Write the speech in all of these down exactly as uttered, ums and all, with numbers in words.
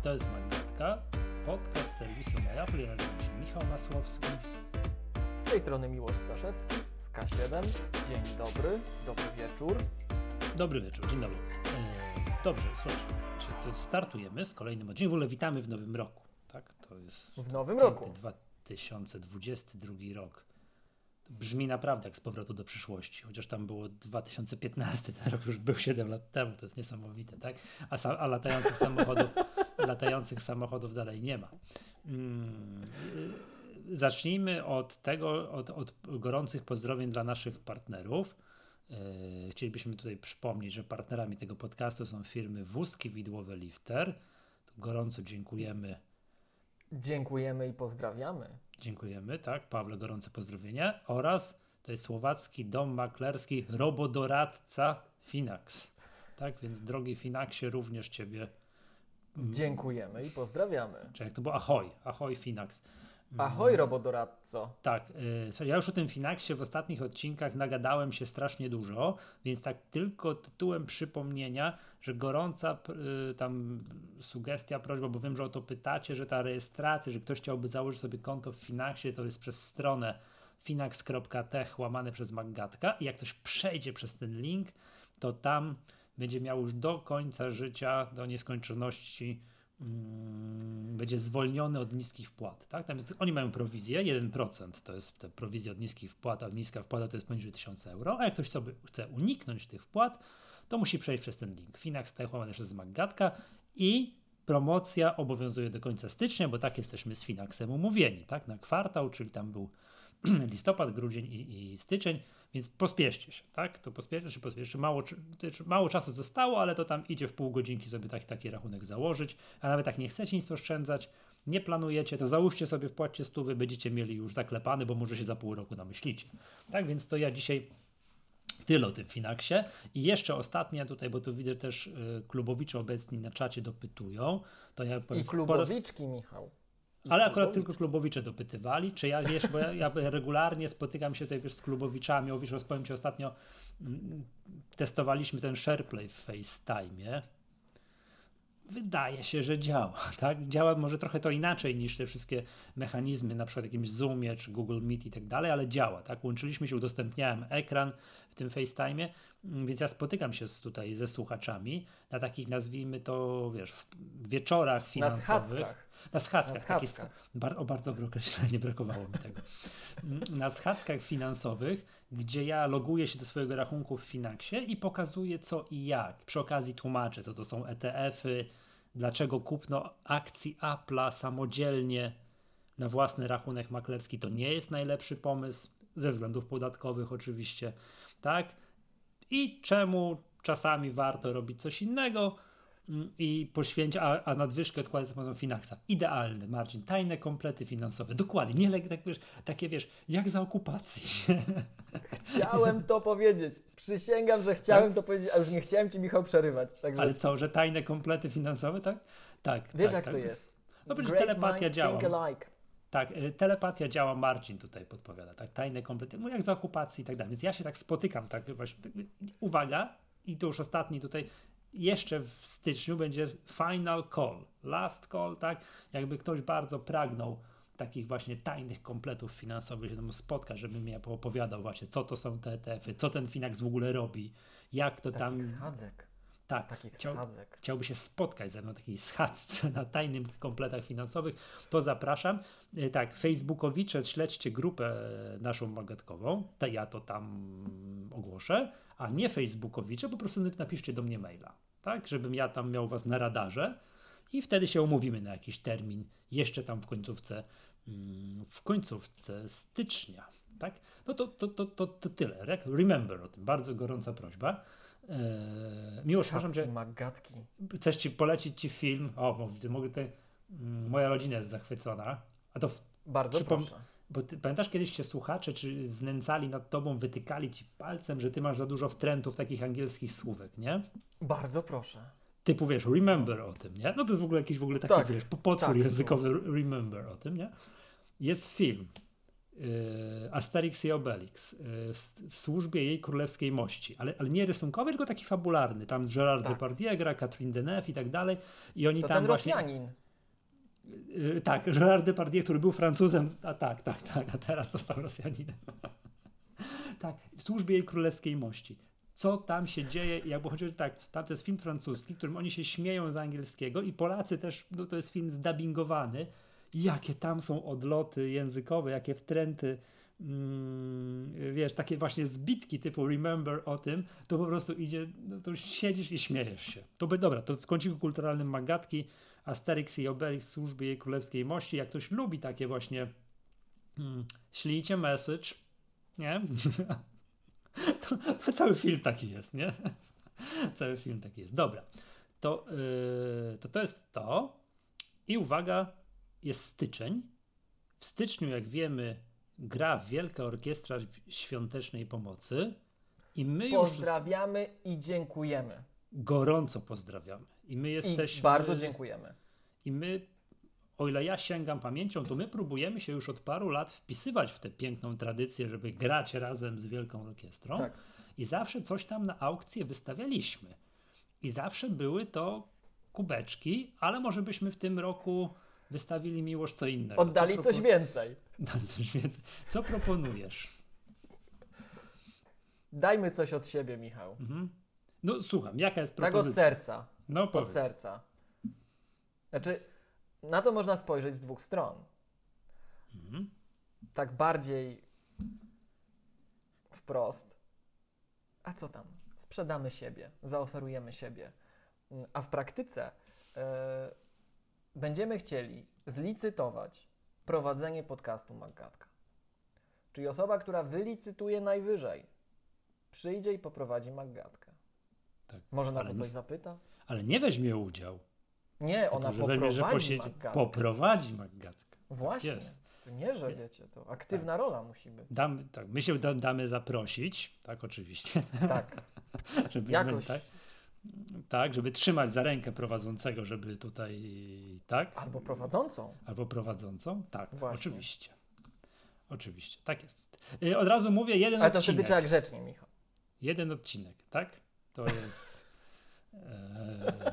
To jest Magatka, podcast serwisu MyApple. Ja nazywam się Michał Masłowski. Z tej strony Miłosz Staszewski z K siedem. Dzień dobry, dobry wieczór. Dobry wieczór, dzień dobry. Eee, dobrze, słuchajcie, to startujemy z kolejnym odcinkiem. W ogóle witamy w nowym roku, tak? To jest w nowym roku. dwa tysiące dwudziesty drugi rok. To brzmi naprawdę jak z powrotu do przyszłości, chociaż tam było dwa tysiące piętnasty, ten rok już był siedem lat temu, to jest niesamowite, tak? A, sa- a latających samochodów latających samochodów dalej nie ma. Hmm. Zacznijmy od tego, od, od gorących pozdrowień dla naszych partnerów. Yy, chcielibyśmy tutaj przypomnieć, że partnerami tego podcastu są firmy Wózki Widłowe Lifter. Tu gorąco dziękujemy. Dziękujemy i pozdrawiamy. Dziękujemy, tak, Pawle, gorące pozdrowienia. Oraz to jest słowacki dom maklerski Robodoradca Finax. Tak, więc drogi Finaxie, również Ciebie dziękujemy i pozdrawiamy. Czy jak to było? Ahoj, ahoj Finax. Ahoj robodoradco. Tak, yy, ja już o tym Finaxie w ostatnich odcinkach nagadałem się strasznie dużo, więc tak tylko tytułem przypomnienia, że gorąca yy, tam sugestia, prośba, bo wiem, że o to pytacie, że ta rejestracja, że ktoś chciałby założyć sobie konto w Finaxie, to jest przez stronę finax kropka tech łamane przez Magatka i jak ktoś przejdzie przez ten link, to tam będzie miał już do końca życia, do nieskończoności, Hmm, będzie zwolniony od niskich wpłat. Tak? Tam jest, oni mają prowizję, jeden procent to jest ta prowizja od niskich wpłat, a niska wpłata to jest poniżej tysiąc euro, a jak ktoś sobie chce uniknąć tych wpłat, to musi przejść przez ten link. Finax Tech łamane przez Magatka i promocja obowiązuje do końca stycznia, bo tak jesteśmy z Finaxem umówieni, tak? Na kwartał, czyli tam był listopad, grudzień i, i styczeń, więc pospieszcie się, tak? To pospieszcie się, pospieszcie. Mało, mało czasu zostało, ale to tam idzie w pół godzinki sobie taki, taki rachunek założyć, a nawet jak nie chcecie nic oszczędzać, nie planujecie, to załóżcie sobie, wpłaćcie stówy, będziecie mieli już zaklepany, bo może się za pół roku namyślicie. Tak, więc to ja dzisiaj tyle o tym Finaxie. I jeszcze ostatnia tutaj, bo tu widzę też y, klubowicze obecni na czacie dopytują. To ja powiem, I klubowiczki, raz... Michał. I ale akurat tylko klubowicze dopytywali, czy ja, wiesz, bo ja, ja regularnie spotykam się tutaj, wiesz, z klubowiczami, o, wiesz, rozpowiem Ci ostatnio, mm, testowaliśmy ten SharePlay w FaceTime'ie. Wydaje się, że działa, tak? Działa może trochę to inaczej niż te wszystkie mechanizmy, na przykład w jakimś Zoomie czy Google Meet i tak dalej, ale działa, tak? Łączyliśmy się, udostępniałem ekran w tym FaceTime'ie, więc ja spotykam się z, tutaj ze słuchaczami na takich, nazwijmy to, wiesz, wieczorach finansowych. Na schadzkach. Na schadzkach. Na schadzkach. Taki, bar, o, bardzo dobre określenie, brakowało mi tego. Na schadzkach finansowych, gdzie ja loguję się do swojego rachunku w Finaxie i pokazuję co i jak. Przy okazji tłumaczę, co to są E T F-y, dlaczego kupno akcji Apple'a samodzielnie na własny rachunek maklerski to nie jest najlepszy pomysł, ze względów podatkowych oczywiście, tak? I czemu czasami warto robić coś innego i poświęcić, a, a nadwyżkę odkładać za pomocą Finaxa. Idealny, Marcin, tajne komplety finansowe. Dokładnie, nie le- tak, wiesz, takie wiesz, jak za okupacji. Chciałem to powiedzieć. Przysięgam, że chciałem tak? to powiedzieć, a już nie chciałem Ci, Michał, przerywać. Także... Ale co, że tajne komplety finansowe, tak? Tak. Wiesz, tak, jak tak. to jest. No przecież telepatia działa. Alike. Tak, telepatia działa, Marcin tutaj podpowiada, tak, tajne komplety, no jak z okupacji i tak dalej, więc ja się tak spotykam, tak, właśnie, uwaga, i to już ostatni tutaj, jeszcze w styczniu będzie final call, last call, tak, jakby ktoś bardzo pragnął takich właśnie tajnych kompletów finansowych, się tam spotka, żeby mnie opowiadał właśnie, co to są te E T F-y, co ten Finax w ogóle robi, jak to takich tam... schadzek. Tak, chciał, chciałby się spotkać ze mną na takiej schadzce na tajnym kompletach finansowych, to zapraszam. Tak, facebookowicze, śledźcie grupę naszą magatkową, to ja to tam ogłoszę, a nie facebookowicze, po prostu napiszcie do mnie maila, tak, żebym ja tam miał was na radarze i wtedy się umówimy na jakiś termin, jeszcze tam w końcówce, w końcówce stycznia, tak, no to, to, to, to, to tyle, remember o tym, bardzo gorąca prośba. Eee, Miłosz, przepraszam, że Magatki. chcesz ci polecić ci film, o, bo mogę te, mm, moja rodzina jest zachwycona, a to w, bardzo przypom- proszę. Bo ty, pamiętasz, kiedyś się słuchacze czy znęcali nad tobą, wytykali ci palcem, że ty masz za dużo wtrętów takich angielskich słówek, nie? Bardzo proszę. Typu, wiesz, remember o tym, nie? No to jest w ogóle jakiś w ogóle taki, tak, wiesz, potwór tak, językowy, remember o tym, nie? Jest film. Asterix i Obelix w służbie jej królewskiej mości, ale, ale nie rysunkowy, tylko taki fabularny. Tam Gérard tak. Depardieu gra, Catherine Deneuve i tak dalej. I oni to tam ten właśnie... Rosjanin. Tak, Gérard Depardieu, który był Francuzem, a tak, tak, tak, a teraz został Rosjaninem. Tak, w służbie jej królewskiej mości. Co tam się dzieje, jakby chodzi o tak, tam to jest film francuski, w którym oni się śmieją z angielskiego i Polacy też, no to jest film zdubbingowany. Jakie tam są odloty językowe, jakie wtręty, mm, wiesz, takie właśnie zbitki typu remember o tym, to po prostu idzie, no to siedzisz i śmiejesz się. To by, dobra, to w kąciku kulturalnym Magatki, Asterix i Obelix w służbie jej królewskiej mości. Jak ktoś lubi takie właśnie hmm, ślijcie message, nie? to, to cały film taki jest, nie? Cały film taki jest. Dobra, to, yy, to to jest to i uwaga, jest styczeń. W styczniu, jak wiemy, gra Wielka Orkiestra Świątecznej Pomocy i my już... Pozdrawiamy i dziękujemy. Gorąco pozdrawiamy. I my jesteśmy... I bardzo dziękujemy. I my, o ile ja sięgam pamięcią, to my próbujemy się już od paru lat wpisywać w tę piękną tradycję, żeby grać razem z Wielką Orkiestrą. Tak. I zawsze coś tam na aukcję wystawialiśmy. I zawsze były to kubeczki, ale może byśmy w tym roku wystawili Miłosz co innego. Oddali co coś propo- więcej. Oddali coś więcej. Co proponujesz? Dajmy coś od siebie, Michał. Mhm. No słucham, jaka jest Tak propozycja? od serca. No powiedz. Od serca. Znaczy, na to można spojrzeć z dwóch stron. Mhm. Tak bardziej wprost. A co tam? Sprzedamy siebie, zaoferujemy siebie. A w praktyce yy, będziemy chcieli zlicytować prowadzenie podcastu Maggatka. Czyli osoba, która wylicytuje najwyżej, przyjdzie i poprowadzi Maggatkę. Tak. Może na Ale co nie, coś zapyta? Ale nie weźmie udział. Nie, ona Tylko, poprowadzi że posiedzi, Maggatkę. Poprowadzi Maggatkę. Właśnie. Tak jest. To nie, że wiecie, to aktywna tak. rola musi być. Damy, tak, my się da, damy zaprosić, tak oczywiście. Tak. żeby Jakoś... tak, tak, żeby trzymać za rękę prowadzącego, żeby tutaj, tak. Albo prowadzącą. Albo prowadzącą, tak, Właśnie. oczywiście. Oczywiście, tak jest. Yy, od razu mówię, jeden Ale to odcinek. wtedy trzeba grzecznie, Michał. Jeden odcinek, tak? To jest... Eee...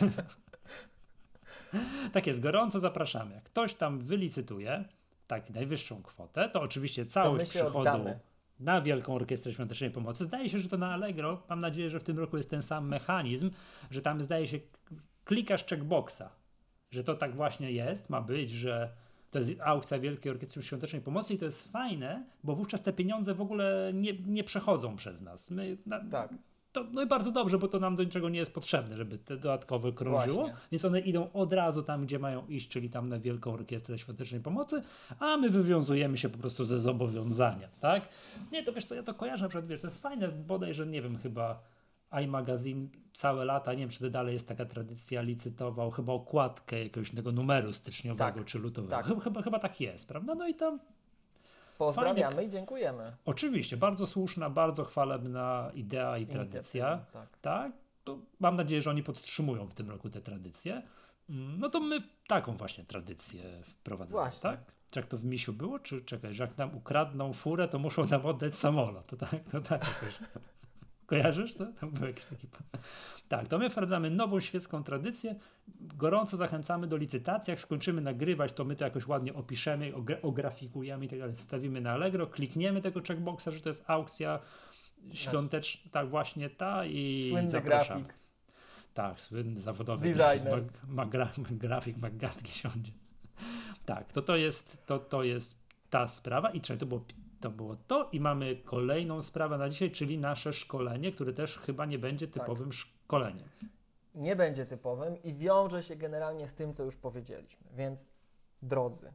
tak jest, gorąco zapraszamy. Jak ktoś tam wylicytuje tak najwyższą kwotę, to oczywiście całość przychodu oddamy. na Wielką Orkiestrę Świątecznej Pomocy. Zdaje się, że to na Allegro, mam nadzieję, że w tym roku jest ten sam mechanizm, że tam zdaje się klikasz checkboxa, że to tak właśnie jest, ma być, że to jest aukcja Wielkiej Orkiestry Świątecznej Pomocy i to jest fajne, bo wówczas te pieniądze w ogóle nie, nie przechodzą przez nas. My, na, tak. To, no i bardzo dobrze, bo to nam do niczego nie jest potrzebne, żeby te dodatkowe krążyło, Właśnie. Więc one idą od razu tam, gdzie mają iść, czyli tam na Wielką Orkiestrę Świątecznej Pomocy, a my wywiązujemy się po prostu ze zobowiązania, tak? Nie, to wiesz, to ja to kojarzę, na przykład, wiesz, to jest fajne, bodajże, nie wiem, chyba iMagazine całe lata, nie wiem, czy to dalej jest taka tradycja, licytował chyba okładkę jakiegoś tego numeru styczniowego tak, czy lutowego. Tak. Chyba, chyba, chyba tak jest, prawda? No i tam pozdrawiamy fajnie. I dziękujemy. Oczywiście, bardzo słuszna, bardzo chwalebna idea i tradycja. Tak. tak? To mam nadzieję, że oni podtrzymują w tym roku te tradycje. No to my taką właśnie tradycję wprowadzamy, właśnie. tak? Czy jak to w Misiu było? Czy czekaj, że jak nam ukradną furę, to muszą nam oddać samolot. To tak, to tak jakoś. Kojarzysz to? Tam był jakiś taki... Tak, to my wprowadzamy nową świecką tradycję. Gorąco zachęcamy do licytacji. Jak skończymy nagrywać, to my to jakoś ładnie opiszemy, ografikujemy i tak dalej. Wstawimy na Allegro, klikniemy tego checkboxa, że to jest aukcja świąteczna, tak właśnie ta i słynny zapraszamy. Grafik. Tak, słynny zawodowy designer. grafik, ma, ma, gra, grafik Maggatki siądzie. Tak, to, to, jest, to, to jest ta sprawa i trzeba, to było To było to i mamy kolejną sprawę na dzisiaj, czyli nasze szkolenie, które też chyba nie będzie typowym tak. szkoleniem. Nie będzie typowym i wiąże się generalnie z tym, co już powiedzieliśmy. Więc drodzy,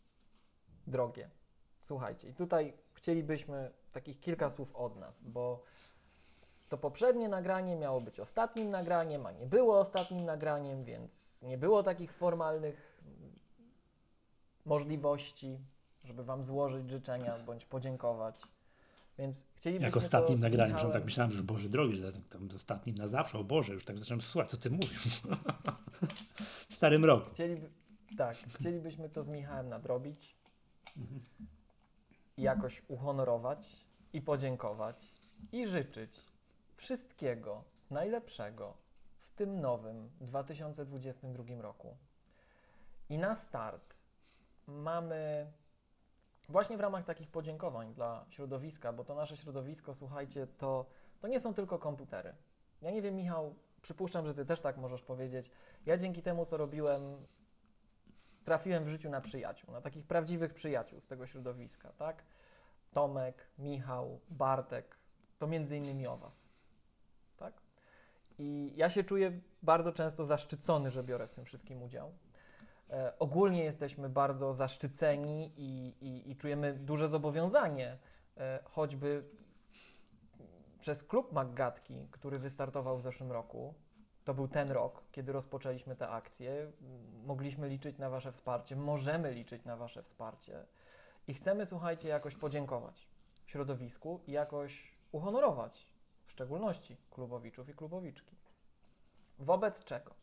drogie, słuchajcie, i tutaj chcielibyśmy takich kilka słów od nas, bo to poprzednie nagranie miało być ostatnim nagraniem, a nie było ostatnim nagraniem, więc nie było takich formalnych możliwości, żeby wam złożyć życzenia bądź podziękować. Więc chcielibyśmy Jak ostatnim to nagraniem, Michałem... tak myślałem, że Boże drogi, że tam ostatnim na zawsze, o Boże, już tak zacząłem słuchać, co ty mówisz. W starym roku. Chcieliby... Tak, chcielibyśmy to z Michałem nadrobić. i jakoś uhonorować i podziękować i życzyć wszystkiego najlepszego w tym nowym dwa tysiące dwudziestym drugim roku. I na start mamy właśnie w ramach takich podziękowań dla środowiska, bo to nasze środowisko, słuchajcie, to, to nie są tylko komputery. Ja nie wiem, Michał, przypuszczam, że Ty też tak możesz powiedzieć. Ja dzięki temu, co robiłem, trafiłem w życiu na przyjaciół, na takich prawdziwych przyjaciół z tego środowiska, tak? Tomek, Michał, Bartek, to między innymi o Was, tak? I ja się czuję bardzo często zaszczycony, że biorę w tym wszystkim udział. E, ogólnie jesteśmy bardzo zaszczyceni i, i, i czujemy duże zobowiązanie, e, choćby przez klub Maggatki, który wystartował w zeszłym roku. To był ten rok, kiedy rozpoczęliśmy tę akcję. Mogliśmy liczyć na Wasze wsparcie, możemy liczyć na Wasze wsparcie i chcemy, słuchajcie, jakoś podziękować środowisku i jakoś uhonorować, w szczególności klubowiczów i klubowiczki. Wobec czego?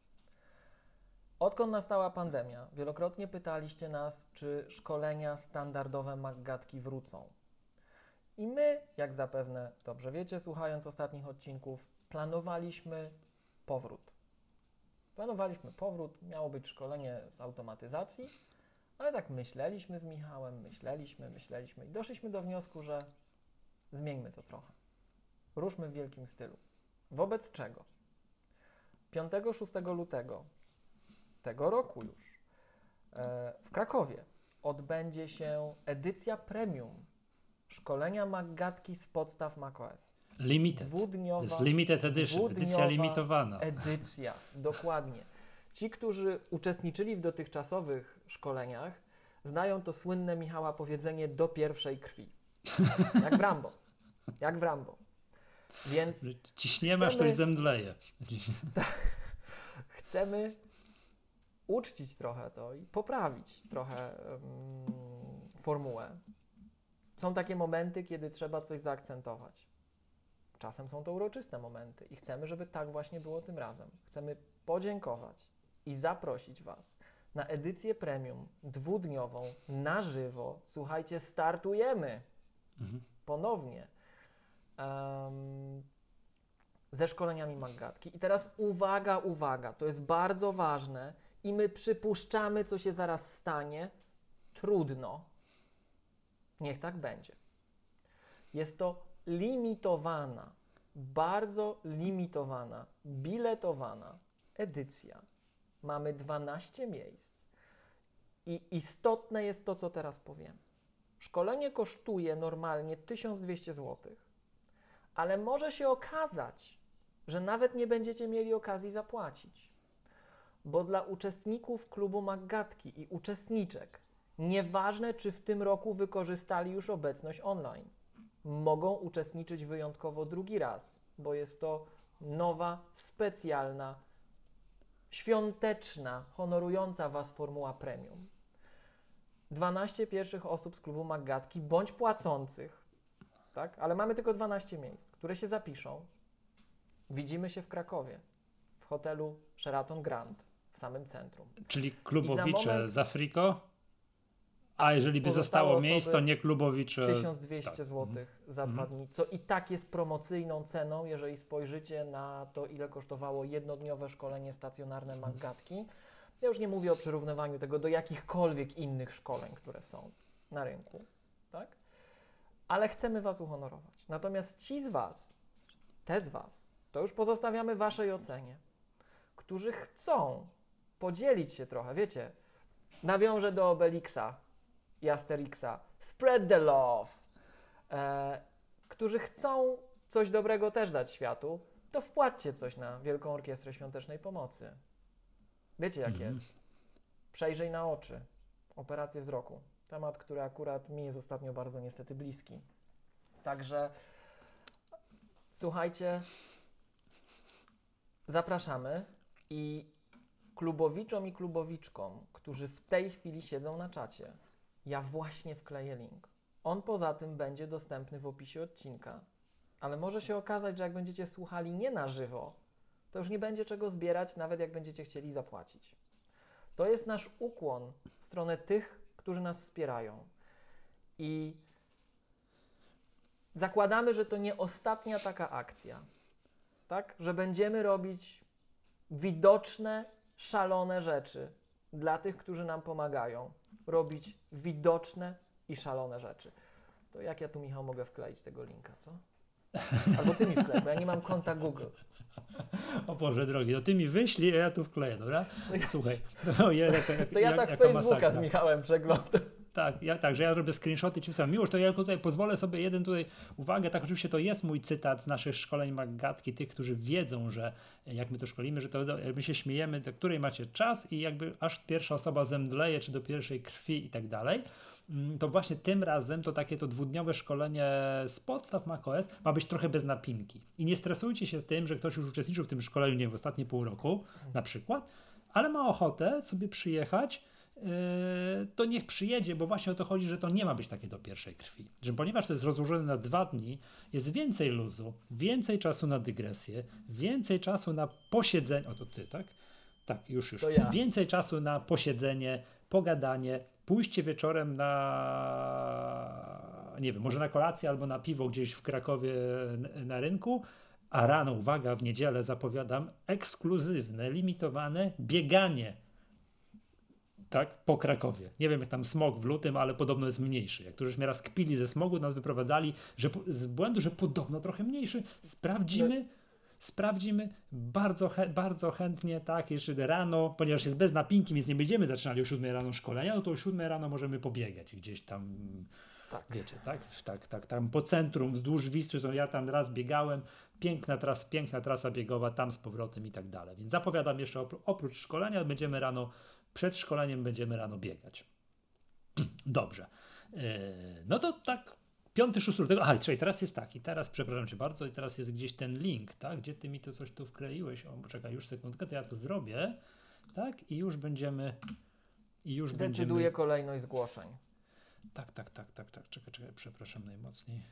Odkąd nastała pandemia, wielokrotnie pytaliście nas, czy szkolenia standardowe Maggatki wrócą. I my, jak zapewne dobrze wiecie, słuchając ostatnich odcinków, planowaliśmy powrót. Planowaliśmy powrót, miało być szkolenie z automatyzacji, ale tak myśleliśmy z Michałem, myśleliśmy, myśleliśmy i doszliśmy do wniosku, że zmieńmy to trochę. Ruszmy w wielkim stylu. Wobec czego? piątego szóstego lutego tego roku już e, w Krakowie odbędzie się edycja premium szkolenia Maggatki z podstaw macOS. Limited. Dwudniowa, To jest limited edition, edycja limitowana. Edycja, dokładnie. Ci, którzy uczestniczyli w dotychczasowych szkoleniach, znają to słynne Michała powiedzenie do pierwszej krwi. Jak w Rambo. Jak w Rambo. Więc ciśniemy, aż ktoś zemdleje. Chcemy uczcić trochę to i poprawić trochę um, formułę. Są takie momenty, kiedy trzeba coś zaakcentować. Czasem są to uroczyste momenty i chcemy, żeby tak właśnie było tym razem. Chcemy podziękować i zaprosić Was na edycję premium dwudniową, na żywo. Słuchajcie, startujemy mhm. ponownie um, ze szkoleniami Maggatki. I teraz uwaga, uwaga, to jest bardzo ważne i my przypuszczamy, co się zaraz stanie. Trudno. Niech tak będzie. Jest to limitowana, bardzo limitowana, biletowana edycja. Mamy dwanaście miejsc i istotne jest to, co teraz powiem. Szkolenie kosztuje normalnie tysiąc dwieście złotych, ale może się okazać, że nawet nie będziecie mieli okazji zapłacić, bo dla uczestników klubu Maggatki i uczestniczek, nieważne czy w tym roku wykorzystali już obecność online, mogą uczestniczyć wyjątkowo drugi raz, bo jest to nowa, specjalna, świąteczna, honorująca Was formuła premium. dwanaście pierwszych osób z klubu Maggatki, bądź płacących, tak? Ale mamy tylko dwanaście miejsc, które się zapiszą. Widzimy się w Krakowie, w hotelu Sheraton Grand, w samym centrum. Czyli klubowicze moment... z Afriko? A jeżeli by zostało miejsc, to nie klubowicze. tysiąc dwieście tak. złotych za mm. dwa dni, co i tak jest promocyjną ceną, jeżeli spojrzycie na to, ile kosztowało jednodniowe szkolenie stacjonarne Maggatki. Ja już nie mówię o przyrównywaniu tego do jakichkolwiek innych szkoleń, które są na rynku, tak? Ale chcemy Was uhonorować. Natomiast ci z Was, te z Was, to już pozostawiamy Waszej ocenie, którzy chcą podzielić się trochę, wiecie, nawiążę do Obelixa i Asterixa, spread the love, e, którzy chcą coś dobrego też dać światu, to wpłaćcie coś na Wielką Orkiestrę Świątecznej Pomocy. Wiecie jak mm-hmm. jest. Przejrzyj na oczy. Operacje wzroku. Temat, który akurat mi jest ostatnio bardzo niestety bliski. Także słuchajcie, zapraszamy i klubowiczom i klubowiczkom, którzy w tej chwili siedzą na czacie, ja właśnie wkleję link. On poza tym będzie dostępny w opisie odcinka, ale może się okazać, że jak będziecie słuchali nie na żywo, to już nie będzie czego zbierać, nawet jak będziecie chcieli zapłacić. To jest nasz ukłon w stronę tych, którzy nas wspierają. I zakładamy, że to nie ostatnia taka akcja, tak? Że będziemy robić widoczne, szalone rzeczy dla tych, którzy nam pomagają. Robić widoczne i szalone rzeczy. To jak ja tu, Michał, mogę wkleić tego linka, co? Albo ty mi wklej, bo ja nie mam konta Google. O Boże drogi, no ty mi wyślij, a ja tu wkleję, dobra? Słuchaj, to, ja, jak, jak, to ja jak, tak jaka Facebooka masakra. z Michałem przeglądam. Tak, ja, tak, że ja robię screenshoty ci wsłałem. Miłosz, to ja tutaj pozwolę sobie jeden tutaj, uwagę, tak oczywiście to jest mój cytat z naszych szkoleń Maggatki, tych, którzy wiedzą, że jak my to szkolimy, że to my się śmiejemy, do której macie czas i jakby aż pierwsza osoba zemdleje, czy do pierwszej krwi i tak dalej. To właśnie tym razem to takie to dwudniowe szkolenie z podstaw macOS ma być trochę bez napinki. I nie stresujcie się z tym, że ktoś już uczestniczył w tym szkoleniu, nie wiem, w ostatnie pół roku na przykład, ale ma ochotę sobie przyjechać, yy, to niech przyjedzie, bo właśnie o to chodzi, że to nie ma być takie do pierwszej krwi. Że ponieważ to jest rozłożone na dwa dni, jest więcej luzu, więcej czasu na dygresję, więcej czasu na posiedzenie, o to ty, tak? Tak, już, już. To ja. Więcej czasu na posiedzenie, pogadanie, pójście wieczorem na, nie wiem, może na kolację albo na piwo gdzieś w Krakowie na rynku, a rano, uwaga, w niedzielę zapowiadam ekskluzywne, limitowane bieganie, tak, po Krakowie. Nie wiem, jak tam smog w lutym, ale podobno jest mniejszy. Jak to żeśmy raz kpili ze smogu, nas wyprowadzali że, z błędu, że podobno trochę mniejszy. Sprawdzimy. Sprawdzimy bardzo, he, bardzo chętnie, tak, jeszcze rano, ponieważ jest bez napinki, więc nie będziemy zaczynali o siódmej rano szkolenia, no to o siódmej rano możemy pobiegać gdzieś tam, tak. Wiecie, tak, tak, tak, tam po centrum, wzdłuż Wisły, to ja tam raz biegałem, piękna trasa, piękna trasa biegowa, tam z powrotem i tak dalej, więc zapowiadam jeszcze opr- oprócz szkolenia, będziemy rano, przed szkoleniem będziemy rano biegać. Dobrze, yy, no to tak, piąty, szósty lutego, aha, czyli teraz jest taki, teraz przepraszam cię bardzo i teraz jest gdzieś ten link, tak, gdzie ty mi to coś tu wkleiłeś, o, poczekaj, już sekundkę, to ja to zrobię, tak, i już będziemy, i już Decyduje będziemy... Decyduje kolejność zgłoszeń. Tak, tak, tak, tak, tak, czekaj, czekaj, przepraszam najmocniej.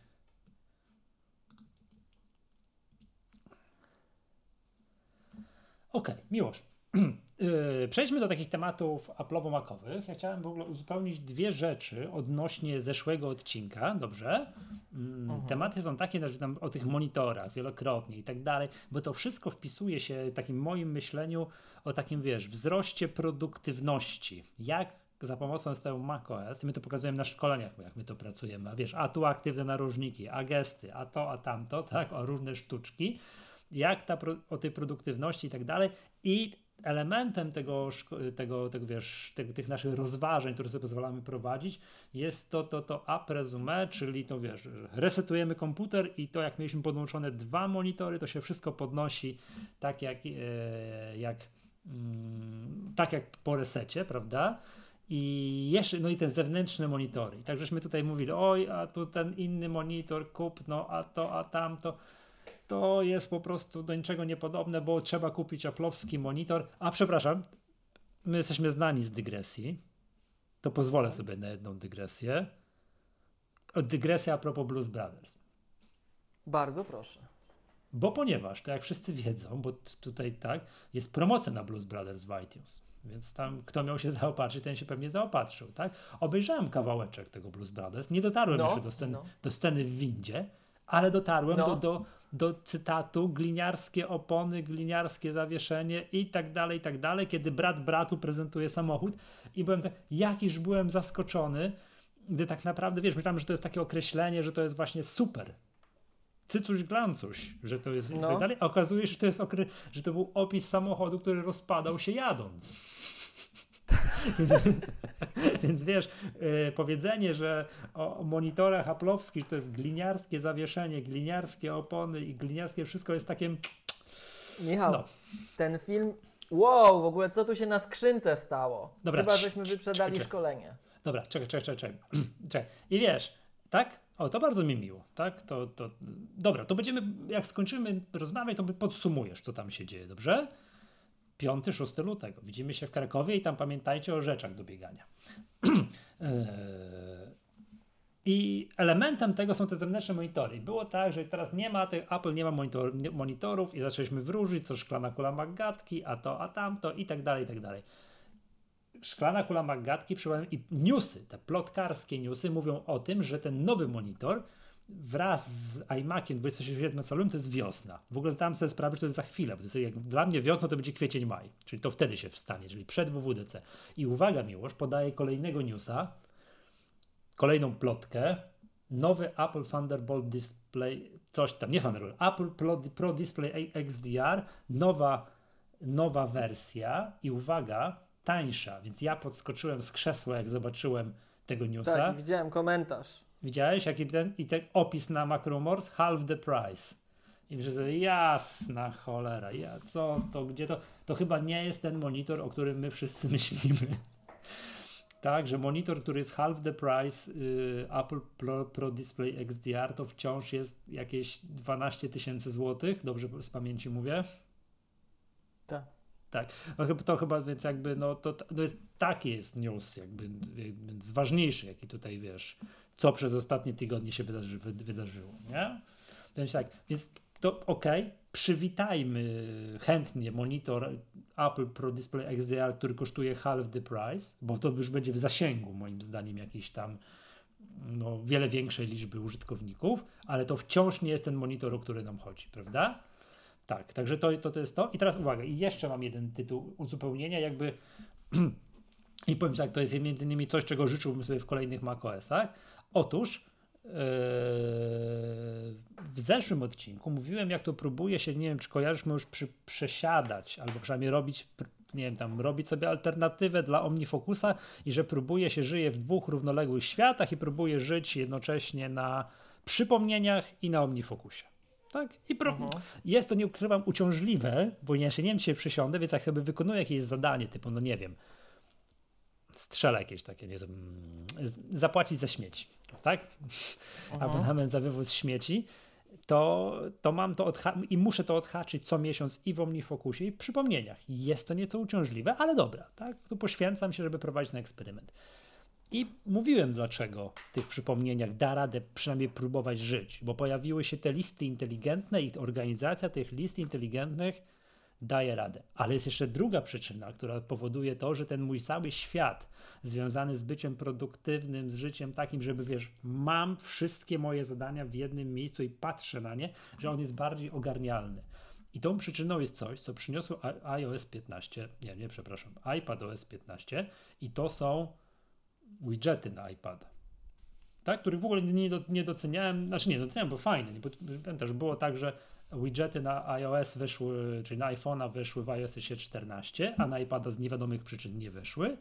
Okej, okay, Miłosz. Yy, przejdźmy do takich tematów Apple'owo-makowych. Ja chciałem w ogóle uzupełnić dwie rzeczy odnośnie zeszłego odcinka, dobrze? Yy, mhm. Tematy są takie, że tam o tych monitorach wielokrotnie i tak dalej, bo to wszystko wpisuje się w takim moim myśleniu o takim, wiesz, wzroście produktywności. Jak za pomocą systemu macOS, my to pokazujemy na szkoleniach, jak my to pracujemy, a wiesz, a tu aktywne narożniki, a gesty, a to, a tamto, tak, o różne sztuczki, jak ta, o tej produktywności i tak dalej i elementem tego, tego, tego wiesz, tego, tych naszych rozważań, które sobie pozwalamy prowadzić, jest to, to, to app resume, czyli to wiesz, resetujemy komputer i to jak mieliśmy podłączone dwa monitory, to się wszystko podnosi tak jak, e, jak, mm, tak jak po resecie, prawda? I jeszcze, no i ten zewnętrzny monitory. I tak żeśmy tutaj mówili, oj, a tu ten inny monitor kup, no a to, a tamto. To jest po prostu do niczego niepodobne, bo trzeba kupić aplowski monitor. A przepraszam, my jesteśmy znani z dygresji. To pozwolę sobie na jedną dygresję. Dygresja a propos Blues Brothers. Bardzo proszę. Bo ponieważ, to jak wszyscy wiedzą, bo t- tutaj tak, jest promocja na Blues Brothers w iTunes. Więc tam kto miał się zaopatrzyć, ten się pewnie zaopatrzył, tak? Obejrzałem kawałeczek tego Blues Brothers. Nie dotarłem no, jeszcze do sceny, no. do sceny w windzie, ale dotarłem no. do, do, do cytatu gliniarskie opony, gliniarskie zawieszenie i tak dalej, i tak dalej, kiedy brat bratu prezentuje samochód i byłem tak, jakiż byłem zaskoczony, gdy tak naprawdę, wiesz, myślałem, że to jest takie określenie, że to jest właśnie super. Cycuś glancuś, że to jest i no. tak dalej, a okazuje się, że to jest okre- że to był opis samochodu, który rozpadał się jadąc. Więc wiesz, yy, powiedzenie, że o, o monitorach aplowskich to jest gliniarskie zawieszenie, gliniarskie opony i gliniarskie wszystko jest takie... Michał, no. ten film... Wow, w ogóle co tu się na skrzynce stało? Dobra, Chyba, cz- żeśmy cz- wyprzedali czekaj, szkolenie. Dobra, czekaj, czekaj, czekaj, czekaj. I wiesz, tak? O, to bardzo mi miło, tak? To, to... Dobra, to będziemy, jak skończymy rozmawiać, to podsumujesz, co tam się dzieje, dobrze? piątego szóstego lutego. Widzimy się w Krakowie i tam pamiętajcie o rzeczach do biegania. I elementem tego są te zewnętrzne monitory. I było tak, że teraz nie ma tych, Apple nie ma monitor, monitorów i zaczęliśmy wróżyć, co szklana kula Maggatki, a to, a tamto i tak dalej, i tak dalej. Szklana kula Maggatki i newsy, te plotkarskie newsy mówią o tym, że ten nowy monitor wraz z iMaciem dwudziestym siedmiu calowym to jest wiosna. W ogóle zdałem sobie sprawę, że to jest za chwilę, bo to jest jak dla mnie wiosna to będzie kwiecień, maj, czyli to wtedy się wstanie, czyli przed W W D C. I uwaga, Miłosz, podaje kolejnego newsa, kolejną plotkę, nowy Apple Thunderbolt Display, coś tam, nie Thunderbolt, Apple Pro, Pro Display X D R, nowa, nowa wersja i uwaga, tańsza, więc ja podskoczyłem z krzesła, jak zobaczyłem tego newsa. Tak, widziałem komentarz. Widziałeś, jaki ten, i ten opis na Macrumors? Half the price. I myślę sobie, jasna cholera, ja, co to, gdzie to, to chyba nie jest ten monitor, o którym my wszyscy myślimy. Tak, że monitor, który jest half the price y, Apple Pro, Pro Display X D R, to wciąż jest jakieś dwanaście tysięcy złotych, dobrze z pamięci mówię? Tak. Tak, no, to chyba, więc jakby, no to, to jest, taki jest news, jakby, jakby z ważniejszy, jaki tutaj, wiesz, co przez ostatnie tygodnie się wydarzy, wydarzyło, nie? Więc tak, więc to okej, okay, przywitajmy chętnie monitor Apple Pro Display X D R, który kosztuje half the price, bo to już będzie w zasięgu, moim zdaniem, jakiejś tam, no, wiele większej liczby użytkowników, ale to wciąż nie jest ten monitor, o który nam chodzi, prawda? Tak, także to, to, to jest to. I teraz uwaga, i jeszcze mam jeden tytuł uzupełnienia, jakby i powiem tak, to jest między innymi coś, czego życzyłbym sobie w kolejnych macOSach. Otóż yy, w zeszłym odcinku mówiłem, jak to próbuję się, nie wiem, czy kojarzysz, już przy, przesiadać, albo przynajmniej robić, nie wiem, tam robić sobie alternatywę dla OmniFocusa i że próbuję się, żyje w dwóch równoległych światach i próbuję żyć jednocześnie na przypomnieniach i na OmniFocusie. Tak? I pro... uh-huh. Jest to, nie ukrywam, uciążliwe, bo ja się nie wiem, czy się przysiądę, więc jak sobie wykonuję jakieś zadanie, typu, no nie wiem, strzelę jakieś takie, nie wiem, zapłacić za śmieci, tak? Uh-huh. Abonament za wywóz śmieci, to, to mam to odha- i muszę to odhaczyć co miesiąc i w OmniFocusie, i w przypomnieniach. Jest to nieco uciążliwe, ale dobra, tak? Tu poświęcam się, żeby prowadzić na eksperyment. I mówiłem, dlaczego w tych przypomnieniach da radę przynajmniej próbować żyć, bo pojawiły się te listy inteligentne i organizacja tych list inteligentnych daje radę. Ale jest jeszcze druga przyczyna, która powoduje to, że ten mój cały świat związany z byciem produktywnym, z życiem takim, żeby wiesz, mam wszystkie moje zadania w jednym miejscu i patrzę na nie, że on jest bardziej ogarnialny. I tą przyczyną jest coś, co przyniosło iOS piętnaście, nie, nie, przepraszam, iPadOS piętnaście i to są widgety na iPada, tak, których w ogóle nie, do, nie doceniałem, znaczy nie doceniałem, bo fajne, nie, bo też było tak, że widgety na iOS weszły, czyli na iPhone'a weszły w iOSie czternaście, a na iPada z niewiadomych przyczyn nie weszły.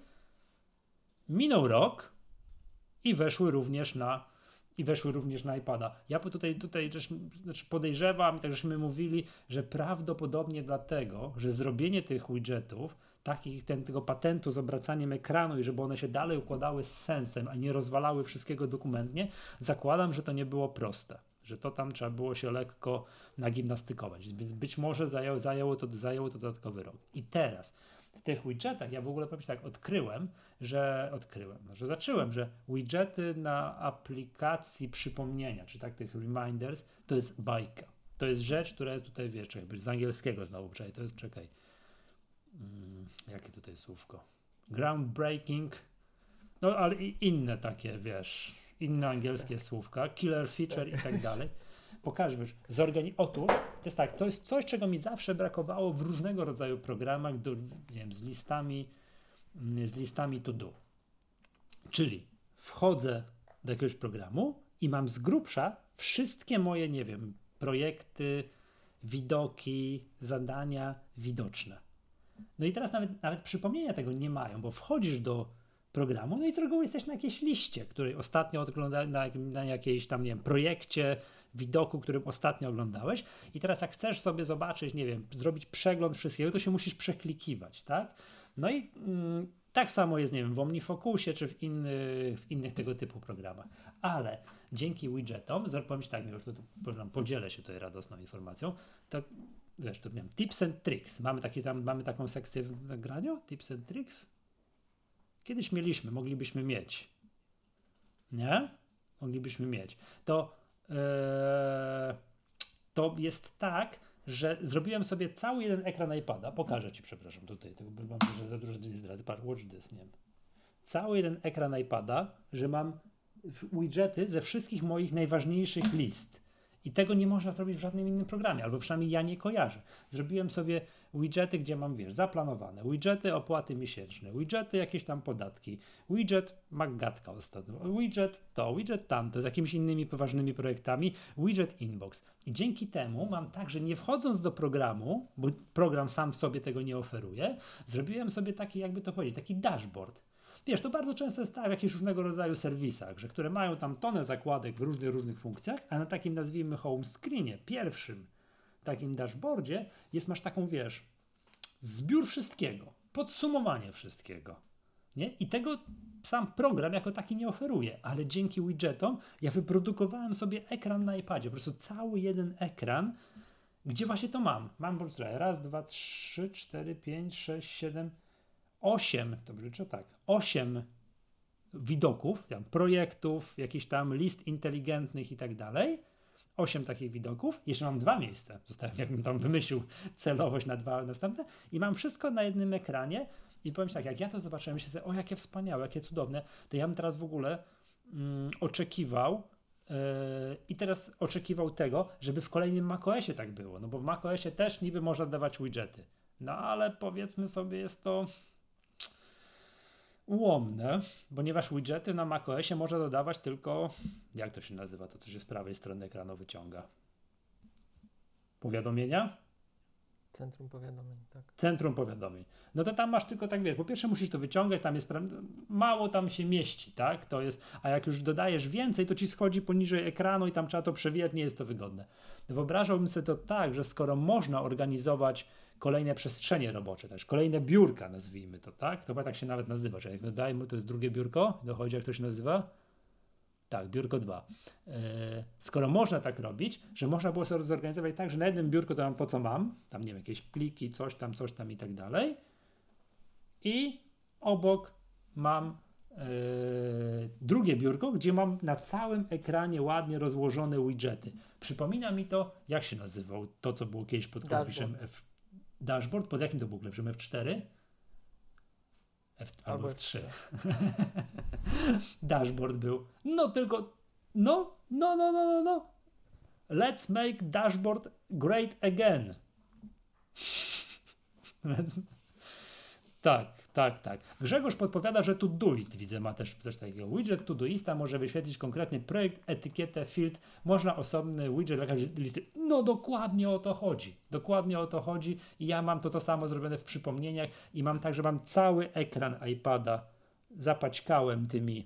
Minął rok i weszły również na i weszły również na iPada. Ja tutaj, tutaj też, znaczy podejrzewam, tak żeśmy mówili, że prawdopodobnie dlatego, że zrobienie tych widgetów, takich, ten, tego patentu z obracaniem ekranu i żeby one się dalej układały z sensem, a nie rozwalały wszystkiego dokumentnie, zakładam, że to nie było proste. Że to tam trzeba było się lekko nagimnastykować. Więc być może zajęło, zajęło, to, zajęło to dodatkowy rok. I teraz w tych widgetach ja w ogóle powiem tak, odkryłem, że odkryłem, że zacząłem, że widgety na aplikacji przypomnienia, czy tak tych reminders, to jest bajka. To jest rzecz, która jest tutaj, wiesz, czekaj, z angielskiego znowu, czekaj, to jest, czekaj, hmm, jakie tutaj słówko? Groundbreaking, no ale i inne takie, wiesz, inne angielskie słówka, killer feature i tak dalej. Pokażmy, zorgani- Otóż, to jest tak, to jest coś, czego mi zawsze brakowało w różnego rodzaju programach, do, nie wiem, z listami, z listami to do. Czyli wchodzę do jakiegoś programu i mam z grubsza wszystkie moje, nie wiem, projekty, widoki, zadania widoczne. No i teraz nawet, nawet przypomnienia tego nie mają, bo wchodzisz do programu, no i z reguły jesteś na jakiejś liście, której ostatnio oglądałeś, na, na jakiejś tam, nie wiem, projekcie, widoku, którym ostatnio oglądałeś i teraz jak chcesz sobie zobaczyć, nie wiem, zrobić przegląd wszystkiego, to się musisz przeklikiwać, tak? No i mm, tak samo jest, nie wiem, w OmniFocusie czy w innych, w innych tego typu programach. Ale dzięki widgetom, powiem ci tak, już to, to, podzielę się tutaj radosną informacją, to wiesz, to miałem tips and tricks. Mamy, taki, tam, mamy taką sekcję w nagraniu, tips and tricks. Kiedyś mieliśmy, moglibyśmy mieć. Nie? Moglibyśmy mieć. To, yy, to jest tak, że zrobiłem sobie cały jeden ekran iPada. Pokażę ci, przepraszam, tutaj. Tego mam, że za dużo zdradzę. Patrz, watch this, nie wiem. Cały jeden ekran iPada, że mam widgety ze wszystkich moich najważniejszych list. I tego nie można zrobić w żadnym innym programie, albo przynajmniej ja nie kojarzę. Zrobiłem sobie widgety, gdzie mam, wiesz, zaplanowane. Widgety opłaty miesięczne, widgety jakieś tam podatki, widget Maggatka ostatnio, widget to, widget tamto, z jakimiś innymi poważnymi projektami, widget inbox. I dzięki temu mam tak, że nie wchodząc do programu, bo program sam w sobie tego nie oferuje, zrobiłem sobie taki, jakby to powiedzieć, taki dashboard. Wiesz, to bardzo często jest tak w jakichś różnego rodzaju serwisach, że które mają tam tonę zakładek w różnych, różnych funkcjach, a na takim, nazwijmy, home screenie, pierwszym takim dashboardzie jest, masz taką, wiesz, zbiór wszystkiego, podsumowanie wszystkiego, nie? I tego sam program jako taki nie oferuje, ale dzięki widgetom ja wyprodukowałem sobie ekran na iPadzie, po prostu cały jeden ekran, gdzie właśnie to mam. Mam po prostu raz, dwa, trzy, cztery, pięć, sześć, siedem, osiem, dobrze, czy tak, osiem widoków, tam, projektów, jakichś tam list inteligentnych i tak dalej, osiem takich widoków, jeszcze mam dwa miejsca, zostałem, jakbym tam wymyślił celowość na dwa następne i mam wszystko na jednym ekranie i powiem ci tak, jak ja to zobaczyłem, myślę sobie, o jakie wspaniałe, jakie cudowne, to ja bym teraz w ogóle mm, oczekiwał yy, i teraz oczekiwał tego, żeby w kolejnym macOSie tak było, no bo w macOSie też niby można dawać widgety, no ale powiedzmy sobie, jest to ułomne, ponieważ widgety na macOSie można dodawać tylko, jak to się nazywa, to co się z prawej strony ekranu wyciąga? Powiadomienia? Centrum powiadomień, tak. Centrum powiadomień. No to tam masz tylko tak, wiesz, po pierwsze musisz to wyciągać, tam jest mało tam się mieści, tak? To jest, a jak już dodajesz więcej, to ci schodzi poniżej ekranu i tam trzeba to przewijać, nie jest to wygodne. Wyobrażałbym sobie to tak, że skoro można organizować kolejne przestrzenie robocze, też kolejne biurka, nazwijmy to, tak? To chyba tak się nawet nazywa, czyli jak dodajmy, to jest drugie biurko, dochodzi, jak to się nazywa? Tak, biurko dwa. Yy, skoro można tak robić, że można było sobie zorganizować tak, że na jednym biurku to mam to, co mam, tam nie wiem, jakieś pliki, coś tam, coś tam i tak dalej, i obok mam yy, drugie biurko, gdzie mam na całym ekranie ładnie rozłożone widgety. Przypomina mi to, jak się nazywał to, co było kiedyś pod klawiszem F. Dashboard, pod jakim to był klawiszem? F cztery? F, albo, albo F trzy. Dashboard był. No tylko, no, no, no, no, no, no. Let's make dashboard great again. Tak, tak, tak. Grzegorz podpowiada, że Todoist, widzę, ma też coś takiego. Widget Todoista może wyświetlić konkretny projekt, etykietę, filtr. Można osobny widget dla każdej listy. No dokładnie o to chodzi. Dokładnie o to chodzi. I ja mam to to samo zrobione w przypomnieniach i mam tak, że mam cały ekran iPada zapaćkałem tymi,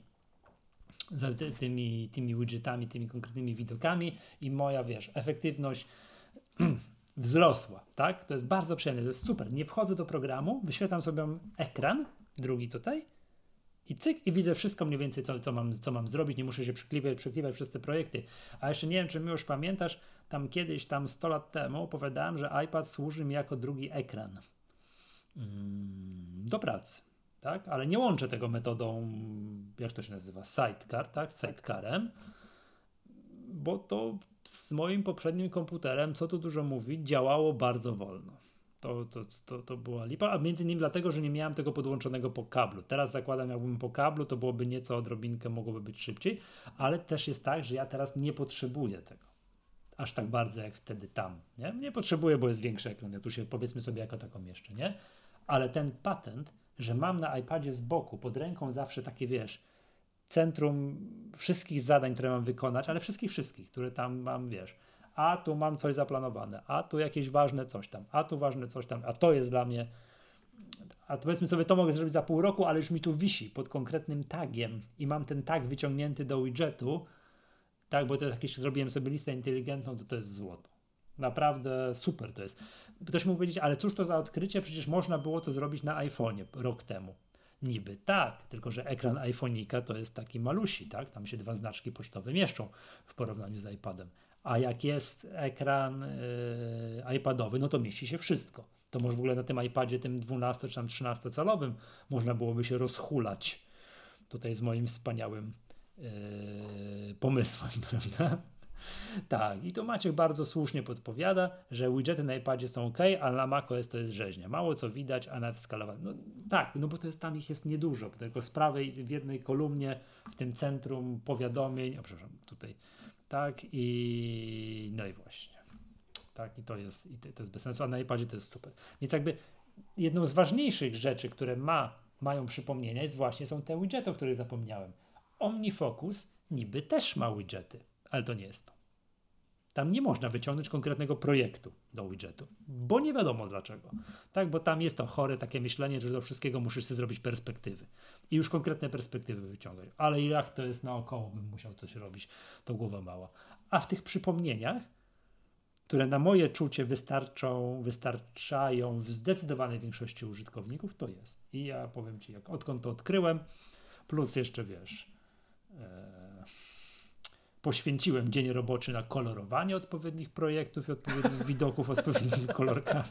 tymi, tymi widgetami, tymi konkretnymi widokami i moja, wiesz, efektywność wzrosła, tak? To jest bardzo przyjemne, to jest super. Nie wchodzę do programu, wyświetlam sobie ekran, drugi tutaj i cyk, i widzę wszystko mniej więcej, co, co, mam, co mam zrobić, nie muszę się przykliwać, przykliwać przez te projekty. A jeszcze nie wiem, czy mi już pamiętasz, tam kiedyś, tam sto lat temu opowiadałem, że iPad służy mi jako drugi ekran mm, do pracy, tak? Ale nie łączę tego metodą, jak to się nazywa, sidecar, tak? Sidecarem, bo to z moim poprzednim komputerem, co tu dużo mówić, działało bardzo wolno. To, to, to, to była lipa, a między innymi dlatego, że nie miałem tego podłączonego po kablu. Teraz zakładam, jakbym po kablu, to byłoby nieco odrobinkę, mogłoby być szybciej, ale też jest tak, że ja teraz nie potrzebuję tego. Aż tak bardzo jak wtedy tam. Nie, nie potrzebuję, bo jest większy ekran. Ja tu się powiedzmy sobie jako taką jeszcze, nie? Ale ten patent, że mam na iPadzie z boku, pod ręką zawsze takie, wiesz, centrum wszystkich zadań, które mam wykonać, ale wszystkich, wszystkich, które tam mam, wiesz, a tu mam coś zaplanowane, a tu jakieś ważne coś tam, a tu ważne coś tam, a to jest dla mnie, a to powiedzmy sobie, to mogę zrobić za pół roku, ale już mi tu wisi pod konkretnym tagiem i mam ten tag wyciągnięty do widgetu, tak, bo to jakieś, zrobiłem sobie listę inteligentną, to to jest złoto. Naprawdę super to jest. Ktoś mógł powiedzieć, ale cóż to za odkrycie, przecież można było to zrobić na iPhone'ie rok temu. Niby tak, tylko że ekran iPhone'ika to jest taki malusi, tak? Tam się dwa znaczki pocztowe mieszczą w porównaniu z iPadem. A jak jest ekran yy, iPadowy, no to mieści się wszystko. To może w ogóle na tym iPadzie, tym dwunasto czy tam trzynastocalowym można byłoby się rozhulać. Tutaj z moim wspaniałym yy, pomysłem, prawda? Tak, i to Maciek bardzo słusznie podpowiada, że widgety na iPadzie są ok, ale na macOS to jest rzeźnia. Mało co widać, a nawet skalowane. No tak, no bo to jest, tam ich jest niedużo, bo tylko z prawej w jednej kolumnie, w tym centrum powiadomień, o przepraszam, tutaj, tak i no i właśnie. Tak, i to jest, i to jest bez sensu, a na iPadzie to jest super. Więc jakby jedną z ważniejszych rzeczy, które ma, mają przypomnienia, jest właśnie są te widgety, o których zapomniałem. OmniFocus niby też ma widgety, ale to nie jest to. Tam nie można wyciągnąć konkretnego projektu do widgetu, bo nie wiadomo dlaczego. Tak, bo tam jest to chore takie myślenie, że do wszystkiego musisz sobie zrobić perspektywy. I już konkretne perspektywy wyciągać. Ale jak to jest naokoło, bym musiał coś robić, to głowa mała. A w tych przypomnieniach, które na moje czucie wystarczą, wystarczają w zdecydowanej większości użytkowników, to jest. I ja powiem Ci, jak odkąd to odkryłem, plus jeszcze wiesz, e, poświęciłem dzień roboczy na kolorowanie odpowiednich projektów i odpowiednich widoków odpowiednimi kolorkami.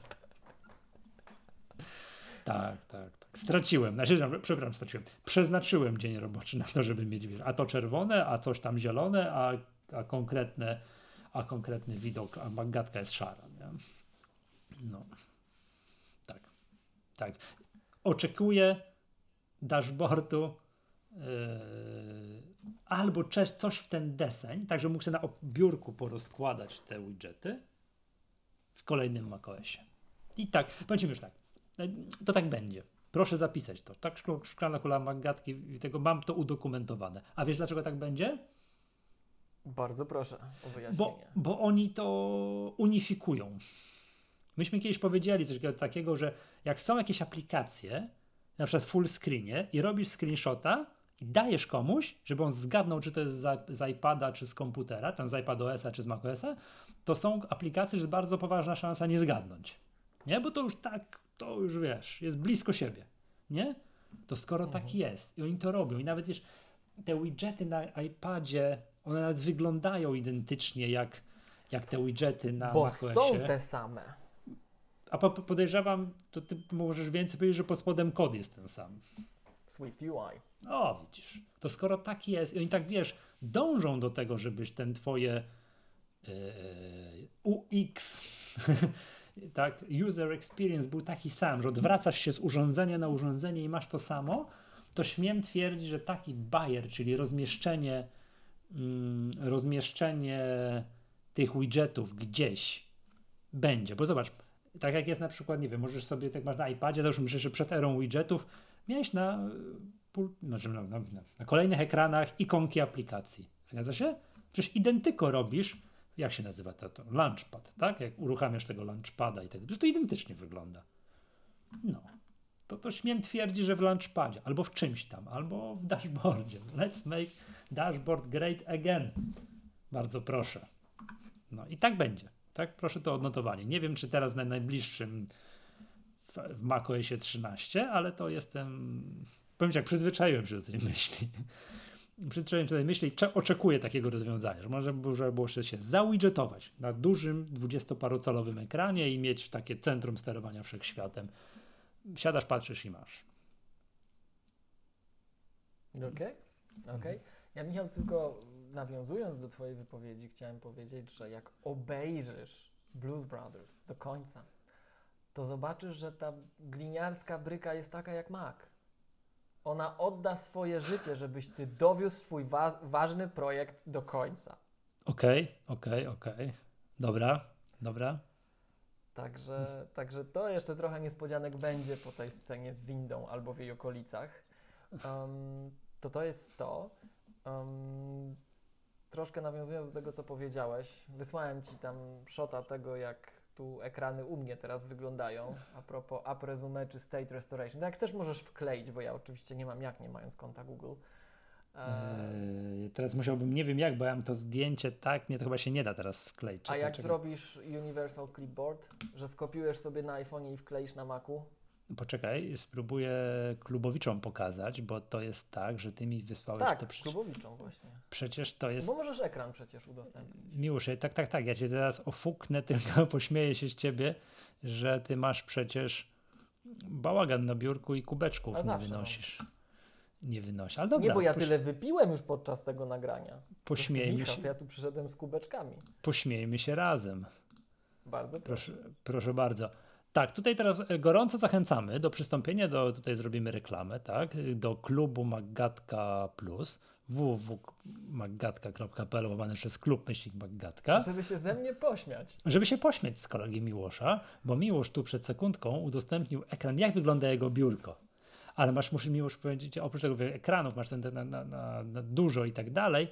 Tak, tak, tak. Straciłem, znaczy, przepraszam, straciłem. Przeznaczyłem dzień roboczy na to, żeby mieć, wiesz, a to czerwone, a coś tam zielone, a, a konkretne a konkretny widok, a magatka jest szara. Nie? No. Tak. Tak. Oczekuję dashboardu yy, albo coś w ten deseń, tak, że mógł sobie na biurku porozkładać te widgety w kolejnym macOSie. I tak, powiem już tak, to tak będzie. Proszę zapisać to. Tak, szklana kula magatki, tego mam to udokumentowane. A wiesz dlaczego tak będzie? Bardzo proszę o wyjaśnienie. Bo, bo oni to unifikują. Myśmy kiedyś powiedzieli coś takiego, że jak są jakieś aplikacje, na przykład full screenie i robisz screenshota i dajesz komuś, żeby on zgadnął, czy to jest z, z iPada, czy z komputera, tam z iPadOS-a, czy z macOS-a, to są aplikacje, że jest bardzo poważna szansa nie zgadnąć. Nie? Bo to już tak, to już wiesz, jest blisko siebie. Nie? To skoro mhm. tak jest i oni to robią i nawet wiesz, te widgety na iPadzie, one nawet wyglądają identycznie jak, jak te widgety na Bo macOSie. są te same. A po, podejrzewam, to ty możesz więcej powiedzieć, że pod spodem kod jest ten sam. Swift U I. O, widzisz. To skoro tak jest i oni tak, wiesz, dążą do tego, żebyś ten twoje yy, U X tak, user experience był taki sam, że odwracasz się z urządzenia na urządzenie i masz to samo, to śmiem twierdzić, że taki buyer, czyli rozmieszczenie mm, rozmieszczenie tych widgetów gdzieś będzie, bo zobacz, tak jak jest na przykład, nie wiem, możesz sobie, tak masz na iPadzie, to już myślę, że przed erą widgetów miałeś na, znaczy na, na, na kolejnych ekranach ikonki aplikacji. Zgadza się? Przecież identyko robisz, jak się nazywa to, to Launchpad, tak? Jak uruchamiasz tego Launchpada i tak, przecież to identycznie wygląda. No. To, to śmiem twierdzić, że w Launchpadzie, albo w czymś tam, albo w dashboardzie. Let's make dashboard great again. Bardzo proszę. No i tak będzie. Tak, proszę to odnotowanie. Nie wiem, czy teraz na najbliższym w, w macOSie trzynaście, ale to jestem, powiem ci, jak przyzwyczaiłem się do tej myśli. Przyzwyczaiłem się do tej myśli i cze- oczekuję takiego rozwiązania, że może by było się zawidżetować na dużym dwudziestoparocalowym ekranie i mieć takie centrum sterowania wszechświatem. Siadasz, patrzysz i masz. Okej, okay. okej. Okay. Ja, Michał, tylko nawiązując do twojej wypowiedzi, chciałem powiedzieć, że jak obejrzysz Blues Brothers do końca, to zobaczysz, że ta gliniarska bryka jest taka jak Mac. Ona odda swoje życie, żebyś ty dowiózł swój wa- ważny projekt do końca. Okej, okay, okej, okay, okej. Okay. Dobra, dobra. Także, także to jeszcze trochę niespodzianek będzie po tej scenie z windą albo w jej okolicach. Um, to to jest to. Um, troszkę nawiązując do tego, co powiedziałeś, wysłałem ci tam shota tego, jak tu ekrany u mnie teraz wyglądają, a propos App Resume czy State Restoration. No jak chcesz, możesz wkleić, bo ja oczywiście nie mam jak, nie mając konta Google. Eee, teraz musiałbym, nie wiem jak, bo ja mam to zdjęcie, tak, nie, to chyba się nie da teraz wkleić. Czekaj, a jak czekaj. zrobisz Universal Clipboard, że skopiujesz sobie na iPhone'ie i wkleisz na Macu? Poczekaj, spróbuję klubowiczom pokazać, bo to jest tak, że ty mi wysłałeś tak, to przecież. Tak, klubowiczom właśnie. Przecież to jest... Bo możesz ekran przecież udostępnić. Miłosz, tak, tak, tak, ja cię teraz ofuknę, tylko pośmieję się z ciebie, że ty masz przecież bałagan na biurku i kubeczków nie wynosisz. nie wynosi. Ale dobra, nie, bo ja poś- tyle wypiłem już podczas tego nagrania. pośmiejmy Michał, się, to ja tu przyszedłem z kubeczkami. pośmiejmy się razem. Bardzo proszę. Proszę, proszę bardzo. Tak, tutaj teraz gorąco zachęcamy do przystąpienia do, tutaj zrobimy reklamę, tak, do klubu Maggatka Plus, w w w kropka maggatka kropka p l łamane przez klub myślnik Maggatka, Żeby się ze mnie pośmiać. żeby się pośmiać z kolegi Miłosza, bo Miłosz tu przed sekundką udostępnił ekran, jak wygląda jego biurko. Ale masz, muszę Miłosz powiedzieć, oprócz tego ekranów, masz ten, ten na, na, na, na dużo i tak dalej,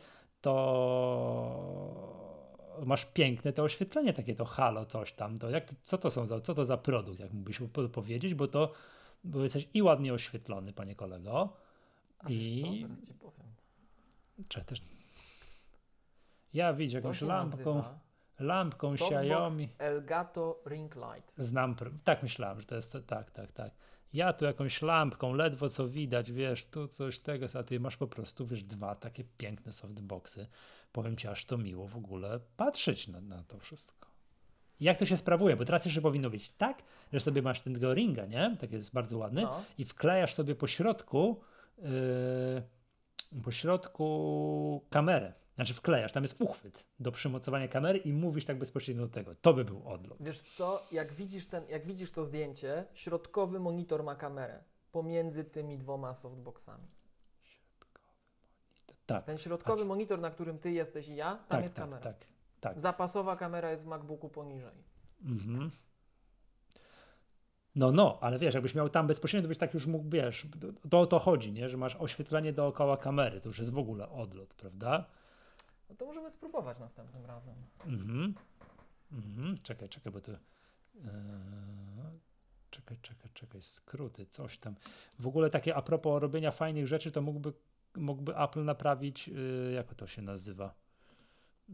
to masz piękne to oświetlenie, takie to halo, coś tam. To jak, to, co to są za, co to za produkt, jak mógłbyś po- powiedzieć, bo to, bo jesteś i ładnie oświetlony, panie kolego. A I wiesz co, zaraz ci powiem. Czy też... Ja widzę To jakąś się lampką, nazywa lampką Softbox Xiaomi. Elgato Ring Light. Znam, pr- tak myślałem, że to jest, tak, tak, tak. Ja tu jakąś lampką, ledwo co widać, wiesz, tu coś tego, a ty masz po prostu, wiesz, dwa takie piękne softboxy. Powiem ci, aż to miło w ogóle patrzeć na, na to wszystko. I jak to się sprawuje, bo teraz jeszcze powinno być tak, że sobie masz tego ringa, nie? Tak jest bardzo ładny No. i wklejasz sobie po środku yy, po środku kamerę. Znaczy wklejasz, tam jest uchwyt do przymocowania kamery i mówisz tak bezpośrednio do tego. To by był odlot. Wiesz co, jak widzisz, ten, jak widzisz to zdjęcie, środkowy monitor ma kamerę pomiędzy tymi dwoma softboxami. Tak. Ten środkowy monitor, na którym ty jesteś i ja, tam tak, jest tak, kamera. tak, tak. Zapasowa kamera jest w MacBooku poniżej. Mhm. No, no, ale wiesz, jakbyś miał tam bezpośrednio, to byś tak już mógł, wiesz, to o to chodzi, nie? Że masz oświetlenie dookoła kamery, to już jest w ogóle odlot, prawda? No to możemy spróbować następnym razem. Mhm. Mhm. Czekaj, czekaj, bo to... Eee, czekaj, czekaj, czekaj, skróty, coś tam. W ogóle takie a propos robienia fajnych rzeczy, to mógłby, mógłby Apple naprawić, yy, jak to się nazywa? Yy,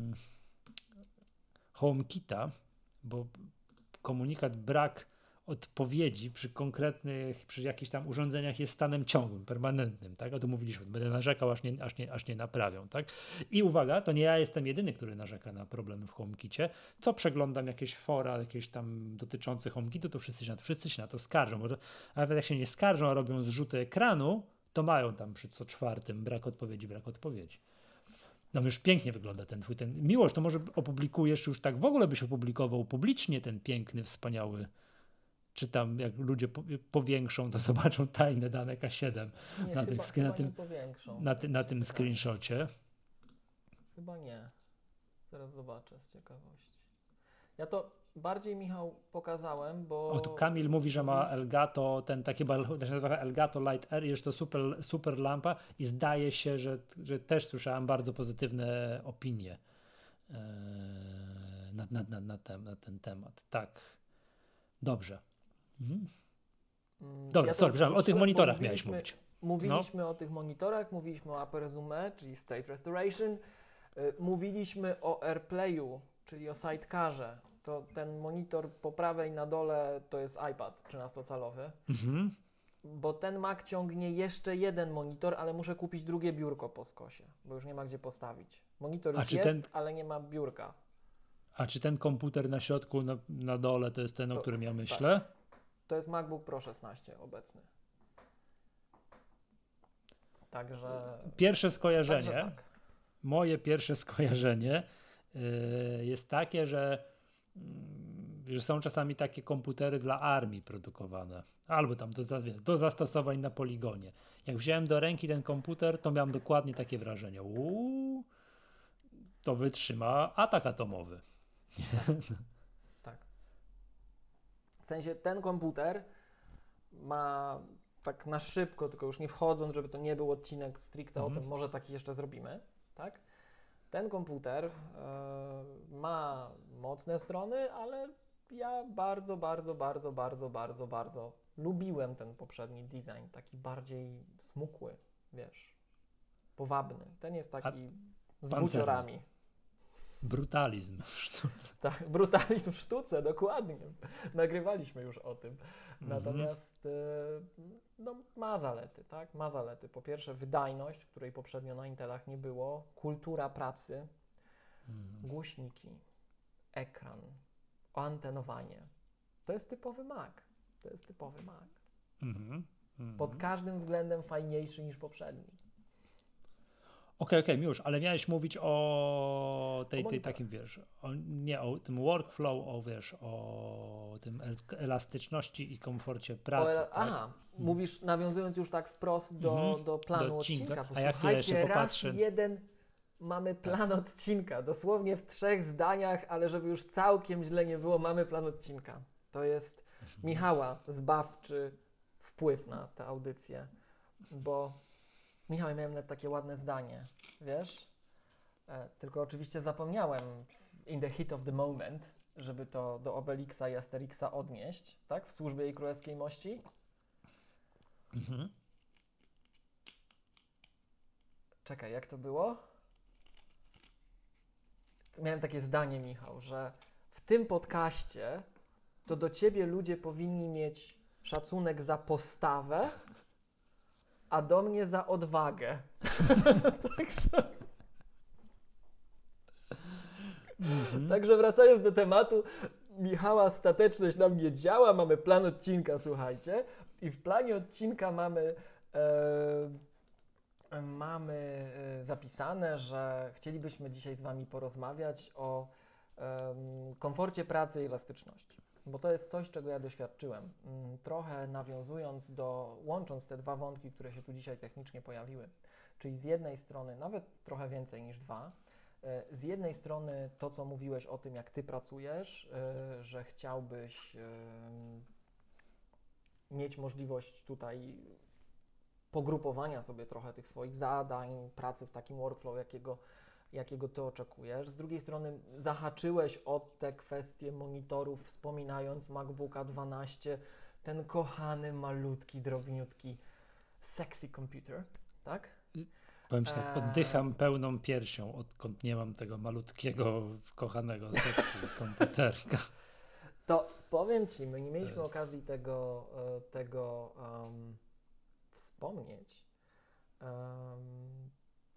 HomeKita, bo komunikat brak odpowiedzi przy konkretnych, przy jakichś tam urządzeniach jest stanem ciągłym, permanentnym, tak? O tym mówiliśmy, będę narzekał, aż nie, aż nie, aż nie naprawią, tak? I uwaga, to nie ja jestem jedyny, który narzeka na problemy w HomeKicie. Co przeglądam jakieś fora, jakieś tam dotyczące HomeKitu, to wszyscy się na to, wszyscy się na to skarżą. Może, a nawet jak się nie skarżą, a robią zrzuty ekranu, to mają tam przy co czwartym brak odpowiedzi, brak odpowiedzi. No już pięknie wygląda ten twój, ten Miłosz, to może opublikujesz już tak, w ogóle byś opublikował publicznie ten piękny, wspaniały, czy tam jak ludzie po, powiększą, to zobaczą tajne dane K siedem Nie, na, chyba, tych, chyba na, tym, nie powiększą. na, ty, na tym screenshocie. Chyba nie. Zaraz zobaczę z ciekawości. Ja to bardziej, Michał, pokazałem, bo... O, tu Kamil mówi, że ma Elgato, ten taki chyba się nazywa Elgato Light Air, jest to super, super lampa i zdaje się, że, że też słyszałem bardzo pozytywne opinie ee, na, na, na, na, ten, na ten temat. Tak. Dobrze. Mhm. Dobra, ja sorry, przepraszam, o tych wrzuciłem, monitorach bo miałeś mówiliśmy- mówić. Mówiliśmy o tych monitorach, mówiliśmy o Aper Zoomie, czyli State Restoration, y, mówiliśmy o AirPlayu, czyli o sidecarze. To ten monitor po prawej na dole to jest iPad trzynastocalowy, Mhm. bo ten Mac ciągnie jeszcze jeden monitor, ale muszę kupić drugie biurko po skosie, bo już nie ma gdzie postawić. Monitor A już czy jest, ten- ale nie ma biurka. A czy ten komputer na środku, na, na dole, to jest ten, o To- którym ja myślę? To jest MacBook Pro szesnaście obecny. Także... Pierwsze skojarzenie, Także tak. moje pierwsze skojarzenie yy, jest takie, że, yy, że są czasami takie komputery dla armii produkowane, albo tam do, za- do zastosowań na poligonie. Jak wziąłem do ręki ten komputer, to miałem dokładnie takie wrażenie. Uuu, to wytrzyma atak atomowy. Tak. W sensie ten komputer ma tak na szybko, tylko już nie wchodząc, żeby to nie był odcinek stricte Mhm. o tym, może taki jeszcze zrobimy, tak? Ten komputer e, ma mocne strony, ale ja bardzo, bardzo, bardzo, bardzo, bardzo, bardzo lubiłem ten poprzedni design, taki bardziej smukły, wiesz, powabny. Ten jest taki z pancerny. buciorami. Brutalizm w sztuce. Tak, brutalizm w sztuce, dokładnie. Nagrywaliśmy już o tym. Mhm. Natomiast e, no, ma zalety, tak? Ma zalety. Po pierwsze wydajność, której poprzednio na Intelach nie było, kultura pracy, Mhm. głośniki, ekran, antenowanie. To jest typowy Mac. To jest typowy Mac. Mhm. Mhm. Pod każdym względem fajniejszy niż poprzedni. Okej, okej, już, ale miałeś mówić o tej, O tej monitorach. takim, wiesz, o, nie o tym workflow, o wiesz, o tym el- elastyczności i komforcie pracy, O, tak? aha, mówisz nawiązując już tak wprost do, Mhm. do planu Do odcinka. odcinka. A ja chwilę jeszcze Posłuchajcie, raz popatrzę. jeden mamy plan odcinka. Dosłownie w trzech zdaniach, ale żeby już całkiem źle nie było, mamy plan odcinka. To jest Michała zbawczy wpływ na tę audycję. Bo Michał, ja miałem nawet takie ładne zdanie, wiesz? E, tylko oczywiście zapomniałem in the heat of the moment, żeby to do Obelixa i Asterixa odnieść, tak? W służbie jej królewskiej mości. Mhm. Czekaj, jak to było? Miałem takie zdanie, Michał, że w tym podcaście to do ciebie ludzie powinni mieć szacunek za postawę, a do mnie za odwagę. Także... Mhm. Także wracając do tematu, Michała stateczność na mnie działa, mamy plan odcinka, słuchajcie. I w planie odcinka mamy, e, mamy e, zapisane, że chcielibyśmy dzisiaj z Wami porozmawiać o e, komforcie pracy i elastyczności. Bo to jest coś, czego ja doświadczyłem. Mm, Trochę nawiązując do, łącząc te dwa wątki, które się tu dzisiaj technicznie pojawiły. Czyli z jednej strony, nawet trochę więcej niż dwa, z jednej strony to, co mówiłeś o tym, jak Ty pracujesz, yy, że chciałbyś yy, mieć możliwość tutaj pogrupowania sobie trochę tych swoich zadań, pracy w takim workflow, jakiego, jakiego Ty oczekujesz. Z drugiej strony zahaczyłeś o te kwestie monitorów, wspominając MacBooka dwanaście, ten kochany, malutki, drobniutki, sexy computer, tak? Powiem ci tak, oddycham pełną piersią, odkąd nie mam tego malutkiego, kochanego sekcji komputerka. To powiem Ci, my nie mieliśmy jest... okazji tego, tego um, wspomnieć. Um,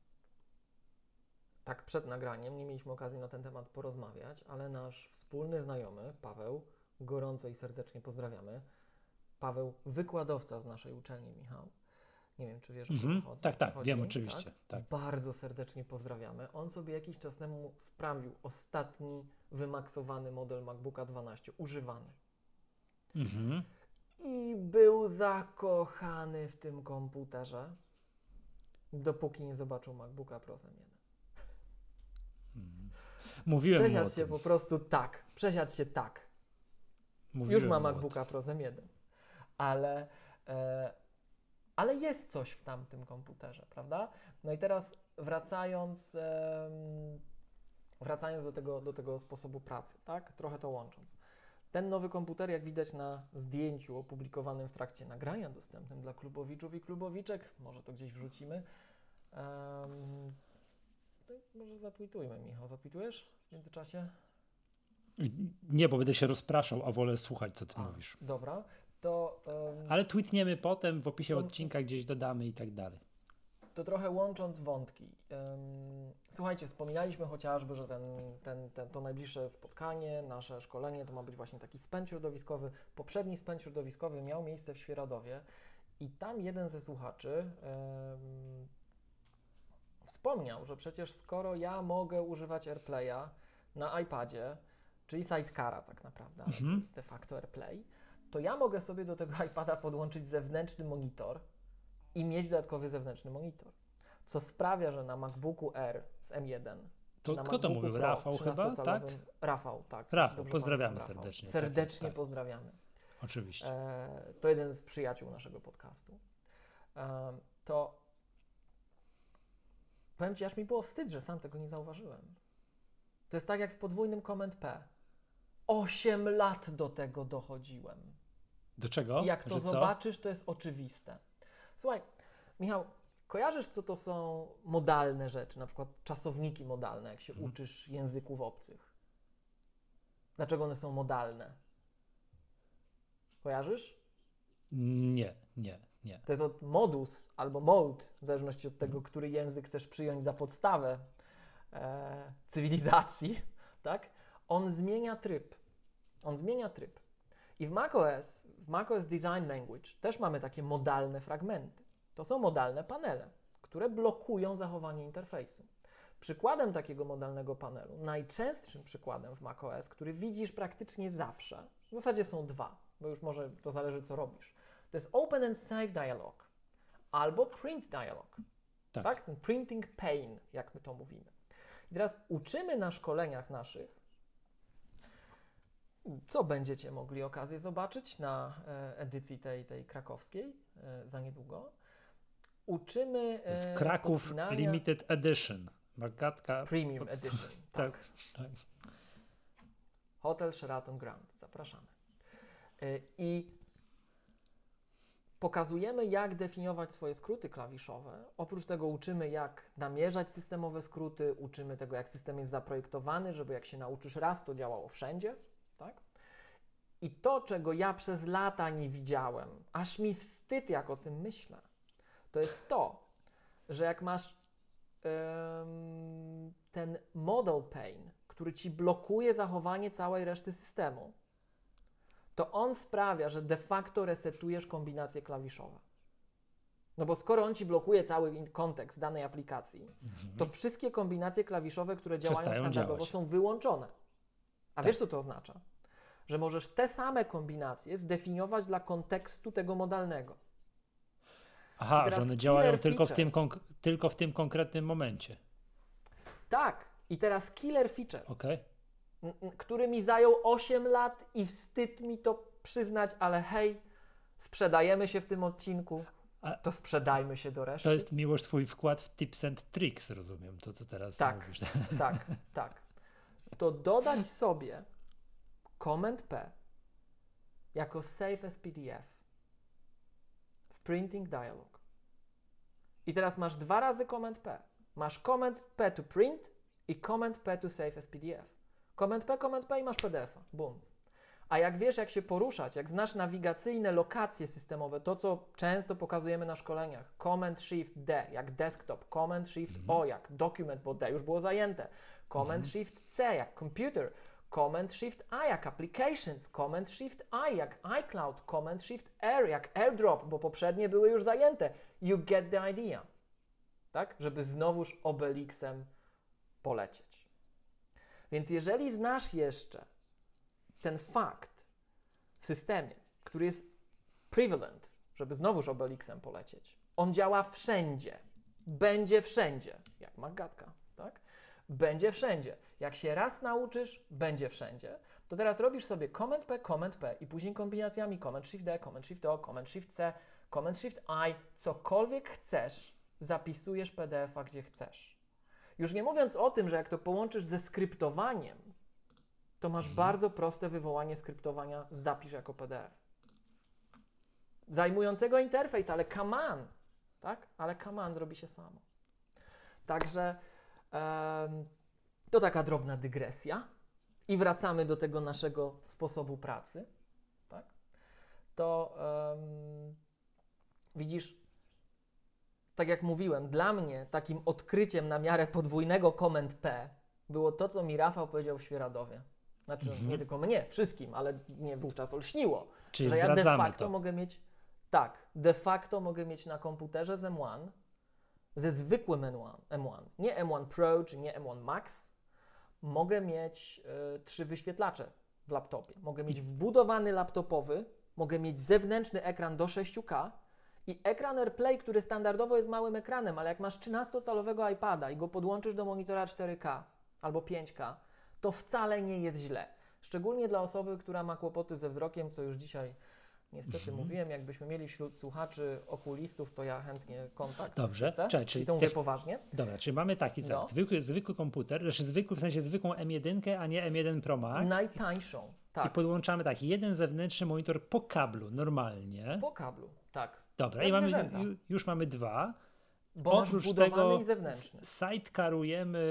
tak przed nagraniem nie mieliśmy okazji na ten temat porozmawiać, ale nasz wspólny znajomy, Paweł, gorąco i serdecznie pozdrawiamy. Paweł, wykładowca z naszej uczelni, Michał. Nie wiem, czy wiesz, o Mhm. co chodzi. Tak, tak, chodzi, wiem oczywiście. Tak? Tak. Bardzo serdecznie pozdrawiamy. On sobie jakiś czas temu sprawił ostatni wymaksowany model MacBooka dwanaście, używany. Mhm. I był zakochany w tym komputerze, dopóki nie zobaczył MacBooka Pro Z M jeden. Mhm. Mówiłem Przesiadł mu o się tym. po prostu tak. Przesiadł się tak. Mówiłem Już ma mu o MacBooka Pro Z M jeden. Ale... E, Ale jest coś w tamtym komputerze, prawda? No i teraz wracając, um, wracając do tego, do tego sposobu pracy, tak? Trochę to łącząc. Ten nowy komputer, jak widać na zdjęciu opublikowanym w trakcie nagrania, dostępnym dla klubowiczów i klubowiczek, może to gdzieś wrzucimy. Um, może zatweetujmy, Michał. Zatweetujesz w międzyczasie? Nie, bo będę się rozpraszał, a wolę słuchać, co ty a, mówisz. Dobra. To, um, Ale tweetniemy potem, w opisie to, odcinka gdzieś dodamy i tak dalej. To trochę łącząc wątki. Um, słuchajcie, wspominaliśmy chociażby, że ten, ten, ten, to najbliższe spotkanie, nasze szkolenie to ma być właśnie taki spęd środowiskowy. Poprzedni spęd środowiskowy miał miejsce w Świeradowie i tam jeden ze słuchaczy um, wspomniał, że przecież skoro ja mogę używać AirPlaya na iPadzie, czyli Sidecara tak naprawdę, ale mhm. to jest de facto AirPlay, to ja mogę sobie do tego iPada podłączyć zewnętrzny monitor i mieć dodatkowy zewnętrzny monitor. Co sprawia, że na MacBooku Air z M jeden, to czy na kto to mówił? Pro Rafał chyba, tak? Rafał, tak. Rafał, pozdrawiamy pamiętam, Rafał. serdecznie. Serdecznie tak, tak. pozdrawiamy. Oczywiście. E, to jeden z przyjaciół naszego podcastu. E, to powiem Ci, aż mi było wstyd, że sam tego nie zauważyłem. To jest tak jak z podwójnym Command P. Osiem lat do tego dochodziłem. Do czego? I jak to że zobaczysz, co? To jest oczywiste. Słuchaj, Michał, kojarzysz, co to są modalne rzeczy, na przykład czasowniki modalne, jak się hmm. uczysz języków obcych? Dlaczego one są modalne? Kojarzysz? Nie, nie, nie. To jest od modus albo mode, w zależności od tego, hmm. który język chcesz przyjąć za podstawę e, cywilizacji, tak? On zmienia tryb. On zmienia tryb. I w macOS, w macOS Design Language też mamy takie modalne fragmenty. To są modalne panele, które blokują zachowanie interfejsu. Przykładem takiego modalnego panelu, najczęstszym przykładem w macOS, który widzisz praktycznie zawsze, w zasadzie są dwa, bo już może to zależy, co robisz. To jest Open and Save Dialog albo Print Dialog. Tak. tak? Ten printing pane, jak my to mówimy. I teraz uczymy na szkoleniach naszych, co będziecie mogli okazję zobaczyć na e, edycji tej, tej krakowskiej e, za niedługo. Uczymy To jest e, Kraków podpinania... Limited Edition. Magatka Premium podst- Edition. Tak, Tak. tak. Hotel Sheraton Grand. Zapraszamy. E, I pokazujemy, jak definiować swoje skróty klawiszowe. Oprócz tego uczymy, jak namierzać systemowe skróty, uczymy tego, jak system jest zaprojektowany, żeby jak się nauczysz raz, to działało wszędzie. Tak? I to, czego ja przez lata nie widziałem, aż mi wstyd, jak o tym myślę, to jest to, że jak masz um, ten model pane, który ci blokuje zachowanie całej reszty systemu, to on sprawia, że de facto resetujesz kombinacje klawiszowe. No bo skoro on ci blokuje cały kontekst danej aplikacji, mhm. to wszystkie kombinacje klawiszowe, które działają Przestają standardowo, działać. są wyłączone. A tak. wiesz, co to oznacza? Że możesz te same kombinacje zdefiniować dla kontekstu tego modalnego. Aha, że one działają tylko w, feature. tym konk- tylko w tym konkretnym momencie. Tak. I teraz killer feature, Okay. n- n- który mi zajął osiem lat i wstyd mi to przyznać, ale hej, sprzedajemy się w tym odcinku, A to sprzedajmy się do reszty. to jest, Miłosz, twój wkład w tips and tricks, rozumiem, to co teraz tak, mówisz. Tak, tak. To dodać sobie Command P jako Save as P D F w Printing Dialog. I teraz masz dwa razy Command P. Masz Command P to print i Command P to save as P D F. Command P, Command P i masz P D F-a. Bum. A jak wiesz, jak się poruszać, jak znasz nawigacyjne lokacje systemowe, to co często pokazujemy na szkoleniach, Command Shift D jak desktop, Command Shift Mhm. O jak documents, bo D już było zajęte, Command Mhm. Shift C jak computer, Command Shift A jak applications, Command Shift I jak iCloud, Command Shift R jak airdrop, bo poprzednie były już zajęte. You get the idea. Tak? Żeby znowuż Obelixem polecieć. Więc jeżeli znasz jeszcze ten fakt w systemie, który jest prevalent, żeby znowuż Obelixem polecieć, on działa wszędzie, będzie wszędzie, jak Magatka, tak? Będzie wszędzie. Jak się raz nauczysz, będzie wszędzie, to teraz robisz sobie Command P, Command P i później kombinacjami Command Shift D, Command Shift O, Command Shift C, Command Shift I, cokolwiek chcesz, zapisujesz P D F-a gdzie chcesz. Już nie mówiąc o tym, że jak to połączysz ze skryptowaniem, to masz mhm. bardzo proste wywołanie skryptowania zapisz jako P D F. Zajmującego interfejs, ale command, tak? Ale command zrobi się samo. Także um, to taka drobna dygresja i wracamy do tego naszego sposobu pracy, tak? To um, widzisz, tak jak mówiłem, dla mnie takim odkryciem na miarę podwójnego Command P było to, co mi Rafał powiedział w Świeradowie. Znaczy, mhm. nie tylko mnie, wszystkim, ale mnie wówczas olśniło. Czyli że ja de facto to. mogę mieć, tak, de facto mogę mieć na komputerze z M jeden, ze zwykłym M jeden, M jeden, nie M jeden Pro czy nie M jeden Max, mogę mieć y, trzy wyświetlacze w laptopie. Mogę mieć wbudowany laptopowy, mogę mieć zewnętrzny ekran do sześć K i ekran AirPlay, który standardowo jest małym ekranem, ale jak masz trzynastocalowego iPada i go podłączysz do monitora cztery K albo pięć K, to wcale nie jest źle. Szczególnie dla osoby, która ma kłopoty ze wzrokiem, co już dzisiaj niestety mhm. mówiłem, jakbyśmy mieli wśród słuchaczy okulistów, to ja chętnie kontakt Dobrze, chcę. czyli I to mówię te... poważnie. Dobra, czyli mamy taki no. zwykły, zwykły komputer, znaczy zwykły w sensie zwykłą M jeden, a nie M jeden Pro Max. Najtańszą, tak. I podłączamy tak, jeden zewnętrzny monitor po kablu, normalnie. Po kablu, tak. Dobra, i mamy, ju, już mamy dwa. Bo oprócz masz tego i zewnętrzny. sidecarujemy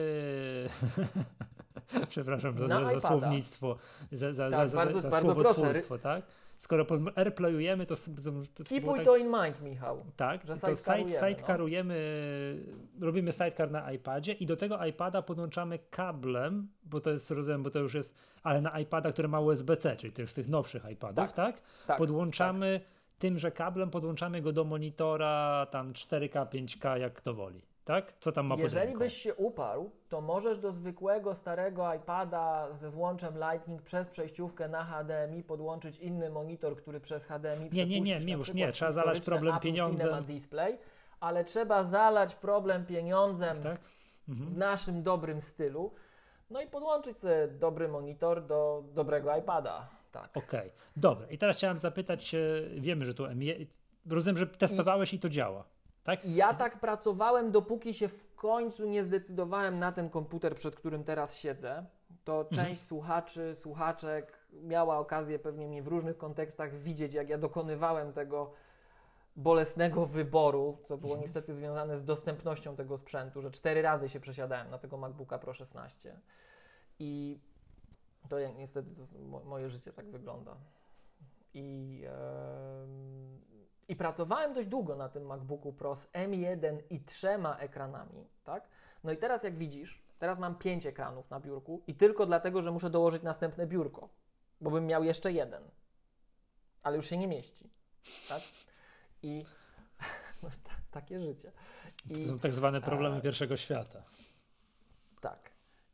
przepraszam za, Na za słownictwo, za, za, tak, za, bardzo, za bardzo słowotwórstwo, proszę. tak? skoro airplayujemy, to, to, to Keepuj tak, to in mind, Michał. tak, że to side, sidecarujemy, sidecarujemy, no. robimy sidecar na iPadzie i do tego iPada podłączamy kablem, bo to jest, rozumiem, bo to już jest, ale na iPada, który ma U S B C, czyli to jest z tych nowszych iPadów, tak? tak? tak podłączamy tak. Tymże kablem, podłączamy go do monitora tam cztery K, pięć K, jak kto woli. Tak? Co tam ma pod Jeżeli ręką? byś się uparł, to możesz do zwykłego, starego iPada ze złączem Lightning przez przejściówkę na H D M I podłączyć inny monitor, który przez H D M I Nie, nie, nie, nie, już nie. Trzeba zalać problem Apple pieniądzem. Cinema Display, ale trzeba zalać problem pieniądzem tak? Mhm. w naszym dobrym stylu, no i podłączyć sobie dobry monitor do dobrego iPada. Tak. Okej, okay. Dobra. I teraz chciałem zapytać się, wiemy, że tu M jeden, rozumiem, że testowałeś i, i to działa. Tak? Ja tak pracowałem, dopóki się w końcu nie zdecydowałem na ten komputer, przed którym teraz siedzę. To część mhm. słuchaczy, słuchaczek miała okazję pewnie mnie w różnych kontekstach widzieć, jak ja dokonywałem tego bolesnego wyboru, co było mhm. niestety związane z dostępnością tego sprzętu, że cztery razy się przesiadałem na tego MacBooka Pro szesnaście. I to niestety to moje życie tak wygląda. I... Yy... I pracowałem dość długo na tym MacBooku Pro z M jeden i trzema ekranami, tak? No i teraz jak widzisz, teraz mam pięć ekranów na biurku i tylko dlatego, że muszę dołożyć następne biurko, bo bym miał jeszcze jeden, ale już się nie mieści, tak? I no, t- takie życie. I, to są tak zwane problemy e, pierwszego świata. Tak.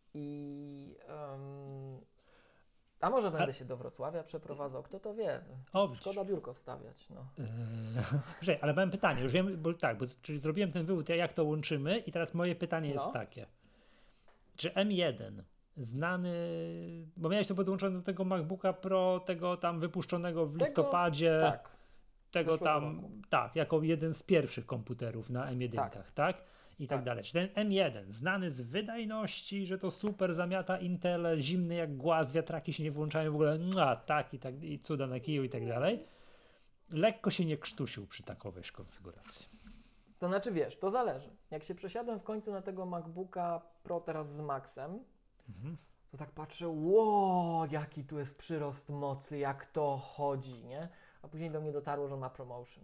I... Um, A może będę A... się do Wrocławia przeprowadzał, kto to wie. O, szkoda biurko wstawiać. No. Eee, ale mam pytanie, już wiem, bo tak, bo czyli zrobiłem ten wywód, jak to łączymy i teraz moje pytanie jest no. takie. Czy M jeden znany, bo miałeś to podłączone do tego MacBooka Pro, tego tam wypuszczonego w tego, listopadzie, tak, tego tam, roku. tak, jako jeden z pierwszych komputerów na M jeden, tak? tak? I tak, tak dalej. Czy ten M jeden, znany z wydajności, że to super zamiata Intel, zimny jak głaz, wiatraki się nie włączają w ogóle, a tak i tak, i cuda na kiju i tak dalej, lekko się nie krztusił przy takowej konfiguracji. To znaczy, wiesz, to zależy. Jak się przesiadłem w końcu na tego MacBooka Pro teraz z Maxem, mhm. to tak patrzę, ło, jaki tu jest przyrost mocy, jak to chodzi, nie? A później do mnie dotarło, że on ma promotion.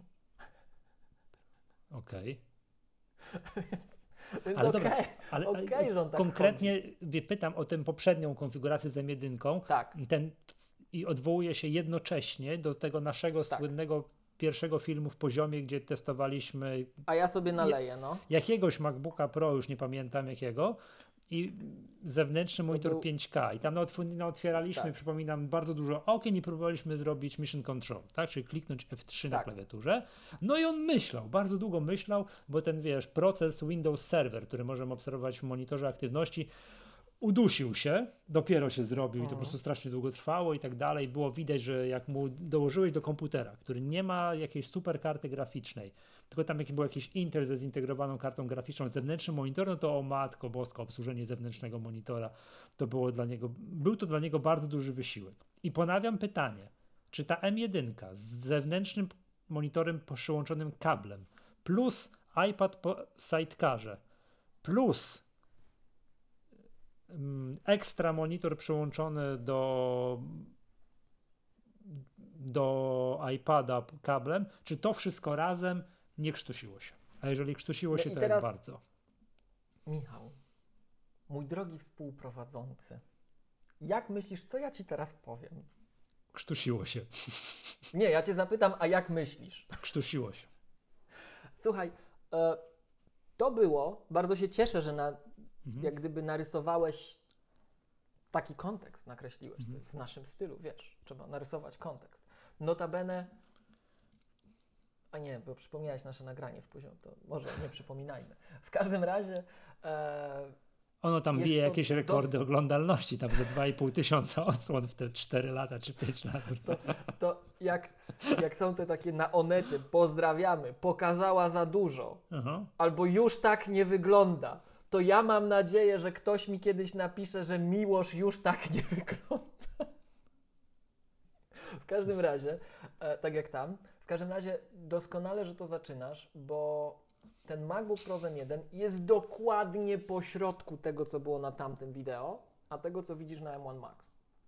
Okej. Okay. Więc, więc ale okej, dobra, okay, ale okay, że on tak konkretnie chodzi. Pytam o tę poprzednią konfigurację z M jeden. Tak. Ten, i odwołuję się jednocześnie do tego naszego tak. słynnego pierwszego filmu w poziomie, gdzie testowaliśmy... A ja sobie naleję, no. Jakiegoś MacBooka Pro, już nie pamiętam jakiego, i zewnętrzny monitor był... pięć K i tam otwieraliśmy, tak. przypominam, bardzo dużo okien i próbowaliśmy zrobić Mission Control, tak, czyli kliknąć F trzy tak. na klawiaturze. No i on myślał, bardzo długo myślał, bo ten, wiesz, proces Windows Server, który możemy obserwować w monitorze aktywności, udusił się, dopiero się zrobił i to po prostu strasznie długo trwało i tak dalej. Było widać, że jak mu dołożyłeś do komputera, który nie ma jakiejś super karty graficznej, tylko tam był jakiś Intel ze zintegrowaną kartą graficzną, zewnętrzny monitor, no to o matko boska, obsłużenie zewnętrznego monitora, to było dla niego, był to dla niego bardzo duży wysiłek. I ponawiam pytanie, czy ta M jeden z zewnętrznym monitorem przyłączonym kablem, plus iPad po sidecarze, plus ekstra monitor przyłączony do do iPada kablem, czy to wszystko razem nie krztusiło się? A jeżeli krztusiło się, no to teraz, jak bardzo? Michał, mój drogi współprowadzący, jak myślisz, co ja ci teraz powiem? Krztusiło się. Nie, ja cię zapytam, a jak myślisz? Krztusiło się. Słuchaj, e, to było, bardzo się cieszę, że na Mhm. jak gdyby narysowałeś taki kontekst, nakreśliłeś mhm. coś w naszym stylu, wiesz, trzeba narysować kontekst. Notabene, a nie, bo przypomniałeś nasze nagranie w poziom, to może nie przypominajmy. W każdym razie e, ono tam bije jakieś rekordy dos... oglądalności, tam ze dwa i pół tysiąca odsłon w te cztery lata czy pięć lat. To, to jak, jak są te takie na Onecie, pozdrawiamy, pokazała za dużo, Aha. albo już tak nie wygląda, to ja mam nadzieję, że ktoś mi kiedyś napisze, że Miłosz już tak nie wygląda. W każdym razie, e, tak jak tam, w każdym razie doskonale, że to zaczynasz, bo ten MacBook Pro z M jeden jest dokładnie po środku tego, co było na tamtym wideo, a tego, co widzisz na M jeden Max.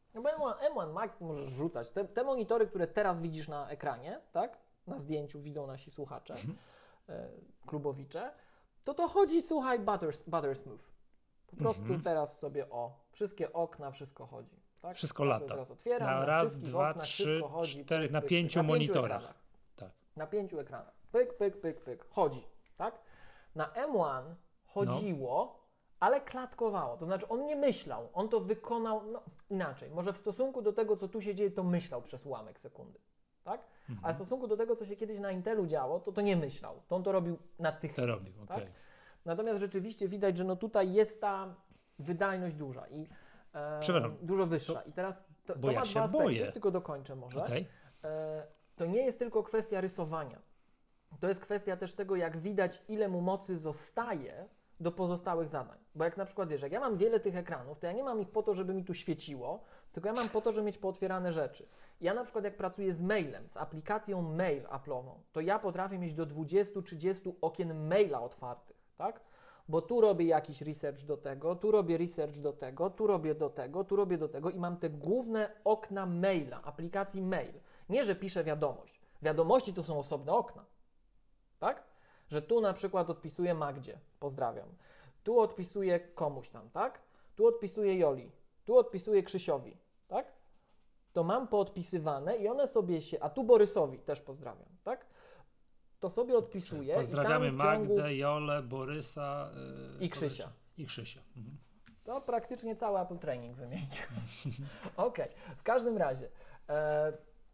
No bo M jeden, M jeden Max możesz rzucać. Te, te monitory, które teraz widzisz na ekranie, tak? Na zdjęciu widzą nasi słuchacze, mhm. e, klubowicze, to to chodzi, słuchaj, butter, butter smooth. Po prostu mhm. teraz sobie o, wszystkie okna, wszystko chodzi. Tak? Wszystko lata. Teraz otwieram, na, na raz, dwa, oknach, trzy, chodzi, cztery, pyk, na pyk, pięciu pyk, monitorach. Na pięciu tak. Na pięciu ekranach. Pyk, pyk, pyk, pyk. Chodzi, tak? Na M jeden chodziło, no. ale klatkowało. To znaczy on nie myślał, on to wykonał no, inaczej. Może w stosunku do tego, co tu się dzieje, to myślał przez ułamek sekundy. Tak? Mhm. A w stosunku do tego, co się kiedyś na Intelu działo, to to nie myślał. To on to robił natychmiast. To robił, tak? Okay. Natomiast rzeczywiście widać, że no tutaj jest ta wydajność duża i e, dużo wyższa. To, I teraz to, to ja ma dwa aspekty, boję. tylko dokończę może. Okay. E, to nie jest tylko kwestia rysowania. To jest kwestia też tego, jak widać, ile mu mocy zostaje do pozostałych zadań. Bo jak na przykład, wiesz, jak ja mam wiele tych ekranów, to ja nie mam ich po to, żeby mi tu świeciło, tylko ja mam po to, żeby mieć pootwierane rzeczy. Ja na przykład jak pracuję z mailem, z aplikacją mail Apple'ową, to ja potrafię mieć do dwudziestu trzydziestu okien maila otwartych, tak? Bo tu robię jakiś research do tego, tu robię research do tego, tu robię do tego, tu robię do tego i mam te główne okna maila, aplikacji mail. Nie, że piszę wiadomość. Wiadomości to są osobne okna, tak? Że tu na przykład odpisuję Magdzie, pozdrawiam. Tu odpisuję komuś tam, tak? Tu odpisuję Joli, tu odpisuję Krzysiowi, tak? To mam poodpisywane i one sobie się, a tu Borysowi też pozdrawiam, tak? To sobie odpisuję. Pozdrawiamy i tam w ciągu... Magdę, Jolę, Borysa yy, i Krzysia. I Krzysia. Mhm. To praktycznie cały Apple Training wymienił. Okej, okay. W każdym razie e...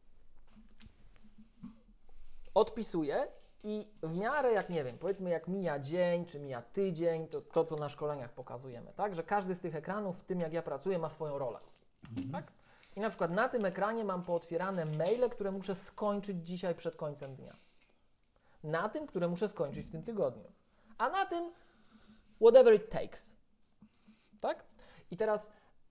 odpisuję i w miarę jak, nie wiem, powiedzmy jak mija dzień, czy mija tydzień, to to, co na szkoleniach pokazujemy, tak? Że każdy z tych ekranów, w tym jak ja pracuję, ma swoją rolę, mhm. tak? I na przykład na tym ekranie mam pootwierane maile, które muszę skończyć dzisiaj przed końcem dnia. Na tym, które muszę skończyć w tym tygodniu. A na tym whatever it takes. Tak? I teraz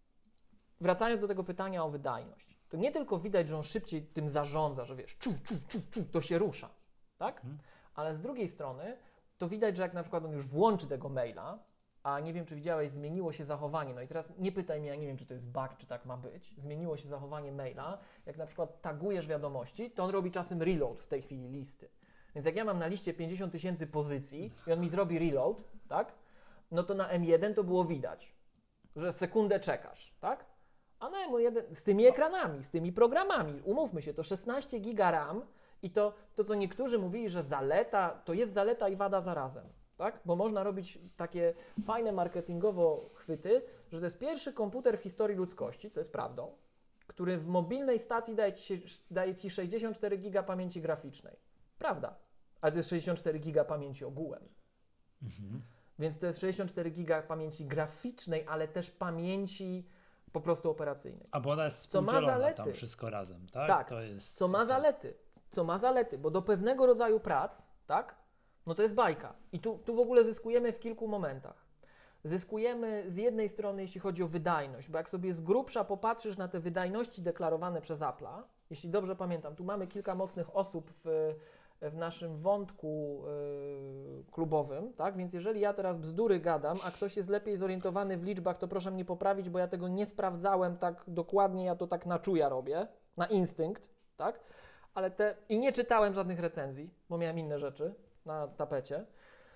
wracając do tego pytania o wydajność, to nie tylko widać, że on szybciej tym zarządza, że wiesz, czu, czu, czu, czu, to się rusza, tak? Hmm. Ale z drugiej strony to widać, że jak na przykład on już włączy tego maila, a nie wiem, czy widziałeś, zmieniło się zachowanie, no i teraz nie pytaj mnie, ja nie wiem, czy to jest bug, czy tak ma być, zmieniło się zachowanie maila, jak na przykład tagujesz wiadomości, to on robi czasem reload w tej chwili listy. Więc jak ja mam na liście pięćdziesiąt tysięcy pozycji i on mi zrobi reload, tak? No to na M jeden to było widać, że sekundę czekasz, tak? A na M jeden z tymi ekranami, z tymi programami, umówmy się, to szesnaście giga RAM i to, to co niektórzy mówili, że zaleta, to jest zaleta i wada zarazem, tak? Bo można robić takie fajne marketingowo chwyty, że to jest pierwszy komputer w historii ludzkości, co jest prawdą, który w mobilnej stacji daje ci, daje ci sześćdziesiąt cztery giga pamięci graficznej. Prawda, ale to jest sześćdziesiąt cztery giga pamięci ogółem. Mhm. Więc to jest sześćdziesiąt cztery giga pamięci graficznej, ale też pamięci po prostu operacyjnej. A bo ona jest współdzielona tam wszystko razem, tak? Tak, to jest, co ma to... zalety, co ma zalety, bo do pewnego rodzaju prac, tak, no to jest bajka. I tu, tu w ogóle zyskujemy w kilku momentach. Zyskujemy z jednej strony, jeśli chodzi o wydajność, bo jak sobie z grubsza popatrzysz na te wydajności deklarowane przez Apple'a, jeśli dobrze pamiętam, tu mamy kilka mocnych osób w, w naszym wątku yy, klubowym, tak? Więc jeżeli ja teraz bzdury gadam, a ktoś jest lepiej zorientowany w liczbach, to proszę mnie poprawić, bo ja tego nie sprawdzałem tak dokładnie, ja to tak na czuja robię, na instynkt, tak? Ale te... I nie czytałem żadnych recenzji, bo miałem inne rzeczy na tapecie,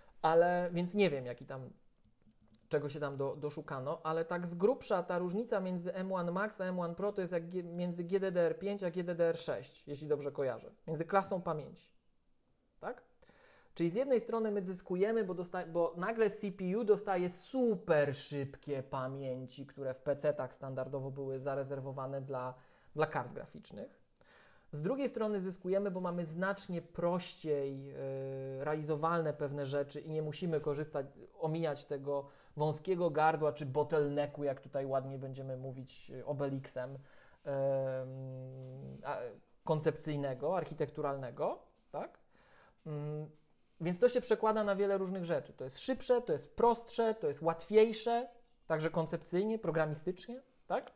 ale więc nie wiem, jaki tam czego się tam do, doszukano, ale tak z grubsza ta różnica między M jeden Max a M jeden Pro to jest jak G, między G D D R pięć a G D D R sześć, jeśli dobrze kojarzę, między klasą pamięci, tak? Czyli z jednej strony my zyskujemy, bo, dosta- bo nagle C P U dostaje super szybkie pamięci, które w pecetach standardowo były zarezerwowane dla, dla kart graficznych. Z drugiej strony zyskujemy, bo mamy znacznie prościej yy, realizowalne pewne rzeczy i nie musimy korzystać, omijać tego wąskiego gardła czy bottlenecku, jak tutaj ładnie będziemy mówić Obelixem, yy, a, koncepcyjnego, architekturalnego, tak? Yy, więc to się przekłada na wiele różnych rzeczy. To jest szybsze, to jest prostsze, to jest łatwiejsze, także koncepcyjnie, programistycznie, tak?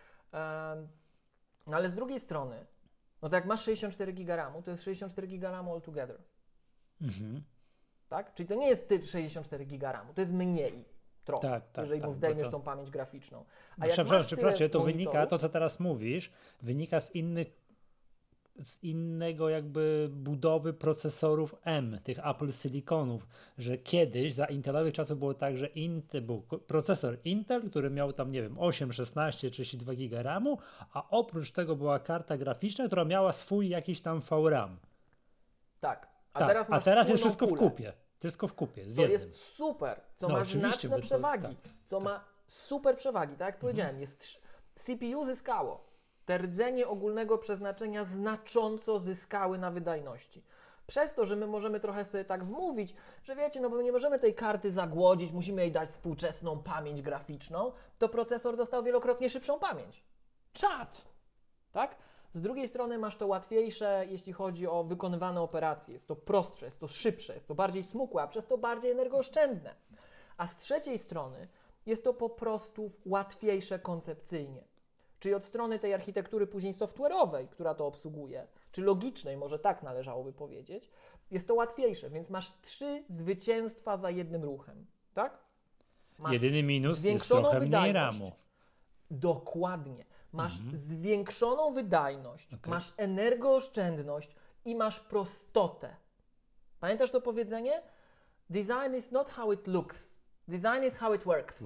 Yy, ale z drugiej strony no to jak masz sześćdziesiąt cztery giga ramu, to jest sześćdziesiąt cztery giga ramu all together. Mhm. Tak? Czyli to nie jest typ sześćdziesiąt cztery giga ramu, to jest mniej. Trochę, tak, tak, jeżeli tak, mu zdejmiesz to... tą pamięć graficzną. A przepraszam, przepraszam, to wynika, to co teraz mówisz, wynika z innych z innego jakby budowy procesorów M, tych Apple Siliconów, że kiedyś za Intelowych czasów było tak, że Intel, był procesor Intel, który miał tam, nie wiem, osiem, szesnaście, trzydzieści dwa giga ramu, a oprócz tego była karta graficzna, która miała swój jakiś tam V RAM. Tak, a tak, teraz, masz a teraz jest wszystko pulę, w kupie. Wszystko w kupie. Co jest super, co no, ma znaczne to, przewagi, tak, co tak. ma super przewagi, tak jak powiedziałem, jest C P U zyskało. Te rdzenie ogólnego przeznaczenia znacząco zyskały na wydajności. Przez to, że my możemy trochę sobie tak wmówić, że wiecie, no bo my nie możemy tej karty zagłodzić, musimy jej dać współczesną pamięć graficzną, to procesor dostał wielokrotnie szybszą pamięć. Czad! Tak? Z drugiej strony masz to łatwiejsze, jeśli chodzi o wykonywane operacje. Jest to prostsze, jest to szybsze, jest to bardziej smukłe, a przez to bardziej energooszczędne. A z trzeciej strony jest to po prostu łatwiejsze koncepcyjnie. Czyli od strony tej architektury później software'owej, która to obsługuje, czy logicznej, może tak należałoby powiedzieć, jest to łatwiejsze, więc masz trzy zwycięstwa za jednym ruchem, tak? Masz jedyny minus jest trochę mniej ramu. Dokładnie. Masz mhm. zwiększoną wydajność, okay. masz energooszczędność i masz prostotę. Pamiętasz to powiedzenie? Design is not how it looks. Design is how it works.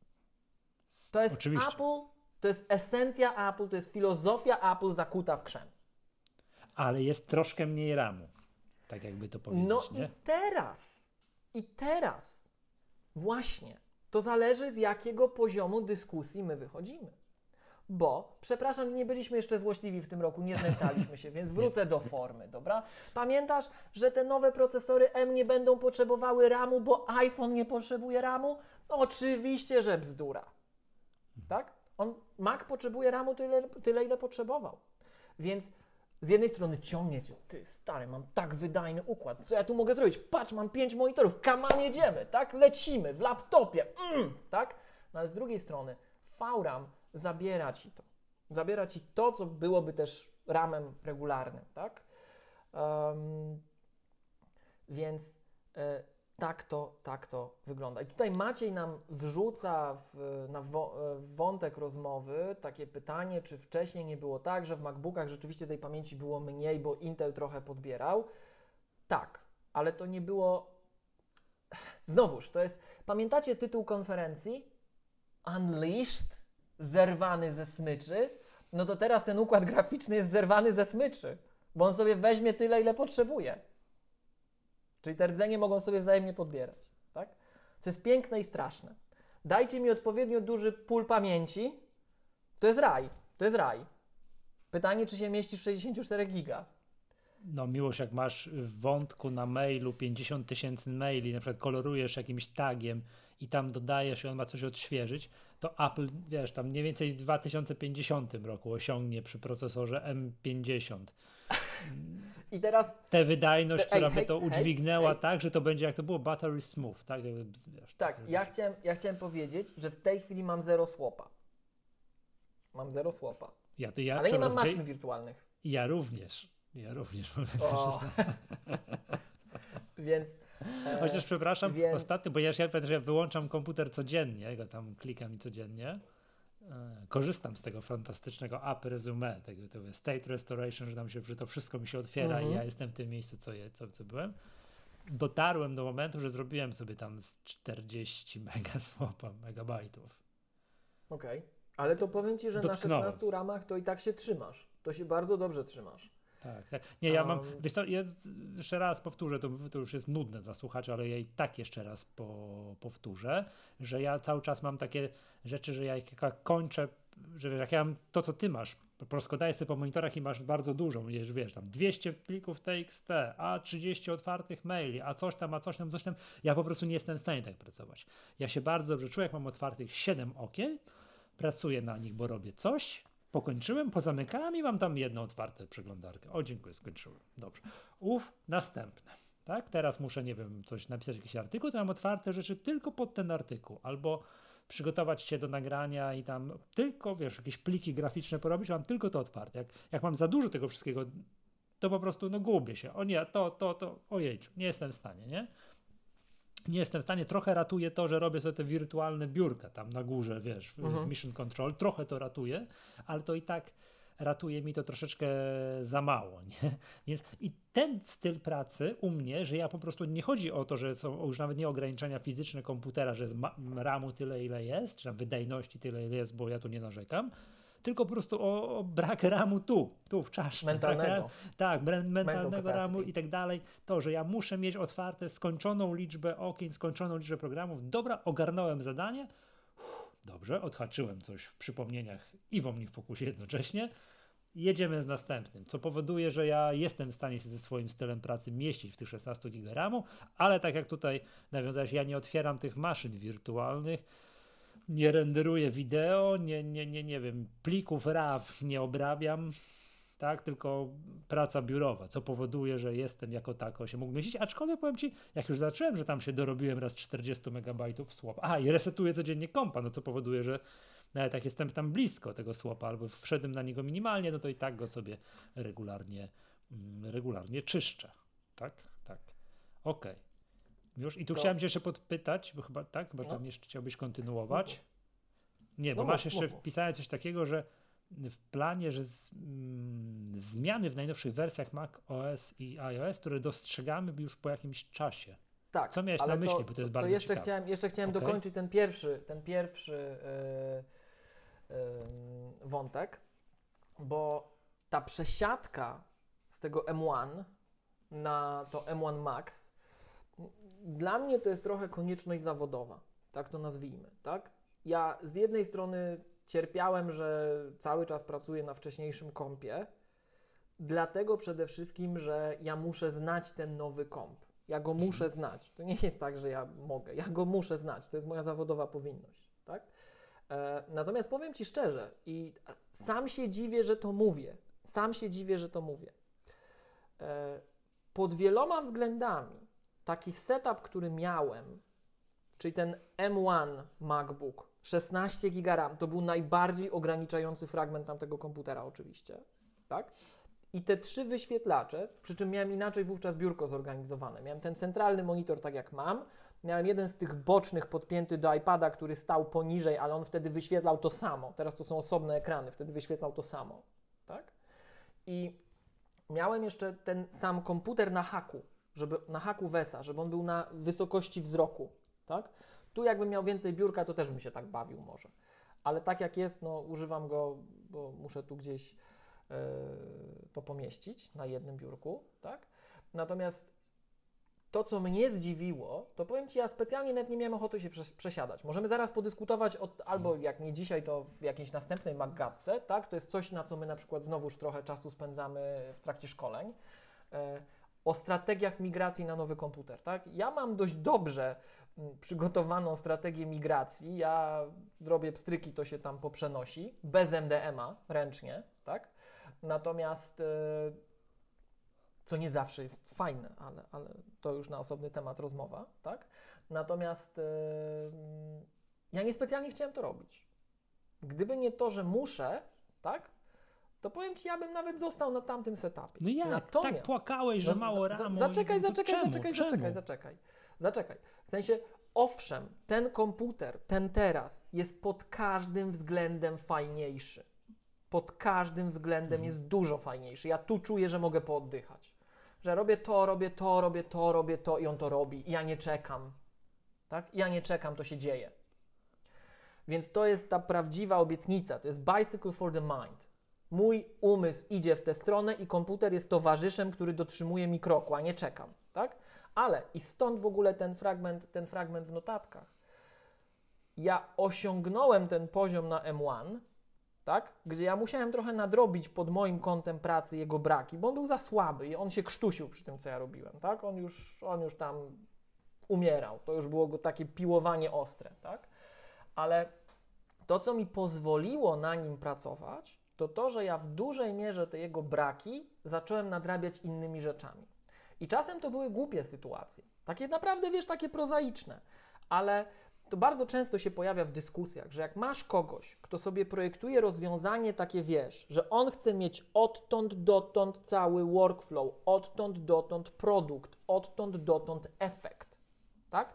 To jest Oczywiście. Apple... To jest esencja Apple, to jest filozofia Apple zakuta w krzem. Ale jest troszkę mniej ramu. Tak jakby to powiedzieć, No nie? i teraz, i teraz właśnie to zależy z jakiego poziomu dyskusji my wychodzimy. Bo, przepraszam, nie byliśmy jeszcze złośliwi w tym roku, nie znęcaliśmy się, więc wrócę do formy, dobra? Pamiętasz, że te nowe procesory M nie będą potrzebowały ramu, bo iPhone nie potrzebuje ramu? No, oczywiście, że bzdura. Tak? On, Mac potrzebuje ramu tyle, tyle, ile potrzebował. Więc z jednej strony ciągnie cię, ty stary, mam tak wydajny układ, co ja tu mogę zrobić? Patrz, mam pięć monitorów, come on, jedziemy, tak? Lecimy w laptopie, mm, tak? No ale z drugiej strony V RAM zabiera ci to. Zabiera ci to, co byłoby też ramem regularnym, tak? Um, więc... Y, Tak to, tak to wygląda. I tutaj Maciej nam wrzuca w, na wo, w wątek rozmowy takie pytanie, czy wcześniej nie było tak, że w MacBookach rzeczywiście tej pamięci było mniej, bo Intel trochę podbierał. Tak, ale to nie było... Znowuż, to jest... Pamiętacie tytuł konferencji? Unleashed? Zerwany ze smyczy? No to teraz ten układ graficzny jest zerwany ze smyczy, bo on sobie weźmie tyle, ile potrzebuje. Czyli te rdzenie mogą sobie wzajemnie podbierać, tak? Co jest piękne i straszne. Dajcie mi odpowiednio duży pól pamięci, to jest raj, to jest raj. Pytanie, czy się mieści w sześćdziesiąt cztery giga. No Miłosz, jak masz w wątku na mailu pięćdziesiąt tysięcy maili, na przykład kolorujesz jakimś tagiem i tam dodajesz i on ma coś odświeżyć, to Apple, wiesz, tam mniej więcej w dwa tysiące pięćdziesiątym roku osiągnie przy procesorze M pięćdziesiąt. I teraz... Tę wydajność, te, która ej, by to hej, udźwignęła hej, tak, że to będzie jak to było battery smooth, tak? Wiesz, tak, tak, ja chciałem, ja chciałem powiedzieć, że w tej chwili mam zero słapa. Mam zero słapa. Ja, to ja, ale nie mam tej... maszyn wirtualnych. Ja również. Ja również. Więc... E, Chociaż przepraszam, więc... ostatnio, bo ja, ja, ja wyłączam komputer codziennie, ja go tam klikam i codziennie. E, korzystam z tego fantastycznego app Resume, tego, tego State Restoration, że tam się, że to wszystko mi się otwiera mm-hmm. i ja jestem w tym miejscu, co, je, co, co byłem. Dotarłem do momentu, że zrobiłem sobie tam z czterdzieści mega słapa, megabajtów. Okej, okay. Ale to powiem Ci, że Dotknąłem. Na szesnastu ramach to i tak się trzymasz. To się bardzo dobrze trzymasz. Tak, tak. Nie, ja mam, um, wiesz co, ja jeszcze raz powtórzę, to, to już jest nudne dla słuchaczy, ale ja i tak jeszcze raz po, powtórzę, że ja cały czas mam takie rzeczy, że ja jak kończę, że jak ja mam to, co ty masz, po prostu daję sobie po monitorach i masz bardzo dużą, wiesz, wiesz, tam dwieście plików T X T, a trzydzieści otwartych maili, a coś tam, a coś tam, coś tam, ja po prostu nie jestem w stanie tak pracować. Ja się bardzo dobrze czuję, jak mam otwartych siedem okien, pracuję na nich, bo robię coś, pokończyłem, pozamykałem i mam tam jedną otwartą przeglądarkę. O, dziękuję, skończyłem. Dobrze. Uf, następne. Tak? Teraz muszę, nie wiem, coś napisać, jakiś artykuł, to mam otwarte rzeczy tylko pod ten artykuł. Albo przygotować się do nagrania i tam tylko, wiesz, jakieś pliki graficzne porobić, mam tylko to otwarte. Jak, jak mam za dużo tego wszystkiego, to po prostu, no gubię się. O nie, to, to, to, ojejciu, nie jestem w stanie, nie? nie jestem w stanie, trochę ratuje to, że robię sobie te wirtualne biurka tam na górze, wiesz, w, Mhm. w Mission Control, trochę to ratuje, ale to i tak ratuje mi to troszeczkę za mało, nie? Więc i ten styl pracy u mnie, że ja po prostu nie chodzi o to, że są już nawet nie ograniczenia fizyczne komputera, że jest ma- ramu tyle, ile jest, czy tam wydajności tyle, ile jest, bo ja tu nie narzekam, tylko po prostu o, o brak ramu tu, tu w czaszce. Mentalnego. Brak, tak, bre- mentalnego Mental ramu capacity. i tak dalej. To, że ja muszę mieć otwarte skończoną liczbę okien, skończoną liczbę programów. Dobra, ogarnąłem zadanie. Uff, dobrze, odhaczyłem coś w przypomnieniach i w OmniFocusie jednocześnie. Jedziemy z następnym, co powoduje, że ja jestem w stanie się ze swoim stylem pracy mieścić w tych szesnaście giga ramu, ale tak jak tutaj nawiązałeś, ja nie otwieram tych maszyn wirtualnych, nie renderuję wideo, nie, nie, nie, nie wiem, plików raw nie obrabiam, tak, tylko praca biurowa, co powoduje, że jestem jako tako się mógł mieścić, aczkolwiek powiem Ci, jak już zacząłem, że tam się dorobiłem raz czterdzieści megabajtów swap, a i resetuję codziennie kompa, no co powoduje, że nawet jak jestem tam blisko tego swapa albo wszedłem na niego minimalnie, no to i tak go sobie regularnie, regularnie czyszczę, tak, tak, okej. Okay. Już i tu To... chciałem Cię jeszcze podpytać, bo chyba tak, bo no. tam jeszcze chciałbyś kontynuować. Nie, bo no masz mów, jeszcze mów, mów. wpisane coś takiego, że w planie, że z, mm, zmiany w najnowszych wersjach Mac O S i iOS, które dostrzegamy już po jakimś czasie. Tak, co miałeś ale na myśli, to, bo to jest to bardzo jeszcze ciekawe. chciałem, jeszcze chciałem okay. dokończyć ten pierwszy, ten pierwszy yy, yy, wątek, bo ta przesiadka z tego M jeden na to M jeden Max dla mnie to jest trochę konieczność zawodowa, tak to nazwijmy, tak? Ja z jednej strony cierpiałem, że cały czas pracuję na wcześniejszym kompie, dlatego przede wszystkim, że ja muszę znać ten nowy komp. Ja go muszę znać. To nie jest tak, że ja mogę. Ja go muszę znać. To jest moja zawodowa powinność, tak? E, natomiast powiem Ci szczerze i sam się dziwię, że to mówię. Sam się dziwię, że to mówię. E, pod wieloma względami taki setup, który miałem, czyli ten M jeden MacBook, szesnaście giga RAM, to był najbardziej ograniczający fragment tamtego komputera oczywiście, tak? I te trzy wyświetlacze, przy czym miałem inaczej wówczas biurko zorganizowane. Miałem ten centralny monitor tak jak mam, miałem jeden z tych bocznych podpięty do iPada, który stał poniżej, ale on wtedy wyświetlał to samo. Teraz to są osobne ekrany, wtedy wyświetlał to samo, tak? I miałem jeszcze ten sam komputer na haku, żeby na haku Wesa, żeby on był na wysokości wzroku, tak? Tu jakbym miał więcej biurka, to też bym się tak bawił może. Ale tak jak jest, no używam go, bo muszę tu gdzieś yy, to pomieścić na jednym biurku, tak? Natomiast to, co mnie zdziwiło, to powiem Ci, ja specjalnie nawet nie miałem ochoty się przesiadać. Możemy zaraz podyskutować, od, albo jak nie dzisiaj, to w jakiejś następnej MacGadce, tak? To jest coś, na co my na przykład znowuż trochę czasu spędzamy w trakcie szkoleń. Yy, o strategiach migracji na nowy komputer, tak? Ja mam dość dobrze m, przygotowaną strategię migracji, ja zrobię pstryki, to się tam poprzenosi, bez M D M a, ręcznie, tak? Natomiast, y, co nie zawsze jest fajne, ale, ale to już na osobny temat rozmowa, tak? Natomiast y, ja niespecjalnie chciałem to robić. Gdyby nie to, że muszę, tak? To powiem Ci, ja bym nawet został na tamtym setupie. No jak? Natomiast, tak płakałeś, że no, mało za, ramu. Zaczekaj, i, zaczekaj, czemu? zaczekaj, czemu? zaczekaj, zaczekaj, zaczekaj. W sensie, owszem, ten komputer, ten teraz jest pod każdym względem fajniejszy. Pod każdym względem Mhm. jest dużo fajniejszy. Ja tu czuję, że mogę pooddychać. Że robię to, robię to, robię to, robię to i on to robi. I ja nie czekam. Tak? Ja nie czekam, to się dzieje. Więc to jest ta prawdziwa obietnica. To jest bicycle for the mind. Mój umysł idzie w tę stronę i komputer jest towarzyszem, który dotrzymuje mi kroku, a nie czekam, tak? Ale i stąd w ogóle ten fragment, ten fragment w notatkach. Ja osiągnąłem ten poziom na M jeden, tak? Gdzie ja musiałem trochę nadrobić pod moim kątem pracy jego braki, bo on był za słaby i on się krztusił przy tym, co ja robiłem, tak? On już, on już tam umierał, to już było go takie piłowanie ostre, tak? Ale to, co mi pozwoliło na nim pracować, to to, że ja w dużej mierze te jego braki zacząłem nadrabiać innymi rzeczami. I czasem to były głupie sytuacje. Takie naprawdę, wiesz, takie prozaiczne. Ale to bardzo często się pojawia w dyskusjach, że jak masz kogoś, kto sobie projektuje rozwiązanie takie, wiesz, że on chce mieć odtąd dotąd cały workflow, odtąd dotąd produkt, odtąd dotąd efekt, tak?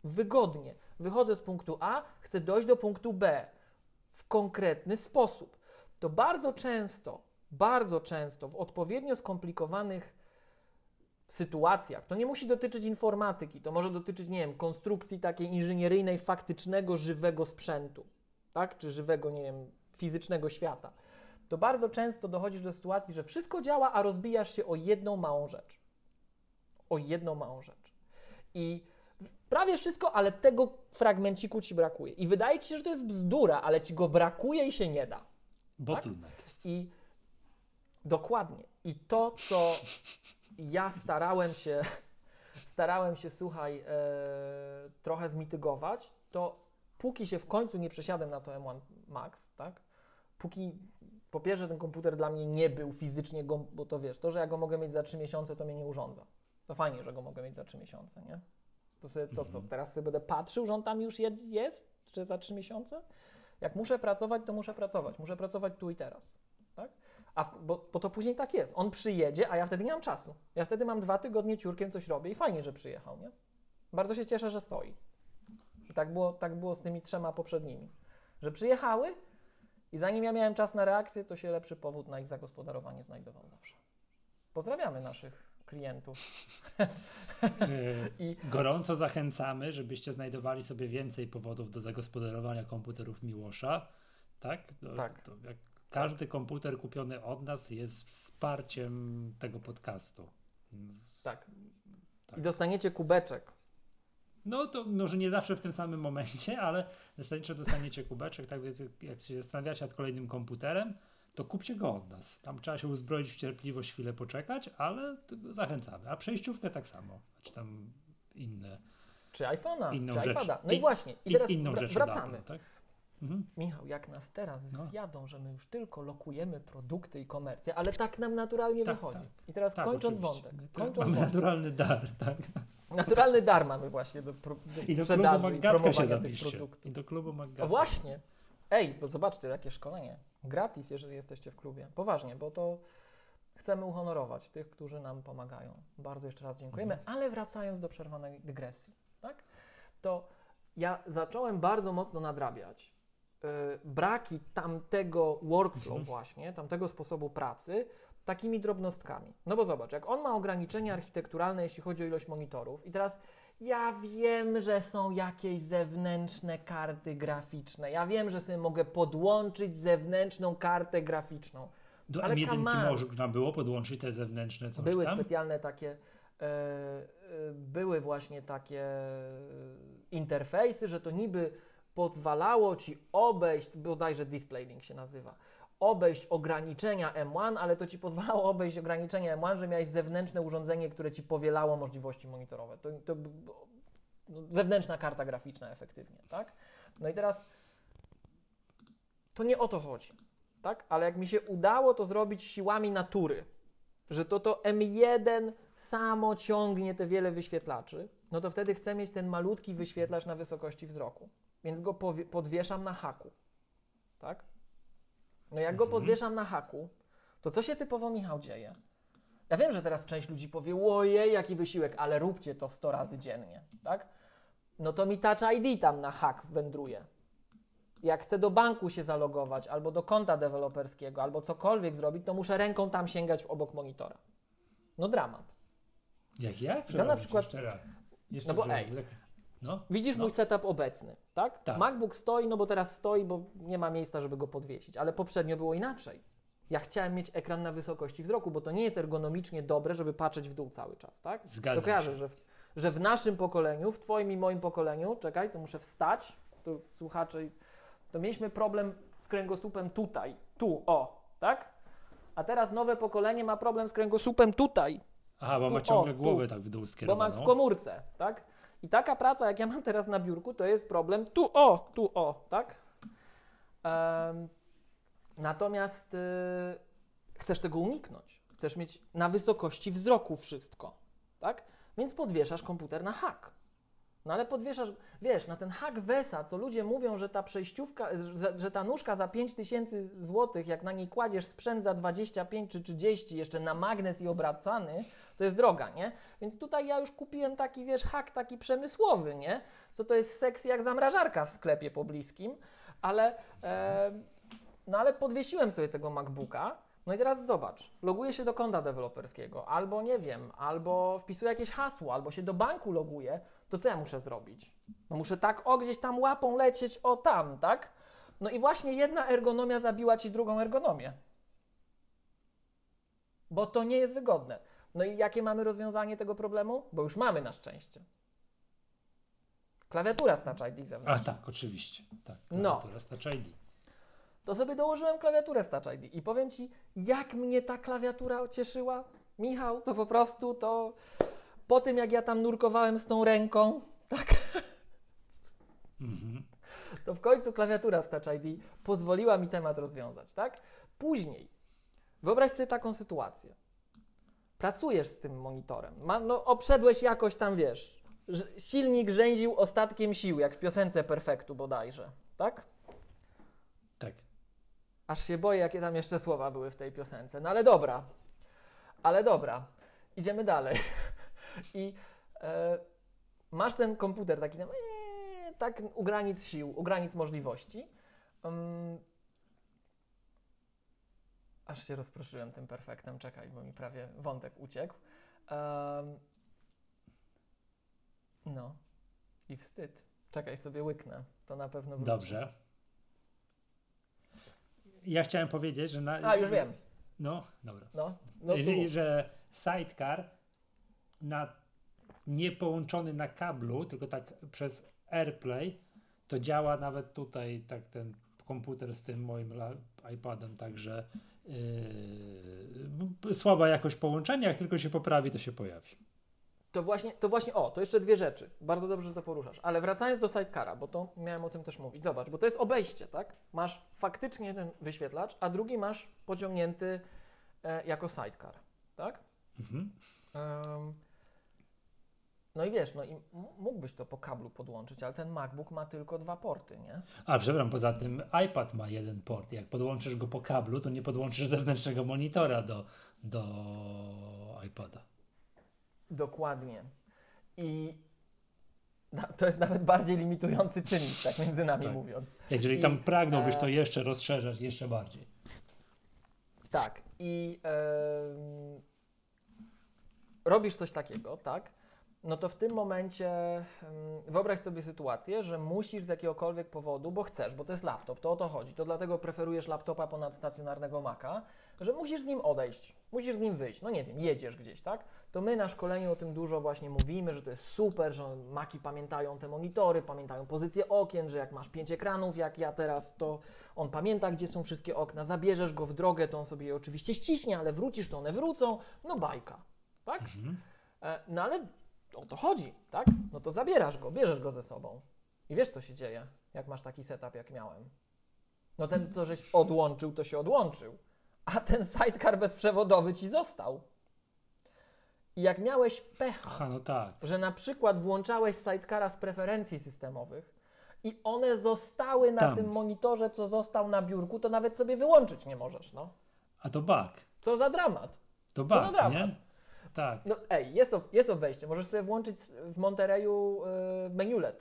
wygodnie. Wychodzę z punktu A, chcę dojść do punktu B w konkretny sposób. To bardzo często, bardzo często w odpowiednio skomplikowanych sytuacjach, to nie musi dotyczyć informatyki, to może dotyczyć, nie wiem, konstrukcji takiej inżynieryjnej, faktycznego, żywego sprzętu, tak? Czy żywego, nie wiem, fizycznego świata. To bardzo często dochodzisz do sytuacji, że wszystko działa, a rozbijasz się o jedną małą rzecz. O jedną małą rzecz. I prawie wszystko, ale tego fragmenciku ci brakuje. I wydaje ci się, że to jest bzdura, ale ci go brakuje i się nie da. Bottleneck Tak? jest. I dokładnie. I to, co ja starałem się, starałem się, słuchaj, e, trochę zmitygować, to póki się w końcu nie przesiadłem na to M jeden Max, tak? Póki po pierwsze ten komputer dla mnie nie był fizycznie, go, bo to wiesz, to, że ja go mogę mieć za trzy miesiące, to mnie nie urządza. To fajnie, że go mogę mieć za trzy miesiące, nie? To sobie, to co, teraz sobie będę patrzył, że on tam już je, jest, czy za trzy miesiące? Jak muszę pracować, to muszę pracować. Muszę pracować tu i teraz, tak? A w, bo, bo to później tak jest. On przyjedzie, a ja wtedy nie mam czasu. Ja wtedy mam dwa tygodnie ciurkiem coś robię i fajnie, że przyjechał, nie? Bardzo się cieszę, że stoi. I tak było, tak było z tymi trzema poprzednimi. Że przyjechały i zanim ja miałem czas na reakcję, to się lepszy powód na ich zagospodarowanie znajdował zawsze. Pozdrawiamy naszych klientów. I gorąco zachęcamy, żebyście znajdowali sobie więcej powodów do zagospodarowania komputerów Miłosza. Tak? To, tak. To jak każdy komputer kupiony od nas jest wsparciem tego podcastu. Więc, tak. tak. I dostaniecie kubeczek. No to może nie zawsze w tym samym momencie, ale zasadniczo dostaniecie kubeczek. Tak więc jak się zastanawiacie nad kolejnym komputerem, to kupcie go od nas. Tam trzeba się uzbroić w cierpliwość, chwilę poczekać, ale zachęcamy. A przejściówkę tak samo. Czy tam inne. Czy iPhone'a, inną czy rzecz. iPada. No i, i właśnie. I i, teraz inną wr- rzecz wracamy. Apple, tak? Mhm. Michał, jak nas teraz no. zjadą, że my już tylko lokujemy produkty i komercję, ale tak nam naturalnie tak, wychodzi. Tak. I teraz tak, kończąc oczywiście. wątek. Kończąc mamy wątek. naturalny dar, tak. Naturalny dar mamy właśnie do, pro, do I do sprzedaży klubu i Maggatka promowania się tych zapiszcie. produktów. I do klubu Maggatka. O właśnie. Ej, bo zobaczcie, jakie szkolenie. Gratis, jeżeli jesteście w klubie. Poważnie, bo to chcemy uhonorować tych, którzy nam pomagają. Bardzo jeszcze raz dziękujemy, mhm. ale wracając do przerwanej dygresji, tak? To ja zacząłem bardzo mocno nadrabiać yy, braki tamtego workflow mhm. właśnie, tamtego sposobu pracy, takimi drobnostkami. No bo zobacz, jak on ma ograniczenia architekturalne, jeśli chodzi o ilość monitorów i teraz ja wiem, że są jakieś zewnętrzne karty graficzne, ja wiem, że sobie mogę podłączyć zewnętrzną kartę graficzną. Do ale M jeden come on. można było podłączyć te zewnętrzne coś Były tam? specjalne takie, e, e, były właśnie takie interfejsy, że to niby pozwalało Ci obejść, bodajże DisplayLink się nazywa, obejść ograniczenia M jeden, ale to Ci pozwalało obejść ograniczenia M jeden, że miałeś zewnętrzne urządzenie, które Ci powielało możliwości monitorowe. To, to no, zewnętrzna karta graficzna efektywnie, tak? No i teraz to nie o to chodzi, tak? Ale jak mi się udało to zrobić siłami natury, że to to M jeden samo ciągnie te wiele wyświetlaczy, no to wtedy chcę mieć ten malutki wyświetlacz na wysokości wzroku, więc go powie- podwieszam na haku, tak? No jak go podwieszam na haku, to co się typowo, Michał, dzieje? Ja wiem, że teraz część ludzi powie, ojej, jaki wysiłek, ale róbcie to sto razy dziennie, tak? No to mi Touch I D tam na hak wędruje. Jak chcę do banku się zalogować, albo do konta deweloperskiego, albo cokolwiek zrobić, to muszę ręką tam sięgać obok monitora. No dramat. Jak ja? To na przykład... Jeszcze raz. Jeszcze no bo żeby- ej, No, widzisz no. mój setup obecny, tak? Tak. MacBook stoi, no bo teraz stoi, bo nie ma miejsca, żeby go podwiesić, ale poprzednio było inaczej. Ja chciałem mieć ekran na wysokości wzroku, bo to nie jest ergonomicznie dobre, żeby patrzeć w dół cały czas, tak? Zgadzam to kojarzę, się. że w, że w naszym pokoleniu, w twoim i moim pokoleniu, czekaj, to muszę wstać, tu słuchacze, to mieliśmy problem z kręgosłupem tutaj, tu, o, tak? A teraz nowe pokolenie ma problem z kręgosłupem tutaj, Aha, bo tu, ma ciągle o, tu. głowę tak w dół bo skierowaną. mam w komórce, tak? I taka praca, jak ja mam teraz na biurku, to jest problem tu, o, tu, o, tak? Um, natomiast y, chcesz tego uniknąć. Chcesz mieć na wysokości wzroku wszystko, tak? Więc podwieszasz komputer na hak. No ale podwieszasz, wiesz, na ten hak Wesa, co ludzie mówią, że ta przejściówka, że, że ta nóżka za pięć tysięcy złotych, jak na niej kładziesz sprzęt za dwadzieścia pięć czy trzydzieści, jeszcze na magnes i obracany, to jest droga, nie? Więc tutaj ja już kupiłem taki, wiesz, hak taki przemysłowy, nie? Co to jest seks jak zamrażarka w sklepie pobliskim, ale, e, no ale podwiesiłem sobie tego MacBooka. No i teraz zobacz, loguję się do konta deweloperskiego, albo nie wiem, albo wpisuję jakieś hasło, albo się do banku loguję, to co ja muszę zrobić? No muszę tak o gdzieś tam łapą lecieć, o tam, tak? No i właśnie jedna ergonomia zabiła ci drugą ergonomię. Bo to nie jest wygodne. No i jakie mamy rozwiązanie tego problemu? Bo już mamy na szczęście. Klawiatura z Touch I D A zewnętrzna. tak, oczywiście. Tak, No. klawiatura z Touch I D. To sobie dołożyłem klawiaturę z Touch I D i powiem ci, jak mnie ta klawiatura cieszyła. Michał, to po prostu to po tym, jak ja tam nurkowałem z tą ręką, tak, Mhm. to w końcu klawiatura z Touch I D pozwoliła mi temat rozwiązać, tak? Później, wyobraź sobie taką sytuację. Pracujesz z tym monitorem, ma, no obszedłeś jakoś tam, wiesz, ż- silnik rzęził ostatkiem sił, jak w piosence Perfektu bodajże, tak? Tak. Aż się boję, jakie tam jeszcze słowa były w tej piosence. No ale dobra, ale dobra, idziemy dalej. I e, masz ten komputer taki tam, ee, tak u granic sił, u granic możliwości. Um, aż się rozproszyłem tym perfektem, czekaj, bo mi prawie wątek uciekł. Um, no i wstyd. Czekaj, sobie łyknę, to na pewno wróci. Dobrze. Ja chciałem powiedzieć, że... Na, A, już wiem. No, dobra. No, no Jeżeli, tu. że sidecar na, nie połączony na kablu, tylko tak przez AirPlay, to działa nawet tutaj tak ten komputer z tym moim la- iPadem, także yy, słaba jakość połączenia, jak tylko się poprawi, to się pojawi. To właśnie, to właśnie, o, to jeszcze dwie rzeczy. Bardzo dobrze, że to poruszasz. Ale wracając do sidecara, bo to miałem o tym też mówić. Zobacz, bo to jest obejście, tak? Masz faktycznie ten wyświetlacz, a drugi masz pociągnięty e, jako sidecar, tak? Mhm. Um, no i wiesz, no i m- mógłbyś to po kablu podłączyć, ale ten MacBook ma tylko dwa porty, nie? A przepraszam, poza tym iPad ma jeden port. Jak podłączysz go po kablu, to nie podłączysz zewnętrznego monitora do, do iPada. Dokładnie. I na, to jest nawet bardziej limitujący czynnik, tak między nami Tak. mówiąc. Jeżeli I, tam pragnąłbyś e, to jeszcze rozszerzać, jeszcze bardziej. Tak. I em, robisz coś takiego, tak? No to w tym momencie em, wyobraź sobie sytuację, że musisz z jakiegokolwiek powodu, bo chcesz, bo to jest laptop, to o to chodzi, to dlatego preferujesz laptopa ponad stacjonarnego Maca, że musisz z nim odejść, musisz z nim wyjść, no nie wiem, jedziesz gdzieś, tak? To my na szkoleniu o tym dużo właśnie mówimy, że to jest super, że Maki pamiętają te monitory, pamiętają pozycję okien, że jak masz pięć ekranów, jak ja teraz, to on pamięta, gdzie są wszystkie okna, zabierzesz go w drogę, to on sobie je oczywiście ściśnie, ale wrócisz, to one wrócą, no bajka, tak? Mhm. E, no ale o to chodzi, tak? No to zabierasz go, bierzesz go ze sobą. I wiesz, co się dzieje, jak masz taki setup, jak miałem. No ten, co żeś odłączył, to się odłączył. A ten sidecar bezprzewodowy ci został. I jak miałeś pecha, Aha, no tak. że na przykład włączałeś sidecara z preferencji systemowych i one zostały na Tam. tym monitorze, co został na biurku, to nawet sobie wyłączyć nie możesz, no. A to bug. Co za dramat. To Co za bug, dramat. nie? Tak. No ej, jest, o- jest obejście. Możesz sobie włączyć s- w Montereyu y, menu L E D.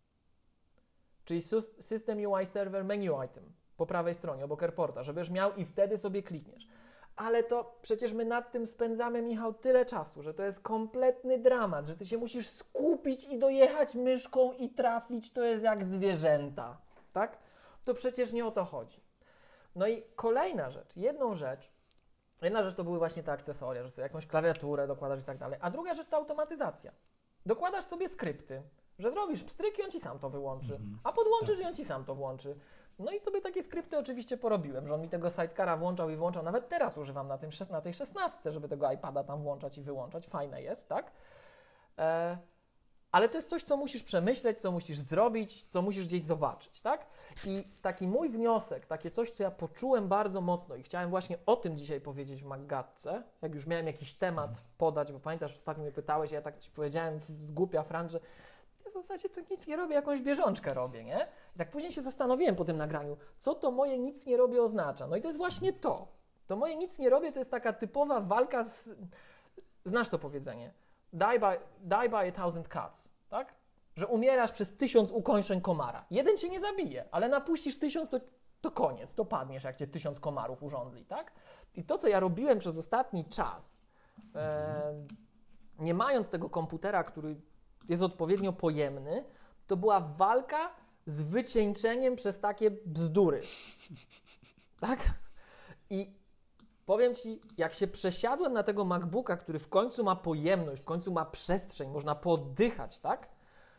Czyli sus- System U I Server Menu Item po prawej stronie, obok airporta, żebyś miał i wtedy sobie klikniesz. Ale to przecież my nad tym spędzamy, Michał, tyle czasu, że to jest kompletny dramat, że ty się musisz skupić i dojechać myszką i trafić, to jest jak zwierzęta, tak? To przecież nie o to chodzi. No i kolejna rzecz, jedną rzecz, jedna rzecz to były właśnie te akcesoria, że sobie jakąś klawiaturę dokładasz i tak dalej, a druga rzecz to automatyzacja. Dokładasz sobie skrypty, że zrobisz pstryk i on ci sam to wyłączy, Mhm. a podłączysz i on ci sam to włączy. No i sobie takie skrypty oczywiście porobiłem, że on mi tego sidecara włączał i włączał, nawet teraz używam na, tym, szes- na tej szesnastce, żeby tego iPada tam włączać i wyłączać, fajne jest, tak? E, ale to jest coś, co musisz przemyśleć, co musisz zrobić, co musisz gdzieś zobaczyć, tak? I taki mój wniosek, takie coś, co ja poczułem bardzo mocno i chciałem właśnie o tym dzisiaj powiedzieć w Maggatce, jak już miałem jakiś temat podać, bo pamiętasz, ostatnio mnie pytałeś, ja tak ci powiedziałem z głupia Fran, że w zasadzie to nic nie robię, jakąś bieżączkę robię, nie? I tak później się zastanowiłem po tym nagraniu, co to moje nic nie robię oznacza. No i to jest właśnie to. To moje nic nie robię to jest taka typowa walka z... Znasz to powiedzenie? Die by, die by a thousand cuts, tak? Że umierasz przez tysiąc ukończeń komara. Jeden cię nie zabije, ale napuścisz tysiąc, to, to koniec, to padniesz, jak cię tysiąc komarów urządli, tak? I to, co ja robiłem przez ostatni czas, e, nie mając tego komputera, który jest odpowiednio pojemny, to była walka z wycieńczeniem przez takie bzdury. Tak? I powiem Ci, jak się przesiadłem na tego MacBooka, który w końcu ma pojemność, w końcu ma przestrzeń, można pooddychać, tak?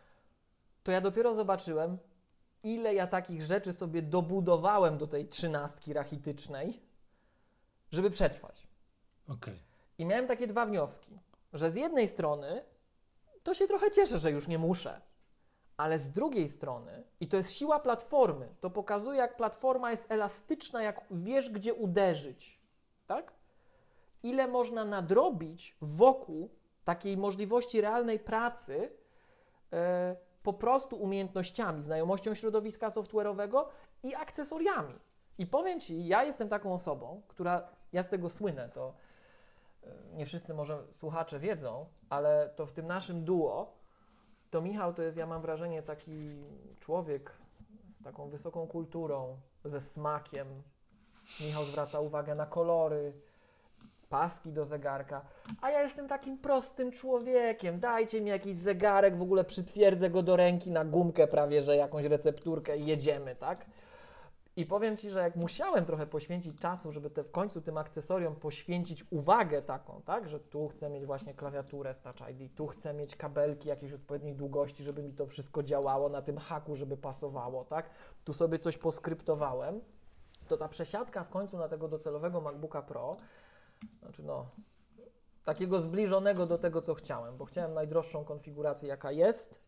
To ja dopiero zobaczyłem, ile ja takich rzeczy sobie dobudowałem do tej trzynastki rachitycznej, żeby przetrwać. Okay. I miałem takie dwa wnioski, że z jednej strony to się trochę cieszę, że już nie muszę, ale z drugiej strony, i to jest siła platformy, to pokazuje, jak platforma jest elastyczna, jak wiesz, gdzie uderzyć, tak? Ile można nadrobić wokół takiej możliwości realnej pracy yy, po prostu umiejętnościami, znajomością środowiska software'owego i akcesoriami. I powiem Ci, ja jestem taką osobą, która, ja z tego słynę, to yy, nie wszyscy może słuchacze wiedzą, ale to w tym naszym duo, to Michał to jest, ja mam wrażenie, taki człowiek z taką wysoką kulturą, ze smakiem. Michał zwraca uwagę na kolory, paski do zegarka, a ja jestem takim prostym człowiekiem. Dajcie mi jakiś zegarek, w ogóle przytwierdzę go do ręki na gumkę prawie, że jakąś recepturkę i jedziemy, tak? I powiem Ci, że jak musiałem trochę poświęcić czasu, żeby te, w końcu tym akcesoriom poświęcić uwagę taką, tak, że tu chcę mieć właśnie klawiaturę z Touch I D, tu chcę mieć kabelki jakiejś odpowiedniej długości, żeby mi to wszystko działało na tym haku, żeby pasowało, tak, tu sobie coś poskryptowałem, to ta przesiadka w końcu na tego docelowego MacBooka Pro, znaczy no, takiego zbliżonego do tego, co chciałem, bo chciałem najdroższą konfigurację, jaka jest,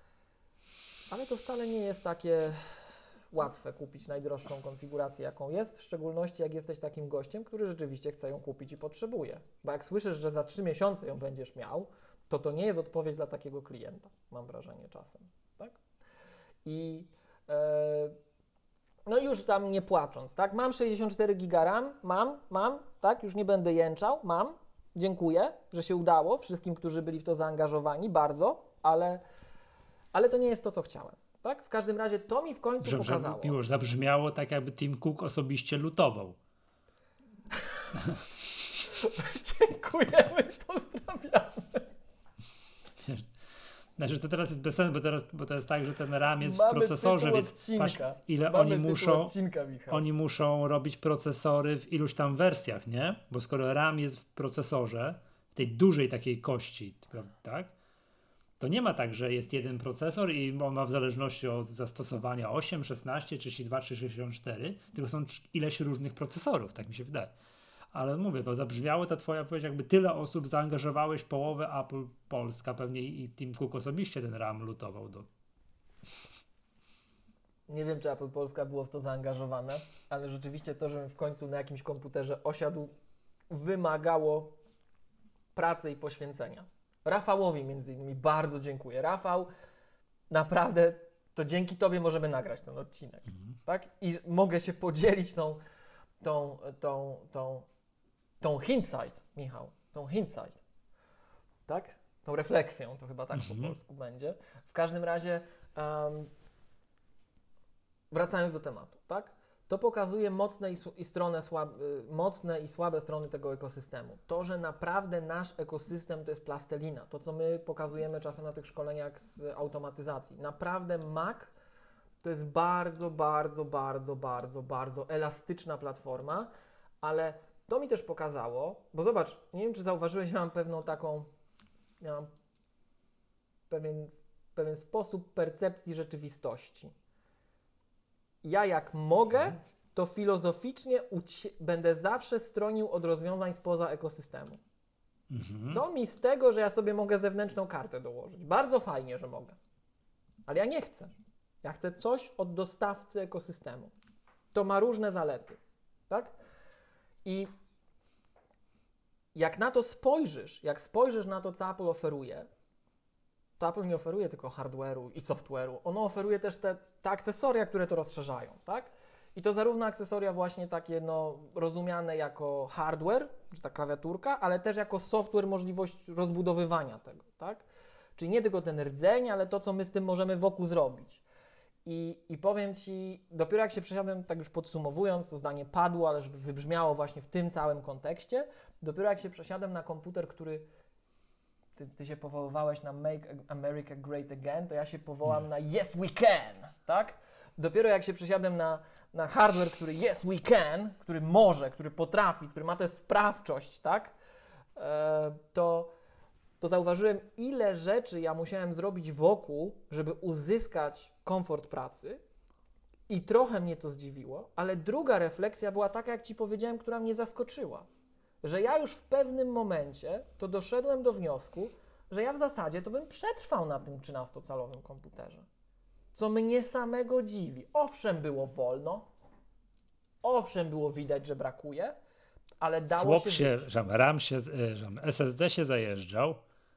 ale to wcale nie jest takie łatwe kupić najdroższą konfigurację, jaką jest, w szczególności jak jesteś takim gościem, który rzeczywiście chce ją kupić i potrzebuje. Bo jak słyszysz, że za trzy miesiące ją będziesz miał, to to nie jest odpowiedź dla takiego klienta, mam wrażenie czasem, tak? I e, no już tam nie płacząc, tak? Mam sześćdziesiąt cztery giga RAM, mam, mam, tak? Już nie będę jęczał, mam, dziękuję, że się udało wszystkim, którzy byli w to zaangażowani, bardzo, ale, ale to nie jest to, co chciałem. Tak? W każdym razie to mi w końcu że, pokazało. Miłosz, zabrzmiało tak, jakby Tim Cook osobiście lutował. Dziękujemy, pozdrawiamy. Znaczy to teraz jest bez sensu, bo, teraz, bo to jest tak, że ten RAM jest Mamy w procesorze, więc patrz, ile Mamy oni muszą, odcinka, oni muszą robić procesory w iluś tam wersjach, nie? Bo skoro RAM jest w procesorze, w tej dużej takiej kości, tak? To nie ma tak, że jest jeden procesor i on ma w zależności od zastosowania osiem, szesnaście, trzydzieści dwa czy sześćdziesiąt cztery, tylko są ileś różnych procesorów, tak mi się wydaje. Ale mówię, to zabrzmiało ta twoja odpowiedź, jakby tyle osób zaangażowałeś połowę Apple Polska, pewnie i Tim Cook osobiście ten RAM lutował do... Nie wiem, czy Apple Polska było w to zaangażowane, ale rzeczywiście to, że w końcu na jakimś komputerze osiadł, wymagało pracy i poświęcenia. Rafałowi między innymi bardzo dziękuję. Rafał, naprawdę to dzięki Tobie możemy nagrać ten odcinek, mhm. tak? I mogę się podzielić tą, tą, tą, tą, tą hindsight, Michał, tą hindsight, tak? Tą refleksją, to chyba tak mhm. po polsku będzie. W każdym razie, um, wracając do tematu, tak? To pokazuje mocne i, i, stronę słab, y, mocne i słabe strony tego ekosystemu. To, że naprawdę nasz ekosystem to jest plastelina. To, co my pokazujemy czasem na tych szkoleniach z automatyzacji. Naprawdę Mac to jest bardzo, bardzo, bardzo, bardzo, bardzo elastyczna platforma, ale to mi też pokazało, bo zobacz, nie wiem, czy zauważyłeś, ja mam pewną taką, ja mam pewien, pewien sposób percepcji rzeczywistości. Ja jak mogę, to filozoficznie uci- będę zawsze stronił od rozwiązań spoza ekosystemu. Mhm. Co mi z tego, że ja sobie mogę zewnętrzną kartę dołożyć? Bardzo fajnie, że mogę. Ale ja nie chcę. Ja chcę coś od dostawcy ekosystemu. To ma różne zalety. Tak? I jak na to spojrzysz, jak spojrzysz na to, co Apple oferuje, to Apple nie oferuje tylko hardware'u i software'u, ono oferuje też te, te akcesoria, które to rozszerzają, tak? I to zarówno akcesoria właśnie takie no, rozumiane jako hardware, czy ta klawiaturka, ale też jako software możliwość rozbudowywania tego, tak? Czyli nie tylko ten rdzeń, ale to, co my z tym możemy wokół zrobić. I, I powiem Ci, dopiero jak się przesiadłem, tak już podsumowując, to zdanie padło, ale żeby wybrzmiało właśnie w tym całym kontekście, dopiero jak się przesiadłem na komputer, który Ty, ty się powoływałeś na Make America Great Again, to ja się powołam na Yes We Can, tak? Dopiero jak się przesiadłem na, na hardware, który Yes We Can, który może, który potrafi, który ma tę sprawczość, tak? E, to, to zauważyłem, ile rzeczy ja musiałem zrobić wokół, żeby uzyskać komfort pracy i trochę mnie to zdziwiło, ale druga refleksja była taka, jak Ci powiedziałem, która mnie zaskoczyła. Że ja już w pewnym momencie to doszedłem do wniosku, że ja w zasadzie to bym przetrwał na tym trzynastocalowym komputerze. Co mnie samego dziwi. Owszem, było wolno, owszem, było widać, że brakuje, ale dało Słop się, się, żyć. że RAM się, że S S D się zajeżdżał.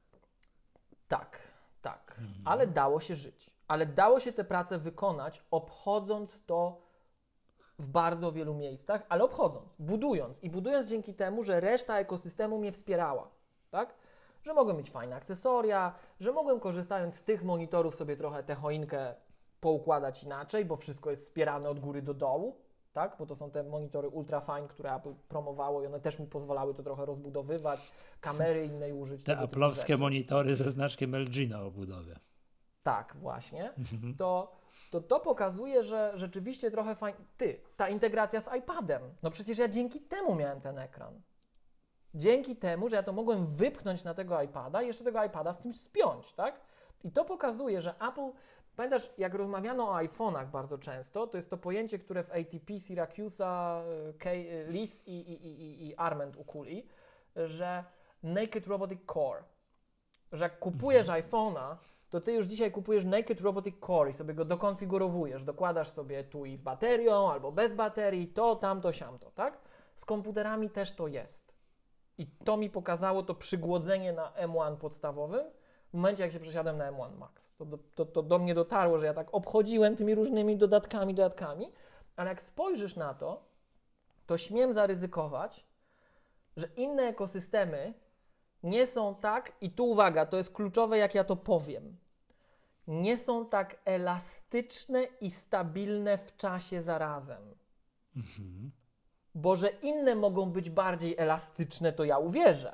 Tak, tak, Mhm. ale dało się żyć. Ale dało się tę pracę wykonać, obchodząc to w bardzo wielu miejscach, ale obchodząc, budując i budując dzięki temu, że reszta ekosystemu mnie wspierała, tak? Że mogłem mieć fajne akcesoria, że mogłem korzystając z tych monitorów sobie trochę tę choinkę poukładać inaczej, bo wszystko jest wspierane od góry do dołu, tak? Bo to są te monitory ultrafine, które Apple promowało i one też mi pozwalały to trochę rozbudowywać, kamery innej użyć. Te aplowskie monitory ze znaczkiem L G na obudowie. Tak, właśnie. Mhm. To to to pokazuje, że rzeczywiście trochę fajnie... Ty, ta integracja z iPadem, no przecież ja dzięki temu miałem ten ekran. Dzięki temu, że ja to mogłem wypchnąć na tego iPada i jeszcze tego iPada z tym spiąć, tak? I to pokazuje, że Apple... Pamiętasz, jak rozmawiano o iPhone'ach bardzo często, to jest to pojęcie, które w A T P, Syracusa, Liz i, i, i, i Arment ukuli, że Naked Robotic Core. Że jak kupujesz mhm. iPhone'a, to ty już dzisiaj kupujesz Naked Robotic Core i sobie go dokonfigurowujesz, dokładasz sobie tu i z baterią, albo bez baterii, to, tamto, siamto, tak? Z komputerami też to jest. I to mi pokazało to przygłodzenie na M jeden podstawowym w momencie, jak się przesiadłem na M jeden Max. To, to, to do mnie dotarło, że ja tak obchodziłem tymi różnymi dodatkami, dodatkami, ale jak spojrzysz na to, to śmiem zaryzykować, że inne ekosystemy nie są tak, i tu uwaga, to jest kluczowe, jak ja to powiem, nie są tak elastyczne i stabilne w czasie zarazem. Mhm. Bo że inne mogą być bardziej elastyczne, to ja uwierzę.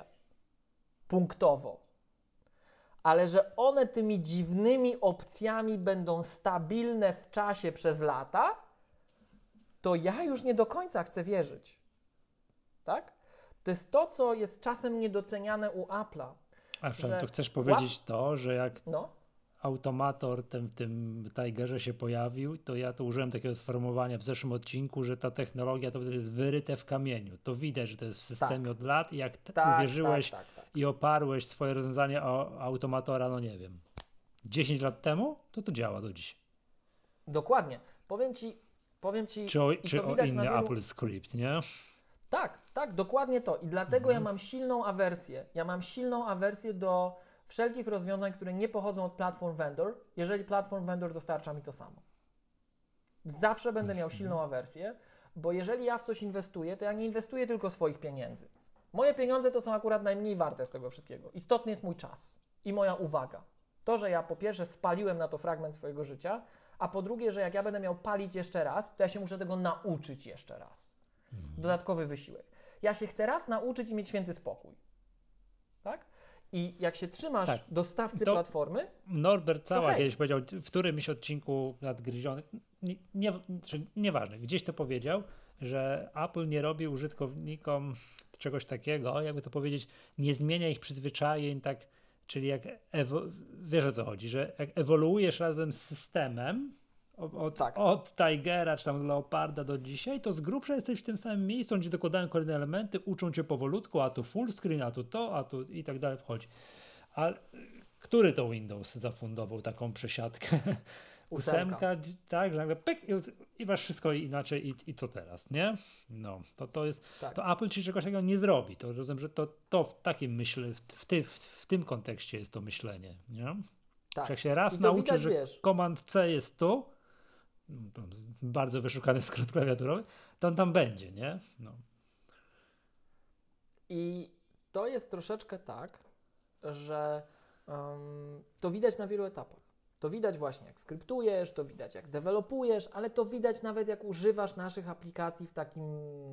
Punktowo. Ale że one tymi dziwnymi opcjami będą stabilne w czasie przez lata, to ja już nie do końca chcę wierzyć. Tak? To jest to, co jest czasem niedoceniane u Apple'a. A że... to chcesz powiedzieć to, że jak no. automator ten w tym Tigerze się pojawił, to ja to użyłem takiego sformułowania w zeszłym odcinku, że ta technologia to jest wyryte w kamieniu. To widać, że to jest w systemie tak. od lat i jak tak, uwierzyłeś tak, tak, tak. i oparłeś swoje rozwiązanie o automatora, no nie wiem, dziesięć lat temu, to to działa do dziś. Dokładnie. Powiem ci, powiem ci czy o, i czy to o widać inny na wielu... Apple Script, nie? Tak, tak, dokładnie to. I dlatego mhm. ja mam silną awersję. Ja mam silną awersję do wszelkich rozwiązań, które nie pochodzą od platform vendor, jeżeli platform vendor dostarcza mi to samo. Zawsze będę miał silną awersję, bo jeżeli ja w coś inwestuję, to ja nie inwestuję tylko swoich pieniędzy. Moje pieniądze to są akurat najmniej warte z tego wszystkiego. Istotny jest mój czas i moja uwaga. To, że ja po pierwsze spaliłem na to fragment swojego życia, a po drugie, że jak ja będę miał palić jeszcze raz, to ja się muszę tego nauczyć jeszcze raz. Dodatkowy wysiłek. Ja się chcę raz nauczyć i mieć święty spokój. Tak? I jak się trzymasz tak. dostawcy to platformy... Norbert Cała kiedyś powiedział, w którymś odcinku nadgryzionych, nie, nie, nieważne, gdzieś to powiedział, że Apple nie robi użytkownikom czegoś takiego, jakby to powiedzieć, nie zmienia ich przyzwyczajeń, tak, czyli jak, ewo- wiesz o co chodzi, że jak ewoluujesz razem z systemem, Od, tak. od Tigera czy tam Leoparda do dzisiaj, to z grubsza jesteś w tym samym miejscu, gdzie dokładają kolejne elementy, uczą cię powolutku, a tu full screen, a tu to, a tu i tak dalej wchodzi. A który to Windows zafundował taką przesiadkę? Ósemka, tak, że nagle pyk i, i masz wszystko inaczej i, i co teraz, nie? No, to, to jest, tak. to Apple ci czegoś takiego nie zrobi. To rozumiem, że to, to w takim myśle, w, ty, w, w tym kontekście jest to myślenie, nie? Tak. Jak się raz nauczy, że wiesz, Command C jest tu, bardzo wyszukany skrót klawiaturowy, to on tam będzie, nie? No. I to jest troszeczkę tak, że um, to widać na wielu etapach. To widać właśnie jak skryptujesz, to widać jak dewelopujesz, ale to widać nawet jak używasz naszych aplikacji w takim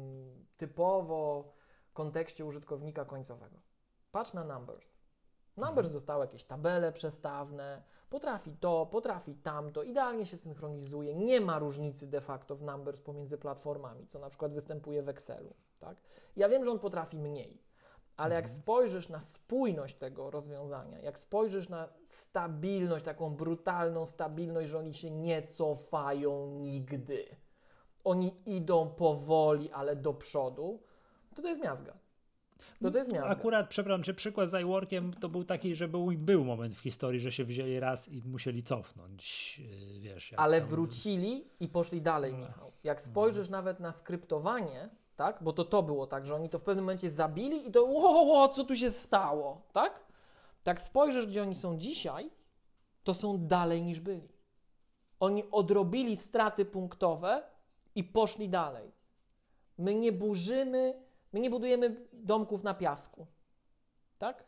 typowo kontekście użytkownika końcowego. Patrz na Numbers. Numbers dostały jakieś tabele przestawne, potrafi to, potrafi tamto, idealnie się synchronizuje, nie ma różnicy de facto w Numbers pomiędzy platformami, co na przykład występuje w Excelu. Tak? Ja wiem, że on potrafi mniej, ale jak spojrzysz na spójność tego rozwiązania, jak spojrzysz na stabilność, taką brutalną stabilność, że oni się nie cofają nigdy, oni idą powoli, ale do przodu, to to jest miazga. To to jest miazga. Akurat, przepraszam cię, przykład z iWorkiem to był taki, że był, był moment w historii, że się wzięli raz i musieli cofnąć, yy, wiesz. Jak ale tam... wrócili i poszli dalej, no. Michał. Jak spojrzysz no. nawet na skryptowanie, tak, bo to to było tak, że oni to w pewnym momencie zabili i to ło, ło, co tu się stało, tak? Tak spojrzysz, gdzie oni są dzisiaj, to są dalej niż byli. Oni odrobili straty punktowe i poszli dalej. My nie burzymy My nie budujemy domków na piasku, tak?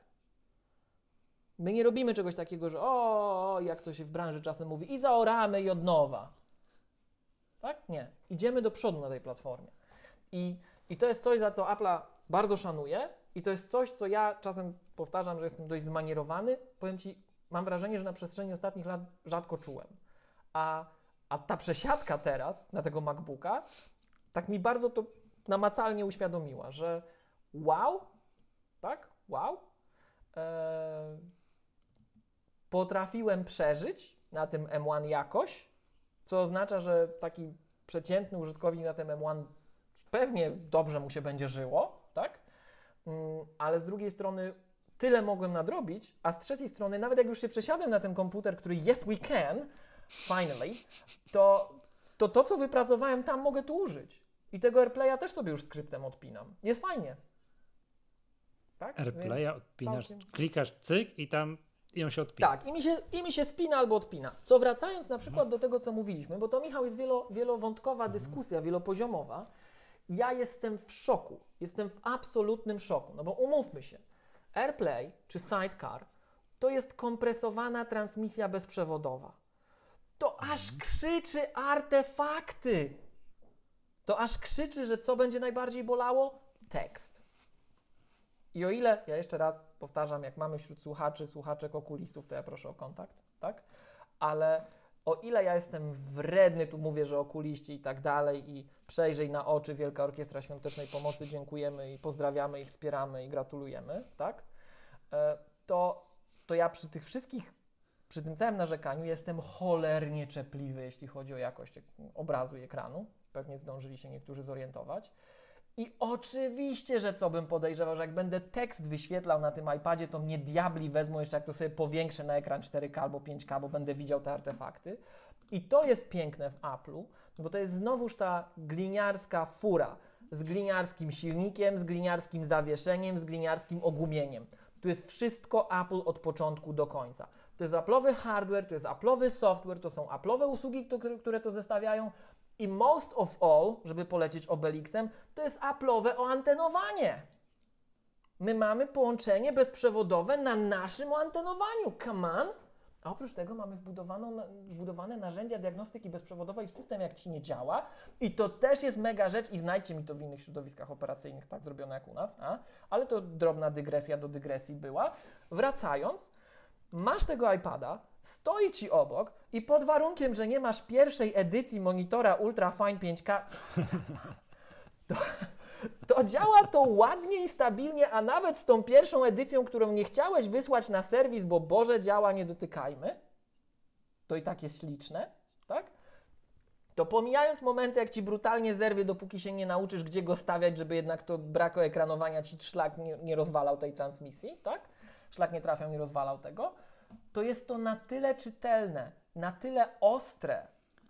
My nie robimy czegoś takiego, że o, jak to się w branży czasem mówi, i zaoramy i od nowa. Tak? Nie. Idziemy do przodu na tej platformie. I, i to jest coś, za co Apple'a bardzo szanuję i to jest coś, co ja czasem powtarzam, że jestem dość zmanierowany. Powiem Ci, mam wrażenie, że na przestrzeni ostatnich lat rzadko czułem. A, a ta przesiadka teraz na tego MacBooka, tak mi bardzo to namacalnie uświadomiła, że wow, tak, wow, e, potrafiłem przeżyć na tym M jeden jakoś, co oznacza, że taki przeciętny użytkownik na tym M jeden pewnie dobrze mu się będzie żyło, tak, mm, ale z drugiej strony tyle mogłem nadrobić, a z trzeciej strony nawet jak już się przesiadłem na ten komputer, który yes we can, finally, to to, to co wypracowałem tam mogę tu użyć. I tego AirPlaya też sobie już skryptem odpinam. Jest fajnie. Tak? AirPlaya odpinasz, całkiem... klikasz cyk i tam i on się odpina. Tak, i mi się, i mi się spina albo odpina. Co wracając na przykład mhm. do tego, co mówiliśmy, bo to, Michał, jest wielo, wielowątkowa mhm. dyskusja, wielopoziomowa. Ja jestem w szoku. Jestem w absolutnym szoku. No bo umówmy się. AirPlay czy Sidecar to jest kompresowana transmisja bezprzewodowa. To mhm. aż krzyczy artefakty. To aż krzyczy, że co będzie najbardziej bolało? Tekst. I o ile, ja jeszcze raz powtarzam, jak mamy wśród słuchaczy, słuchaczek okulistów, to ja proszę o kontakt, tak? Ale o ile ja jestem wredny, tu mówię, że okuliści i tak dalej i przejrzyj na oczy, Wielka Orkiestra Świątecznej Pomocy, dziękujemy i pozdrawiamy i wspieramy i gratulujemy, tak? To, to ja przy tych wszystkich, przy tym całym narzekaniu jestem cholernie czepliwy, jeśli chodzi o jakość obrazu i ekranu. Pewnie zdążyli się niektórzy zorientować. I oczywiście, że co bym podejrzewał, że jak będę tekst wyświetlał na tym iPadzie, to mnie diabli wezmą jeszcze, jak to sobie powiększę na ekran cztery K albo pięć K, bo będę widział te artefakty. I to jest piękne w Apple'u, bo to jest znowuż ta gliniarska fura z gliniarskim silnikiem, z gliniarskim zawieszeniem, z gliniarskim ogumieniem. Tu jest wszystko Apple od początku do końca. To jest Apple'owy hardware, to jest Apple'owy software, to są Apple'owe usługi, które to zestawiają. I most of all, żeby polecieć Obelixem, to jest Apple'owe oantenowanie. My mamy połączenie bezprzewodowe na naszym oantenowaniu. Come on! A oprócz tego mamy wbudowaną, wbudowane narzędzia diagnostyki bezprzewodowej w system, jak Ci nie działa. I to też jest mega rzecz i znajdźcie mi to w innych środowiskach operacyjnych tak zrobione jak u nas. A? Ale to drobna dygresja do dygresji była. Wracając, masz tego iPada, stoi Ci obok i pod warunkiem, że nie masz pierwszej edycji monitora Ultra Fine pięć K, to, to działa to ładnie i stabilnie, a nawet z tą pierwszą edycją, którą nie chciałeś wysłać na serwis, bo Boże działa, nie dotykajmy, to i tak jest śliczne, tak? To pomijając momenty, jak Ci brutalnie zerwie, dopóki się nie nauczysz, gdzie go stawiać, żeby jednak to brak ekranowania Ci szlak nie, nie rozwalał tej transmisji, tak? Szlak nie trafiał, nie rozwalał tego, to jest to na tyle czytelne, na tyle ostre,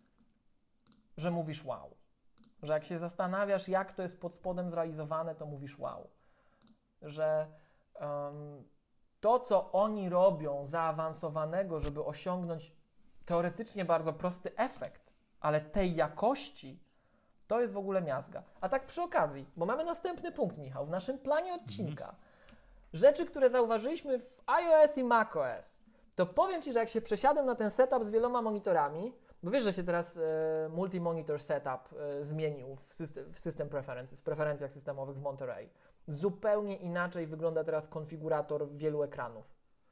że mówisz wow. Że jak się zastanawiasz, jak to jest pod spodem zrealizowane, to mówisz wow. Że um, to, co oni robią zaawansowanego, żeby osiągnąć teoretycznie bardzo prosty efekt, ale tej jakości, to jest w ogóle miazga. A tak przy okazji, bo mamy następny punkt, Michał, w naszym planie odcinka. Mhm. Rzeczy, które zauważyliśmy w iOS i macOS, to powiem Ci, że jak się przesiadłem na ten setup z wieloma monitorami, bo wiesz, że się teraz e, multi-monitor setup e, zmienił w system, w system preferences, w preferencjach systemowych w Monterey. Zupełnie inaczej wygląda teraz konfigurator wielu ekranów.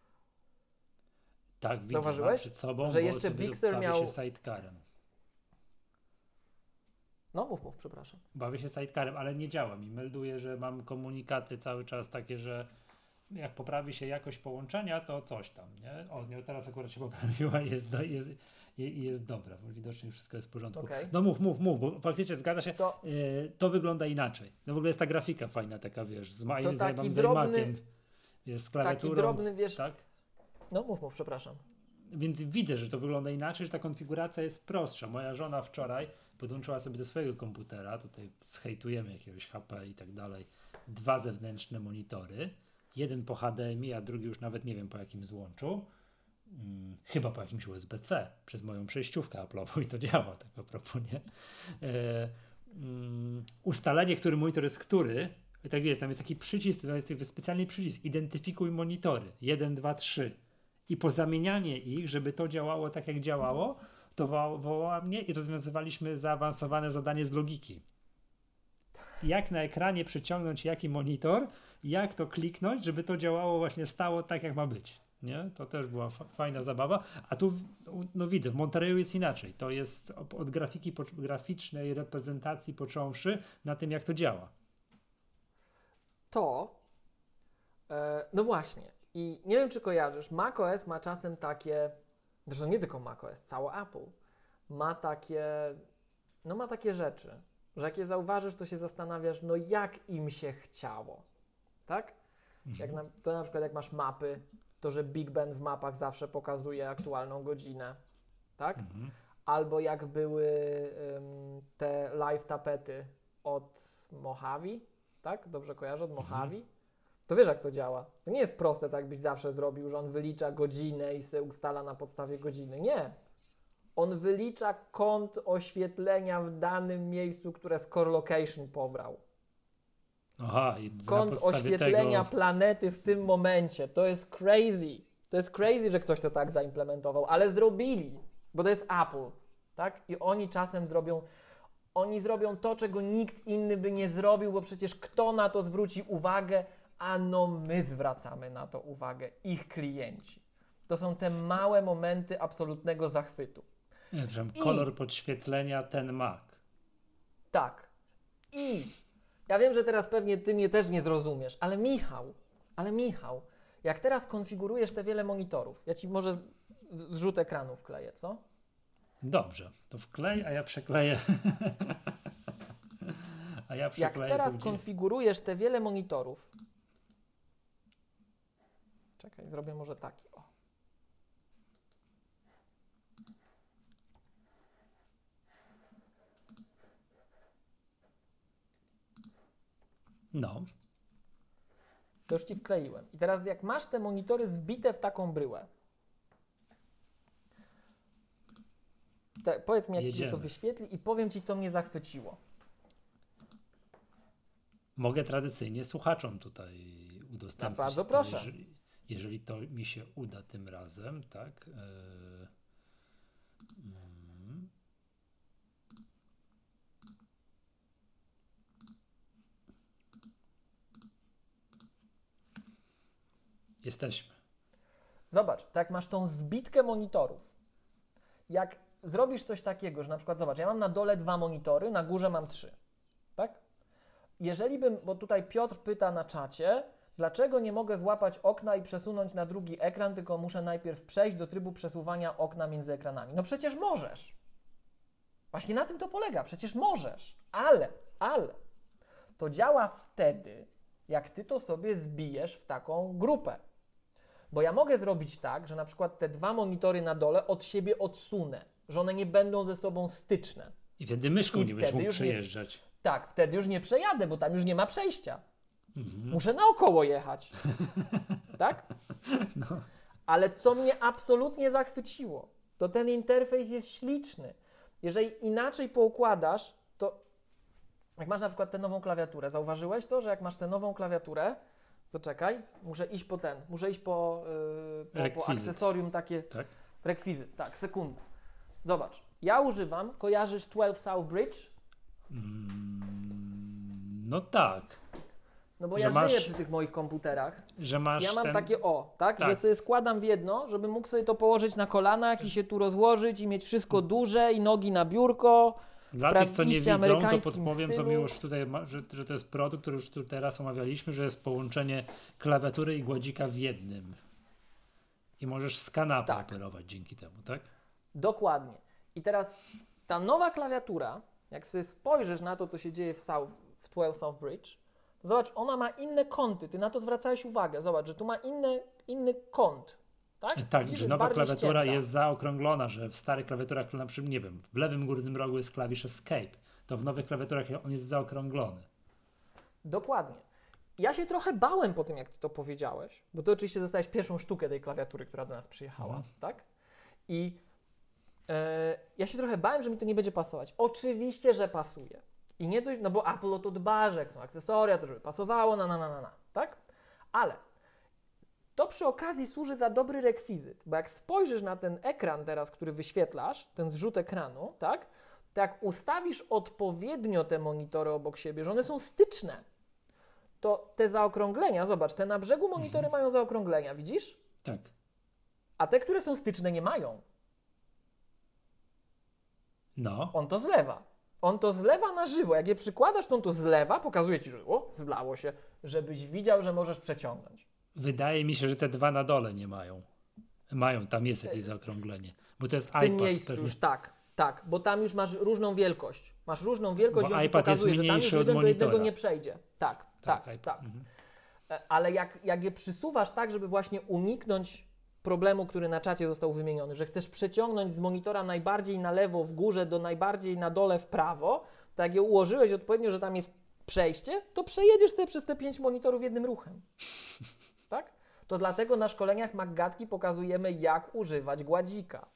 Tak, widzę, zauważyłeś, przed sobą, że jeszcze Bixer miał... się sidecarem. No mów, mów, przepraszam. Bawię się sidecarem, ale nie działa mi. Melduje, że mam komunikaty cały czas takie, że jak poprawi się jakość połączenia, to coś tam, nie? O, nie, teraz akurat się poprawiła i jest, do, jest, jest, jest dobra, bo widocznie wszystko jest w porządku. Okay. No mów, mów, mów, bo faktycznie zgadza się, to, yy, to wygląda inaczej. No w ogóle jest ta grafika fajna taka, wiesz, z, ma, to z, taki z drobny, iMaciem, jest z klawiaturą. Taki drobny, wiesz, tak? No mów, mów, przepraszam. Więc widzę, że to wygląda inaczej, że ta konfiguracja jest prostsza. Moja żona wczoraj podłączyła sobie do swojego komputera, tutaj zhejtujemy jakiegoś H P i tak dalej, dwa zewnętrzne monitory, jeden po H D M I, a drugi już nawet nie wiem po jakim złączu, hmm, chyba po jakimś U S B C, przez moją przejściówkę Apple'ową i to działa, tak a propos, nie? E, um, ustalenie, który monitor jest który, i tak wiesz, tam jest taki przycisk, tam jest taki specjalny przycisk, identyfikuj monitory, jeden, dwa, trzy i pozamienianie ich, żeby to działało tak jak działało, to woła, wołała mnie i rozwiązywaliśmy zaawansowane zadanie z logiki. Jak na ekranie przyciągnąć jaki monitor, jak to kliknąć, żeby to działało właśnie stało tak, jak ma być. Nie? To też była fa- fajna zabawa. A tu, no widzę, w Monterreyu jest inaczej. To jest od grafiki po, graficznej reprezentacji począwszy na tym, jak to działa. To, e, no właśnie. I nie wiem, czy kojarzysz, macOS ma czasem takie, zresztą nie tylko macOS, całe Apple ma takie, no ma takie rzeczy, że jak je zauważysz, to się zastanawiasz, no jak im się chciało, tak? Mhm. Jak na, to na przykład jak masz mapy, to że Big Ben w mapach zawsze pokazuje aktualną godzinę, tak? Mhm. Albo jak były um, te live tapety od Mojave, tak? Dobrze kojarzę, od Mojave? Mhm. To wiesz, jak to działa. To nie jest proste, tak byś zawsze zrobił, że on wylicza godzinę i sobie ustala na podstawie godziny. Nie. On wylicza kąt oświetlenia w danym miejscu, które Score Location pobrał. Aha, i kąt oświetlenia tego... planety w tym momencie. To jest crazy. To jest crazy, że ktoś to tak zaimplementował, ale zrobili, bo to jest Apple, tak? I oni czasem zrobią, oni zrobią to, czego nikt inny by nie zrobił, bo przecież kto na to zwróci uwagę? Ano my zwracamy na to uwagę, ich klienci. To są te małe momenty absolutnego zachwytu. Nie, przepraszam, kolor I, podświetlenia ten Mac. Tak. I ja wiem, że teraz pewnie ty mnie też nie zrozumiesz, ale Michał, ale Michał, jak teraz konfigurujesz te wiele monitorów, ja ci może zrzut ekranu wkleję, co? Dobrze, to wklej, a ja przekleję. a ja przekleję. Jak teraz konfigurujesz te wiele monitorów, czekaj, zrobię może taki, o. No. To już ci wkleiłem. I teraz jak masz te monitory zbite w taką bryłę, te, powiedz mi, jak Jedziemy. Ci się to wyświetli i powiem ci, co mnie zachwyciło. Mogę tradycyjnie słuchaczom tutaj udostępnić. No, bardzo proszę. Jeżeli, jeżeli to mi się uda tym razem, tak? Yy, mm. Jesteśmy. Zobacz, tak jak masz tą zbitkę monitorów, jak zrobisz coś takiego, że na przykład, zobacz, ja mam na dole dwa monitory, na górze mam trzy, tak? Jeżeli bym, bo tutaj Piotr pyta na czacie, dlaczego nie mogę złapać okna i przesunąć na drugi ekran, tylko muszę najpierw przejść do trybu przesuwania okna między ekranami. No przecież możesz. Właśnie na tym to polega, przecież możesz, ale, ale to działa wtedy, jak ty to sobie zbijesz w taką grupę. Bo ja mogę zrobić tak, że na przykład te dwa monitory na dole od siebie odsunę, że one nie będą ze sobą styczne. I wtedy myszką I nie będziesz mógł przejeżdżać. Nie, tak, wtedy już nie przejadę, bo tam już nie ma przejścia. Mhm. Muszę naokoło jechać. tak? No. Ale co mnie absolutnie zachwyciło, to ten interfejs jest śliczny. Jeżeli inaczej poukładasz, to jak masz na przykład tę nową klawiaturę, zauważyłeś to, że jak masz tę nową klawiaturę, to czekaj, muszę iść po ten, muszę iść po, yy, po, po akcesorium takie, tak? rekwizyt, tak, sekunda. Zobacz, ja używam, kojarzysz dwanaście South Bridge? Mm, no tak. No bo Że ja masz, żyję przy tych moich komputerach. Że masz ja mam ten... takie o, tak, tak, że sobie składam w jedno, żebym mógł sobie to położyć na kolanach i się tu rozłożyć i mieć wszystko duże i nogi na biurko. Dla tych, co nie widzą, to podpowiem, stylu. co mi już tutaj, ma, że, że to jest produkt, który już tu teraz omawialiśmy, że jest połączenie klawiatury i gładzika w jednym. I możesz z kanapy tak. operować dzięki temu, tak? Dokładnie. I teraz ta nowa klawiatura, jak sobie spojrzysz na to, co się dzieje w, South, w dwanaście South Bridge, to zobacz, ona ma inne kąty. Ty na to zwracałeś uwagę. Zobacz, że tu ma inny, inny kąt. Tak, tak Widzisz, że nowa klawiatura ścięta. jest zaokrąglona, że w starych klawiaturach, na przykład, nie wiem, w lewym górnym rogu jest klawisz Escape, to w nowych klawiaturach on jest zaokrąglony. Dokładnie. Ja się trochę bałem po tym, jak ty to powiedziałeś, bo ty oczywiście dostałeś pierwszą sztukę tej klawiatury, która do nas przyjechała, mhm. tak? I e, ja się trochę bałem, że mi to nie będzie pasować. Oczywiście, że pasuje. I nie dość, no bo Apple o to dba, że jak są akcesoria, to żeby pasowało, na, na, na, na, na, tak? Ale to przy okazji służy za dobry rekwizyt, bo jak spojrzysz na ten ekran teraz, który wyświetlasz, ten zrzut ekranu, tak? To jak ustawisz odpowiednio te monitory obok siebie, że one są styczne, to te zaokrąglenia, zobacz, te na brzegu monitory mhm. mają zaokrąglenia, widzisz? Tak. A te, które są styczne, nie mają. No. On to zlewa. On to zlewa na żywo. Jak je przykładasz, to on to zlewa, pokazuje ci, że o, zlało się, żebyś widział, że możesz przeciągnąć. Wydaje mi się, że te dwa na dole nie mają. Mają, tam jest jakieś zaokrąglenie. Bo to jest w tym iPad. miejscu pewnie. już tak, tak, bo tam już masz różną wielkość. Masz różną wielkość Bo i on ci iPad jest pokazuje, że tam już mniejszy od jeden do jednego monitora. nie przejdzie. Tak, tak, tak. tak. Mhm. Ale jak, jak je przysuwasz tak, żeby właśnie uniknąć problemu, który na czacie został wymieniony, że chcesz przeciągnąć z monitora najbardziej na lewo w górze do najbardziej na dole w prawo, to jak je ułożyłeś odpowiednio, że tam jest przejście, to przejedziesz sobie przez te pięć monitorów jednym ruchem. Tak? To dlatego na szkoleniach MacGatki pokazujemy, jak używać gładzika.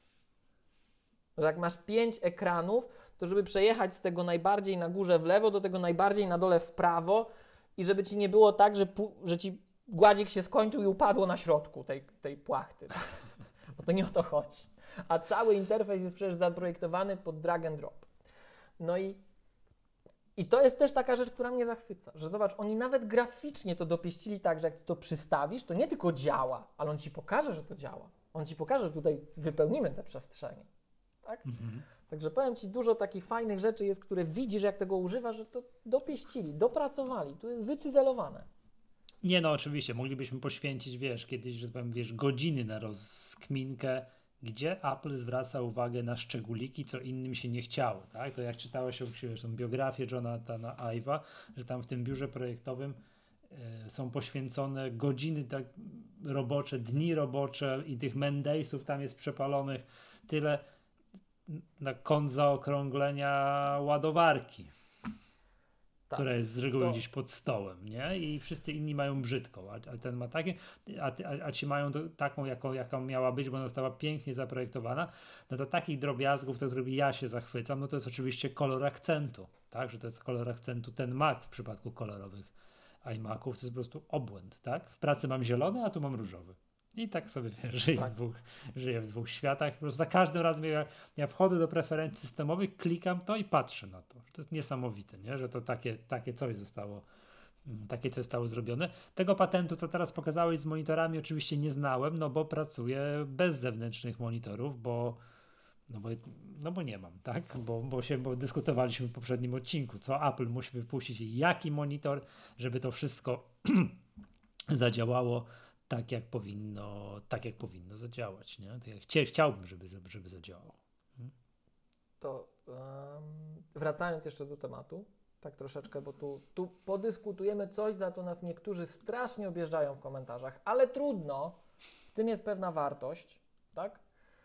Że jak masz pięć ekranów, to żeby przejechać z tego najbardziej na górze w lewo do tego najbardziej na dole w prawo i żeby ci nie było tak, że, pu- że ci gładzik się skończył i upadło na środku tej, tej płachty. Bo to nie o to chodzi. A cały interfejs jest przecież zaprojektowany pod drag and drop. No i, i to jest też taka rzecz, która mnie zachwyca, że zobacz, oni nawet graficznie to dopieścili tak, że jak ty to przystawisz, to nie tylko działa, ale on ci pokaże, że to działa. On ci pokaże, że tutaj wypełnimy te przestrzenie. Tak? Mhm. Także powiem ci, dużo takich fajnych rzeczy jest, które widzisz, jak tego używasz, że to dopieścili, dopracowali, tu jest wycyzelowane. Nie no, oczywiście, moglibyśmy poświęcić, wiesz, kiedyś, że tak powiem, wiesz, godziny na rozkminkę, gdzie Apple zwraca uwagę na szczególiki, co innym się nie chciało, tak? To jak czytałeś wiesz, tą biografię Jonathana Ive'a, że tam w tym biurze projektowym y, są poświęcone godziny tak robocze, dni robocze i tych Mendaysów tam jest przepalonych tyle na kąt zaokrąglenia ładowarki. Tak, która jest z reguły to... gdzieś pod stołem, nie? I wszyscy inni mają brzydką, a, a ten ma takie, a, a, a ci mają do, taką, jaką, jaką miała być, bo ona została pięknie zaprojektowana. No to takich drobiazgów, do których ja się zachwycam, no to jest oczywiście kolor akcentu, tak? Że to jest kolor akcentu ten Mac w przypadku kolorowych iMaców, to jest po prostu obłęd, tak? W pracy mam zielony, a tu mam różowy. I tak sobie wiesz, żyję, tak. w dwóch, żyję w dwóch światach. Po prostu za każdym razem, jak ja wchodzę do preferencji systemowych, klikam to i patrzę na to. To jest niesamowite, nie? Że to takie, takie coś zostało, takie coś zostało zrobione. Tego patentu, co teraz pokazałeś z monitorami, oczywiście nie znałem, no bo pracuję bez zewnętrznych monitorów, bo no bo, no bo nie mam, tak? Bo, bo się bo dyskutowaliśmy w poprzednim odcinku, co Apple musi wypuścić i jaki monitor, żeby to wszystko zadziałało tak jak powinno, tak jak powinno zadziałać, nie? Tak jak chcia, chciałbym, żeby, żeby zadziałało. Hmm? To um, wracając jeszcze do tematu, tak troszeczkę, bo tu, tu podyskutujemy coś, za co nas niektórzy strasznie objeżdżają w komentarzach, ale trudno, w tym jest pewna wartość, tak?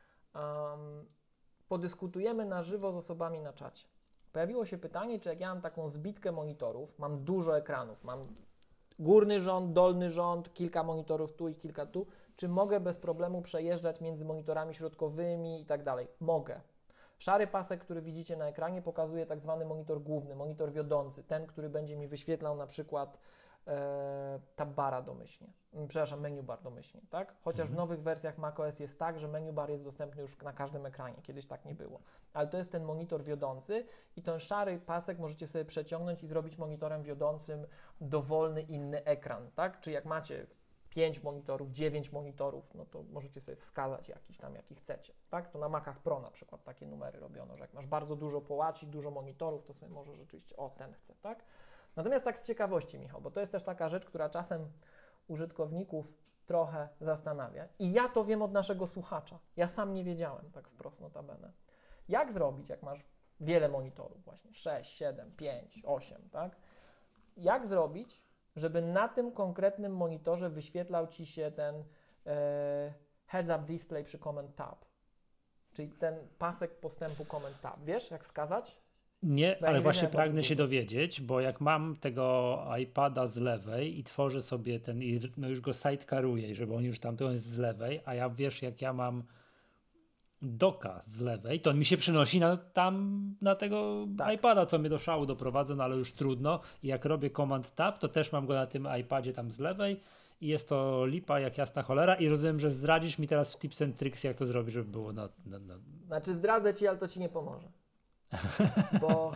Um, podyskutujemy na żywo z osobami na czacie. Pojawiło się pytanie, czy jak ja mam taką zbitkę monitorów, mam dużo ekranów, mam górny rząd, dolny rząd, kilka monitorów tu i kilka tu, czy mogę bez problemu przejeżdżać między monitorami środkowymi i tak dalej? Mogę. Szary pasek, który widzicie na ekranie, pokazuje tak zwany monitor główny, monitor wiodący, ten, który będzie mi wyświetlał na przykład e, tab bara domyślnie, przepraszam, menu bar domyślnie, tak? Chociaż mhm. w nowych wersjach macOS jest tak, że menu bar jest dostępny już na każdym ekranie, kiedyś tak nie było. Ale to jest ten monitor wiodący i ten szary pasek możecie sobie przeciągnąć i zrobić monitorem wiodącym dowolny inny ekran, tak? Czy jak macie pięć monitorów, dziewięć monitorów, no to możecie sobie wskazać jakiś tam, jaki chcecie, tak? To na Macach Pro na przykład takie numery robiono, że jak masz bardzo dużo połaci, dużo monitorów, to sobie może rzeczywiście, o, ten chcę, tak? Natomiast tak z ciekawości, Michał, bo to jest też taka rzecz, która czasem użytkowników trochę zastanawia i ja to wiem od naszego słuchacza, ja sam nie wiedziałem, tak wprost notabene. Jak zrobić, jak masz wiele monitorów właśnie, sześć, siedem, pięć, osiem, tak? Jak zrobić, żeby na tym konkretnym monitorze wyświetlał Ci się ten e, heads-up display przy Command Tab, czyli ten pasek postępu Command Tab. Wiesz, jak wskazać? Nie, ale nie właśnie pragnę się dowiedzieć, bo jak mam tego iPada z lewej i tworzę sobie ten, no już go sidecaruję, żeby on już tam, to jest z lewej, a ja wiesz, jak ja mam doka z lewej, to on mi się przynosi na, tam na tego tak. iPada, co mnie do szału doprowadza, no ale już trudno. I jak robię Command Tab, to też mam go na tym iPadzie tam z lewej i jest to lipa jak jasna cholera i rozumiem, że zdradzisz mi teraz w Tips and Tricks, jak to zrobić, żeby było na... na, na... Znaczy zdradzę Ci, ale to Ci nie pomoże. Bo...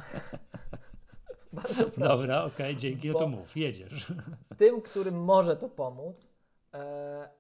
Dobra, okej, okay, dzięki, no to mów, jedziesz. Tym, którym może to pomóc, e...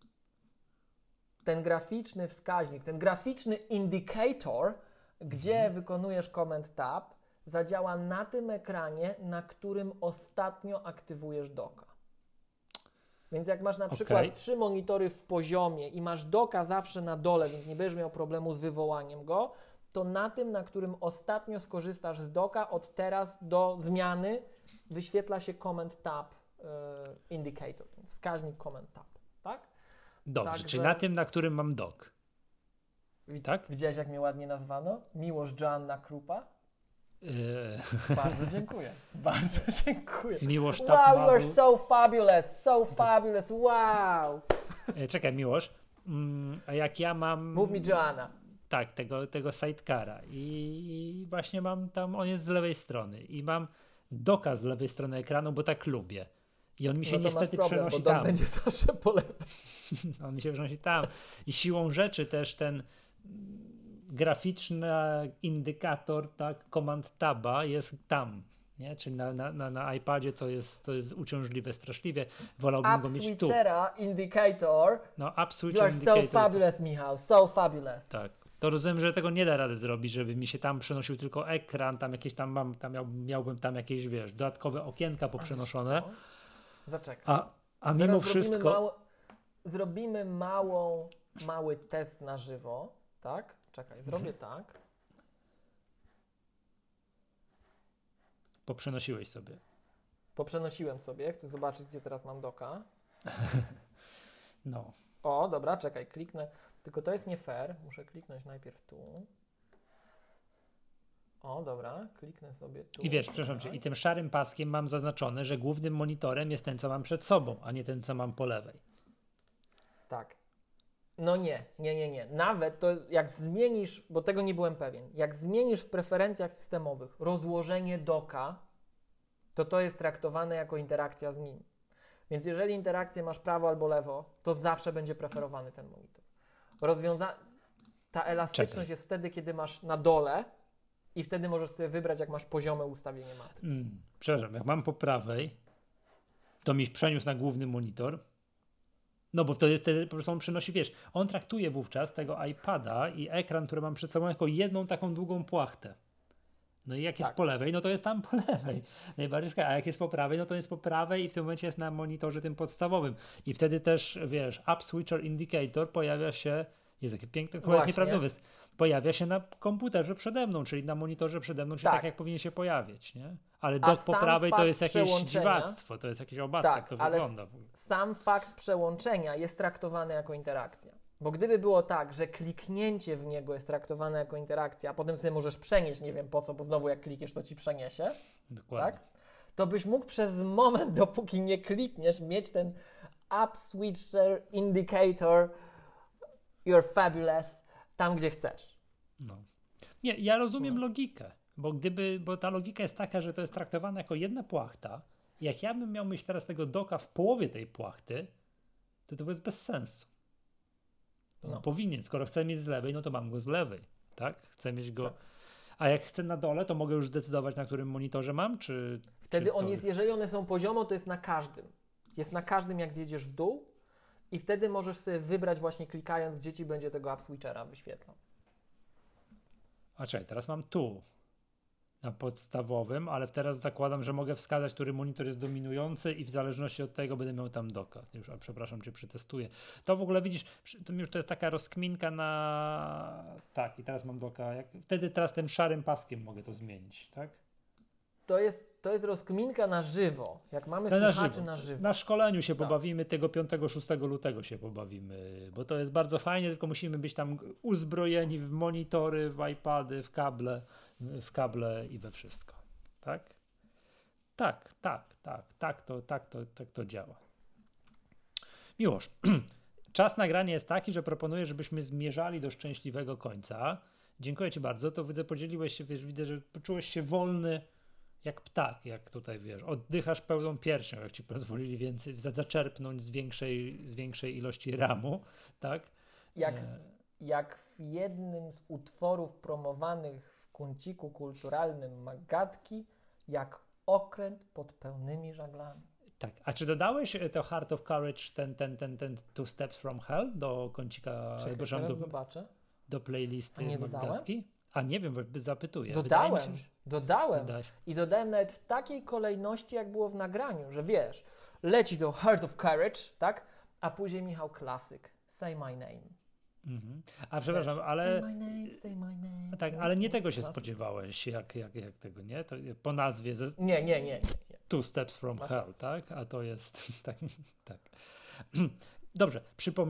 ten graficzny wskaźnik, ten graficzny indicator, gdzie mhm. wykonujesz Command Tab, zadziała na tym ekranie, na którym ostatnio aktywujesz doka. Więc jak masz na przykład okay. trzy monitory w poziomie i masz doka zawsze na dole, więc nie będziesz miał problemu z wywołaniem go, to na tym, na którym ostatnio skorzystasz z doka, od teraz do zmiany wyświetla się Command Tab yy, indicator, wskaźnik Command Tab, tak? Dobrze, Także... czy na tym, na którym mam dock? Tak? Widziałeś, jak mnie ładnie nazwano? Miłosz Joanna Krupa? Eee. Bardzo dziękuję. Bardzo dziękuję. Miłosz Wow, tak you are so fabulous, so fabulous, wow. E, czekaj, Miłosz, mm, a jak ja mam... Mów mi Joanna. Tak, tego, tego sidecara i właśnie mam tam, on jest z lewej strony i mam doka z lewej strony ekranu, bo tak lubię. I on mi się no to niestety masz problem, przenosi bo tam. będzie zawsze po lewej. On mi się przenosi tam. I siłą rzeczy też ten graficzny indykator, tak, Command Taba jest tam, nie? Czyli na, na, na, na iPadzie, co jest, to jest uciążliwe straszliwie. Wolałbym App go mieć tu. switchera indicator. No, app switcher You are indicator. so fabulous, jest... Michał, so fabulous. Tak. To rozumiem, że tego nie da rady zrobić, żeby mi się tam przenosił tylko ekran, tam jakieś tam mam, tam miał, miałbym tam jakieś, wiesz, dodatkowe okienka poprzenoszone. Zaczekaj. A, a mimo Zaraz wszystko... Zrobimy, mało, zrobimy małą, mały test na żywo, tak? Czekaj, zrobię mhm. tak. Poprzenosiłeś sobie. Poprzenosiłem sobie, chcę zobaczyć, gdzie teraz mam doka. No. O, dobra, czekaj, kliknę. Tylko to jest nie fair, muszę kliknąć najpierw tu. O, dobra, kliknę sobie tu. I wiesz, przepraszam cię, i tym szarym paskiem mam zaznaczone, że głównym monitorem jest ten, co mam przed sobą, a nie ten, co mam po lewej. Tak. No nie, nie, nie, nie. Nawet to jak zmienisz, bo tego nie byłem pewien, jak zmienisz w preferencjach systemowych rozłożenie doka, to to jest traktowane jako interakcja z nim. Więc jeżeli interakcję masz prawo albo lewo, to zawsze będzie preferowany ten monitor. Rozwiąza... Ta elastyczność Czekaj. jest wtedy, kiedy masz na dole i wtedy możesz sobie wybrać, jak masz poziome ustawienie matrycy. Mm, przepraszam, jak mam po prawej, to mi przeniósł na główny monitor, no bo wtedy, wtedy po prostu on przynosi, wiesz, on traktuje wówczas tego iPada i ekran, który mam przed sobą, jako jedną taką długą płachtę. No i jak jest tak. po lewej, no to jest tam po lewej. Najbardziej skala. A jak jest po prawej, no to jest po prawej i w tym momencie jest na monitorze tym podstawowym. I wtedy też, wiesz, App Switcher Indicator pojawia się, jest taki piękny, chyba nieprawdopodobny, pojawia się na komputerze przede mną, czyli na monitorze przede mną, czyli tak, tak jak powinien się pojawić, nie? Ale dok po prawej to jest jakieś dziwactwo, to jest jakieś obatka, tak, jak to ale wygląda. Sam fakt przełączenia jest traktowany jako interakcja. Bo gdyby było tak, że kliknięcie w niego jest traktowane jako interakcja, a potem sobie możesz przenieść, nie wiem po co, bo znowu jak klikniesz, to ci przeniesie, Dokładnie. tak? to byś mógł przez moment, dopóki nie klikniesz, mieć ten App Switcher Indicator You're Fabulous tam, gdzie chcesz. No. Nie, ja rozumiem no. logikę, bo gdyby, bo ta logika jest taka, że to jest traktowane jako jedna płachta. Jak ja bym miał mieć teraz tego doka w połowie tej płachty, to to jest bez sensu. To no. powinien, skoro chcę mieć z lewej, no to mam go z lewej, tak? Chcę mieć go... Tak. A jak chcę na dole, to mogę już zdecydować, na którym monitorze mam, czy... Wtedy czy on to... jest, jeżeli one są poziomo, to jest na każdym. Jest na każdym, jak zjedziesz w dół i wtedy możesz sobie wybrać właśnie klikając, gdzie ci będzie tego App Switchera wyświetlał. A czekaj, teraz mam tu na podstawowym, ale teraz zakładam, że mogę wskazać, który monitor jest dominujący i w zależności od tego będę miał tam doka. Już, a przepraszam, cię przetestuję. To w ogóle widzisz, to już to jest taka rozkminka na... Tak, i teraz mam doka. Jak... Wtedy teraz tym szarym paskiem mogę to zmienić, tak? To jest, to jest rozkminka na żywo. Jak mamy no, słuchaczy na żywo. na żywo. Na szkoleniu się tak. pobawimy, tego piątego szóstego lutego się pobawimy, bo to jest bardzo fajnie, tylko musimy być tam uzbrojeni w monitory, w iPady, w kable, w kable i we wszystko. Tak? Tak, tak, tak, tak to, tak to, tak to działa. Miłosz, czas nagrania jest taki, że proponuję, żebyśmy zmierzali do szczęśliwego końca. Dziękuję ci bardzo, to widzę, podzieliłeś się, wiesz, widzę, że poczułeś się wolny jak ptak, jak tutaj wiesz, oddychasz pełną piersią, jak ci pozwolili więcej, zaczerpnąć z większej, z większej ilości ramu, tak? Jak, e... jak w jednym z utworów promowanych w kąciku kulturalnym Magatki, jak okręt pod pełnymi żaglami. Tak, a czy dodałeś to Heart of Courage, ten, ten, ten, ten Two Steps from Hell do kącika, Czekaj, do, do, zobaczę. do playlisty nie Magatki? Dodałem? A nie wiem, zapytuję. Dodałem, się, że... dodałem Dodałeś. I dodałem nawet w takiej kolejności, jak było w nagraniu, że wiesz, leci do Heart of Courage, tak? A później Michał Klasyk, Say My Name. Mhm. A przepraszam, wiesz, ale... Say my name, say my name. Tak, ale nie tego się spodziewałeś, jak, jak, jak tego, nie? To po nazwie... Ze... Nie, nie, nie, nie, nie. Two Steps from Masz Hell, rację. tak? A to jest... tak, tak. Dobrze,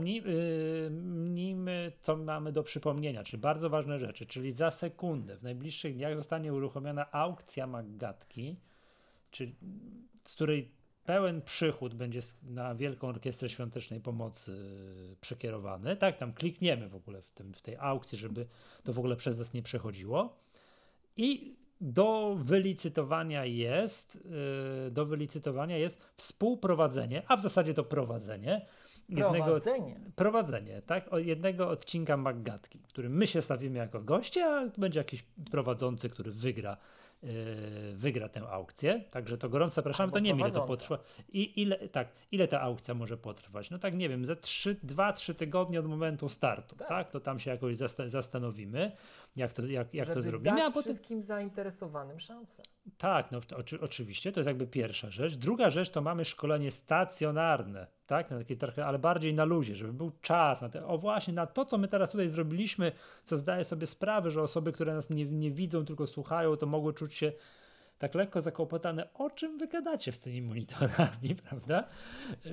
przypomnijmy, co mamy do przypomnienia, czyli bardzo ważne rzeczy, czyli za sekundę, w najbliższych dniach zostanie uruchomiona aukcja Magatki, czyli, z której pełen przychód będzie na Wielką Orkiestrę Świątecznej Pomocy przekierowany. Tak, tam klikniemy w ogóle w, tym, w tej aukcji, żeby to w ogóle przez nas nie przechodziło. I do wylicytowania jest, do wylicytowania jest współprowadzenie, a w zasadzie to prowadzenie, Jednego, prowadzenie. Prowadzenie, tak? O jednego odcinka Magatki, w którym my się stawimy jako goście, a będzie jakiś prowadzący, który wygra, yy, wygra tę aukcję. Także to gorąco zapraszamy. Albo to nie wiem, ile to prowadząca. potrwa. I ile, tak, ile ta aukcja może potrwać? No tak, nie wiem, ze dwa trzy tygodnie od momentu startu, tak? tak? To tam się jakoś zasta- zastanowimy, jak to, jak, jak to zrobimy. Dać a potem wszystkim zainteresowanym szansę. Tak, no to, oczy, oczywiście, to jest jakby pierwsza rzecz. Druga rzecz to mamy szkolenie stacjonarne, tak, na takie trochę, ale bardziej na luzie, żeby był czas na te, o właśnie na to, co my teraz tutaj zrobiliśmy, co zdaję sobie sprawę, że osoby, które nas nie, nie widzą, tylko słuchają, to mogły czuć się tak lekko zakłopotane, o czym wy gadacie z tymi monitorami, prawda? Yy,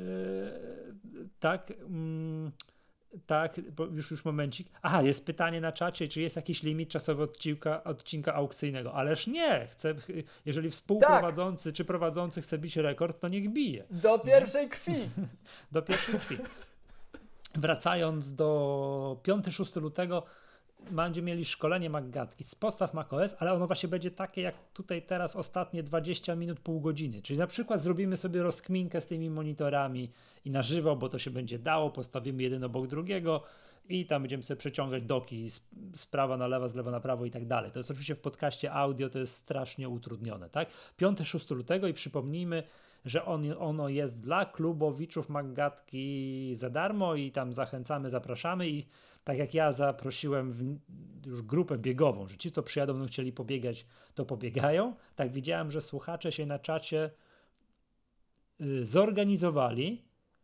tak, mm, tak, bo już, już momencik. Aha, jest pytanie na czacie, czy jest jakiś limit czasowy odcinka, odcinka aukcyjnego. Ależ nie, chcę, jeżeli współprowadzący tak. czy prowadzący chce bić rekord, to niech bije. Do pierwszej nie? krwi. Do pierwszej krwi. Wracając do piątego szóstego lutego, będziemy mieli szkolenie Magatki z podstaw macOS, ale ono właśnie będzie takie jak tutaj teraz ostatnie dwadzieścia minut, pół godziny. Czyli na przykład zrobimy sobie rozkminkę z tymi monitorami i na żywo, bo to się będzie dało, postawimy jeden obok drugiego i tam będziemy sobie przeciągać doki z, z prawa na lewo, z lewa na prawo i tak dalej. To jest oczywiście w podcaście audio, to jest strasznie utrudnione, tak? piątego szóstego lutego i przypomnijmy, że on, ono jest dla klubowiczów Magatki za darmo i tam zachęcamy, zapraszamy i tak jak ja zaprosiłem w już grupę biegową, że ci, co przyjadą, będą chcieli pobiegać, to pobiegają. Tak widziałem, że słuchacze się na czacie y, zorganizowali,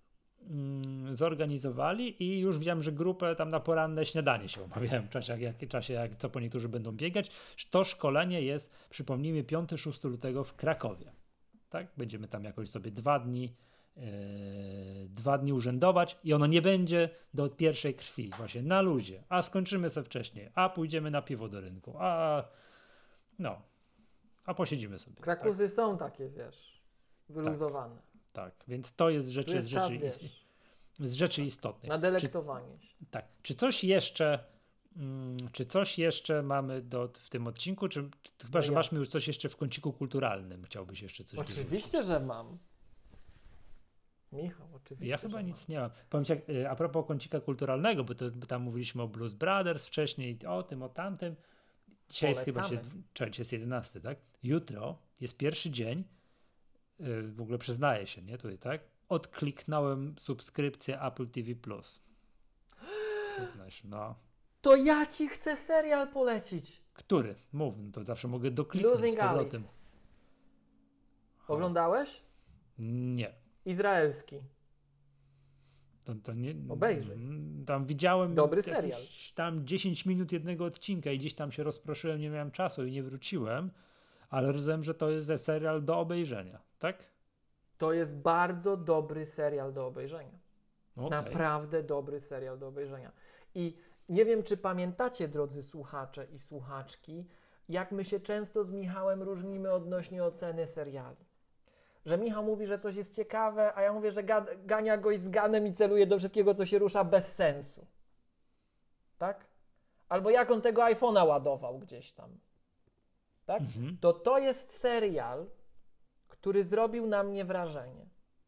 y, zorganizowali i już widziałem, że grupę tam na poranne śniadanie się umawiałem w czasie, jak, jak, czasie, jak co po niektórzy będą biegać. To szkolenie jest, przypomnijmy, piątego szóstego lutego w Krakowie. Tak? Będziemy tam jakoś sobie dwa dni Yy, dwa dni urzędować i ono nie będzie do pierwszej krwi, właśnie na luzie, a skończymy sobie wcześniej, a pójdziemy na piwo do rynku, a no a posiedzimy sobie. Krakusy tak? są takie, wiesz, wyluzowane. Tak, tak. Więc to jest rzeczy, jest z, rzeczy czas, ist... z rzeczy istotnych. Na delektowanie się. Czy, tak. Czy coś jeszcze mm, czy coś jeszcze mamy do, w tym odcinku? Czy, czy chyba, no że ja. masz mi już coś jeszcze w kąciku kulturalnym? Chciałbyś jeszcze coś Oczywiście, wyrzucić? że mam. Michał, oczywiście. Ja chyba że nic mam. nie mam. Powiem ci, a propos kącika kulturalnego, bo, to, bo tam mówiliśmy o Blues Brothers wcześniej, o tym, o tamtym. Dzisiaj jest chyba jest, czekaj, jest jedenasty, tak? Jutro jest pierwszy dzień, yy, w ogóle przyznaję się, nie? Tutaj, tak? Odkliknąłem subskrypcję Apple T V Plus. Znasz, no. To ja ci chcę serial polecić. Który? Mów, no to zawsze mogę dokliknąć Losing z powrotem. Alice. Oglądałeś? Nie. Izraelski. To, to nie, Obejrzyj. Tam widziałem dobry serial. Tam dziesięć minut jednego odcinka i gdzieś tam się rozproszyłem, nie miałem czasu i nie wróciłem, ale rozumiem, że to jest serial do obejrzenia, tak? To jest bardzo dobry serial do obejrzenia. Okay. Naprawdę dobry serial do obejrzenia. I nie wiem, czy pamiętacie, drodzy słuchacze i słuchaczki, jak my się często z Michałem różnimy odnośnie oceny seriali. Że Michał mówi, że coś jest ciekawe, a ja mówię, że ga- gania go i z ganem i celuje do wszystkiego, co się rusza bez sensu. Tak? Albo jak on tego iPhone'a ładował gdzieś tam. Tak? Mhm. To to jest serial, który zrobił na mnie wrażenie.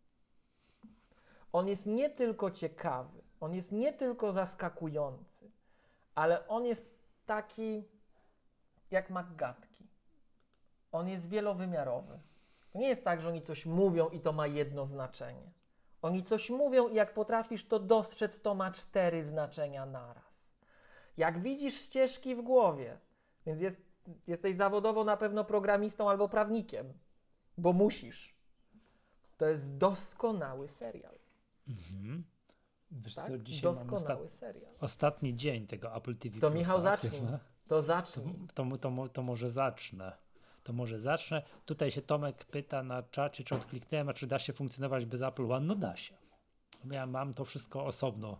On jest nie tylko ciekawy, on jest nie tylko zaskakujący, ale on jest taki jak Maggatki. On jest wielowymiarowy. To nie jest tak, że oni coś mówią i to ma jedno znaczenie. Oni coś mówią i jak potrafisz to dostrzec, to ma cztery znaczenia naraz. Jak widzisz ścieżki w głowie, więc jest, jesteś zawodowo na pewno programistą albo prawnikiem, bo musisz. To jest doskonały serial. Mhm. Wiesz tak? co, dzisiaj Doskonały ostat... serial. Ostatni dzień tego Apple T V To Plusa, Michał zacznij. chyba. To zacznij. To, to, to, to może zacznę. To może zacznę. Tutaj się Tomek pyta na czacie, czy odkliknąłem, a czy da się funkcjonować bez Apple One? No da się. Ja mam to wszystko osobno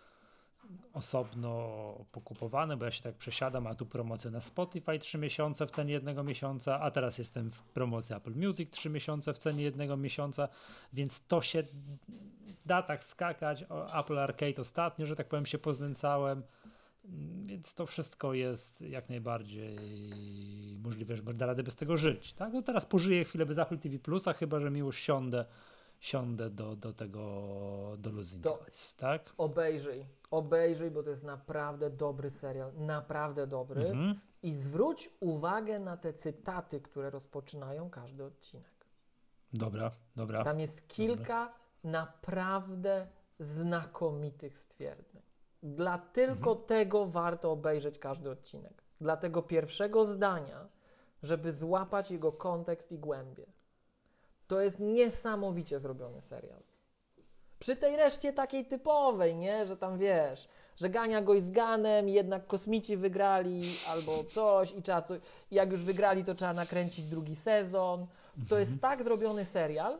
osobno pokupowane, bo ja się tak przesiadam, a tu promocję na Spotify trzy miesiące w cenie jednego miesiąca, a teraz jestem w promocji Apple Music trzy miesiące w cenie jednego miesiąca, więc to się da tak skakać. O Apple Arcade ostatnio, że tak powiem, się poznęcałem, więc to wszystko jest jak najbardziej możliwe, że da radę bez tego żyć. Tak? No teraz pożyję chwilę bez Apple T V Plusa, chyba że mi już siądę siądę do, do tego, do Losing Alice, tak? Obejrzyj, obejrzyj, bo to jest naprawdę dobry serial, naprawdę dobry. Mhm. I zwróć uwagę na te cytaty, które rozpoczynają każdy odcinek. Dobra, dobra. Tam jest kilka dobra. naprawdę znakomitych stwierdzeń. Dla tylko mhm. tego warto obejrzeć każdy odcinek. Dla tego pierwszego zdania, żeby złapać jego kontekst i głębię. To jest niesamowicie zrobiony serial. Przy tej reszcie takiej typowej, nie? Że tam wiesz, że gania go i z ganem, jednak kosmici wygrali albo coś i trzeba coś. I jak już wygrali, to trzeba nakręcić drugi sezon. Mhm. To jest tak zrobiony serial,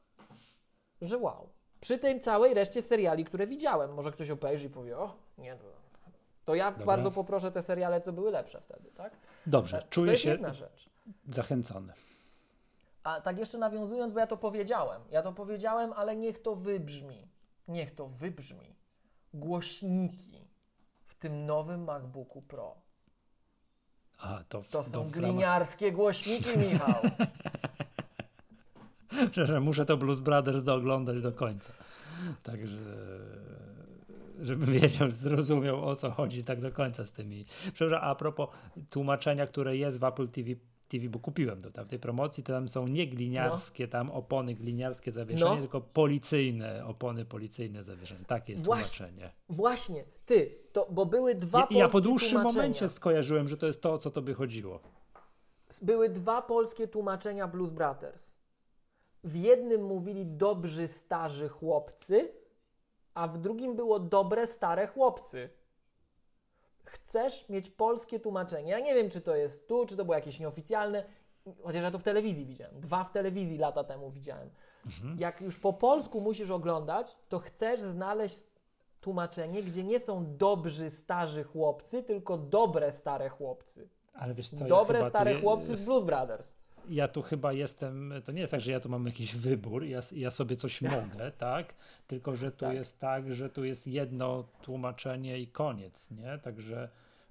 że wow. Przy tej całej reszcie seriali, które widziałem. Może ktoś obejrzy i powie, o, nie, to, to ja Dobra. bardzo poproszę te seriale, co były lepsze wtedy, tak? Dobrze, czuję to jest się jedna rzecz. zachęcony. A tak jeszcze nawiązując, bo ja to powiedziałem. Ja to powiedziałem, ale niech to wybrzmi. Niech to wybrzmi. Głośniki w tym nowym MacBooku Pro. A, to, to są to gliniarskie głośniki, Michał. Przepraszam, muszę to Blues Brothers dooglądać do końca. Także, żebym wiedział, zrozumiał, o co chodzi tak do końca z tymi. Przepraszam, a propos tłumaczenia, które jest w Apple T V, T V bo kupiłem to tam w tej promocji, to tam są nie gliniarskie, no. tam opony gliniarskie zawieszenie, no. tylko policyjne, opony policyjne zawieszenie. Takie jest właśnie, tłumaczenie. Właśnie, ty, to, bo były dwa ja, polskie Ja po dłuższym tłumaczenia. momencie skojarzyłem, że to jest to, o co tobie chodziło. Były dwa polskie tłumaczenia Blues Brothers. W jednym mówili dobrzy starzy chłopcy, a w drugim było dobre stare chłopcy. Chcesz mieć polskie tłumaczenie. Ja nie wiem, czy to jest tu, czy to było jakieś nieoficjalne, chociaż ja to w telewizji widziałem. Dwa w telewizji lata temu widziałem. Mhm. Jak już po polsku musisz oglądać, to chcesz znaleźć tłumaczenie, gdzie nie są dobrzy starzy chłopcy, tylko dobre stare chłopcy. Ale wiesz co, Dobre ja stare je... chłopcy z Blues Brothers. Ja tu chyba jestem, to nie jest tak, że ja tu mam jakiś wybór, ja, ja sobie coś mogę, tak? Tylko, że tu tak. jest tak, że tu jest jedno tłumaczenie i koniec, nie? Także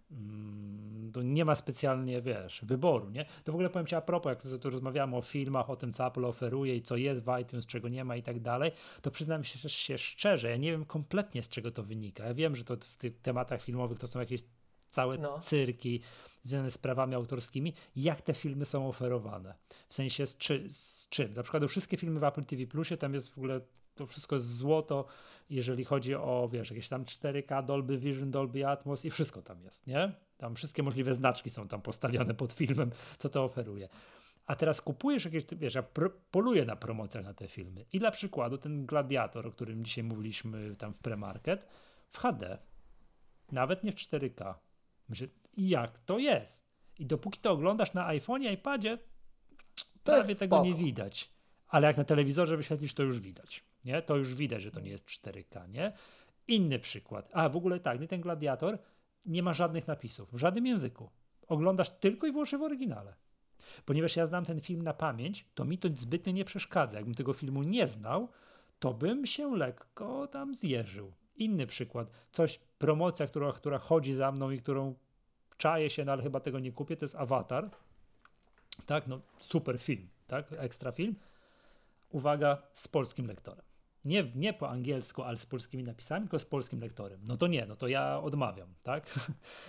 mm, to nie ma specjalnie, wiesz, wyboru, nie? To w ogóle powiem ci a propos, jak tu rozmawiamy o filmach, o tym, co Apple oferuje i co jest w iTunes, czego nie ma i tak dalej, to przyznam się, się szczerze, ja nie wiem kompletnie, z czego to wynika. Ja wiem, że to w tych tematach filmowych to są jakieś całe No. cyrki związane z prawami autorskimi, jak te filmy są oferowane. W sensie z, czy, z czym. Na przykład wszystkie filmy w Apple T V Plusie, tam jest w ogóle to wszystko jest złoto, jeżeli chodzi o, wiesz, jakieś tam cztery K, Dolby Vision, Dolby Atmos i wszystko tam jest, nie? Tam wszystkie możliwe znaczki są tam postawione pod filmem, co to oferuje. A teraz kupujesz jakieś, wiesz, ja pr- poluję na promocjach na te filmy. I dla przykładu ten Gladiator, o którym dzisiaj mówiliśmy tam w premarket, w H D, nawet nie w cztery K. Myślę, jak to jest? I dopóki to oglądasz na iPhone'ie, iPadzie, To prawie jest tego spoko. nie widać. Ale jak na telewizorze wyświetlisz, to już widać. Nie? To już widać, że to nie jest cztery K, nie? Inny przykład. A w ogóle tak, nie, ten Gladiator nie ma żadnych napisów, w żadnym języku. Oglądasz tylko i wyłącznie w oryginale. Ponieważ ja znam ten film na pamięć, to mi to zbytnio nie przeszkadza. Jakbym tego filmu nie znał, to bym się lekko tam zjeżył. Inny przykład. Coś, promocja, która, która chodzi za mną i którą czaję się, no ale chyba tego nie kupię, to jest Avatar. Tak, no super film, tak, ekstra film. Uwaga, z polskim lektorem. Nie, nie po angielsku, ale z polskimi napisami, tylko z polskim lektorem. No to nie, no to ja odmawiam, tak?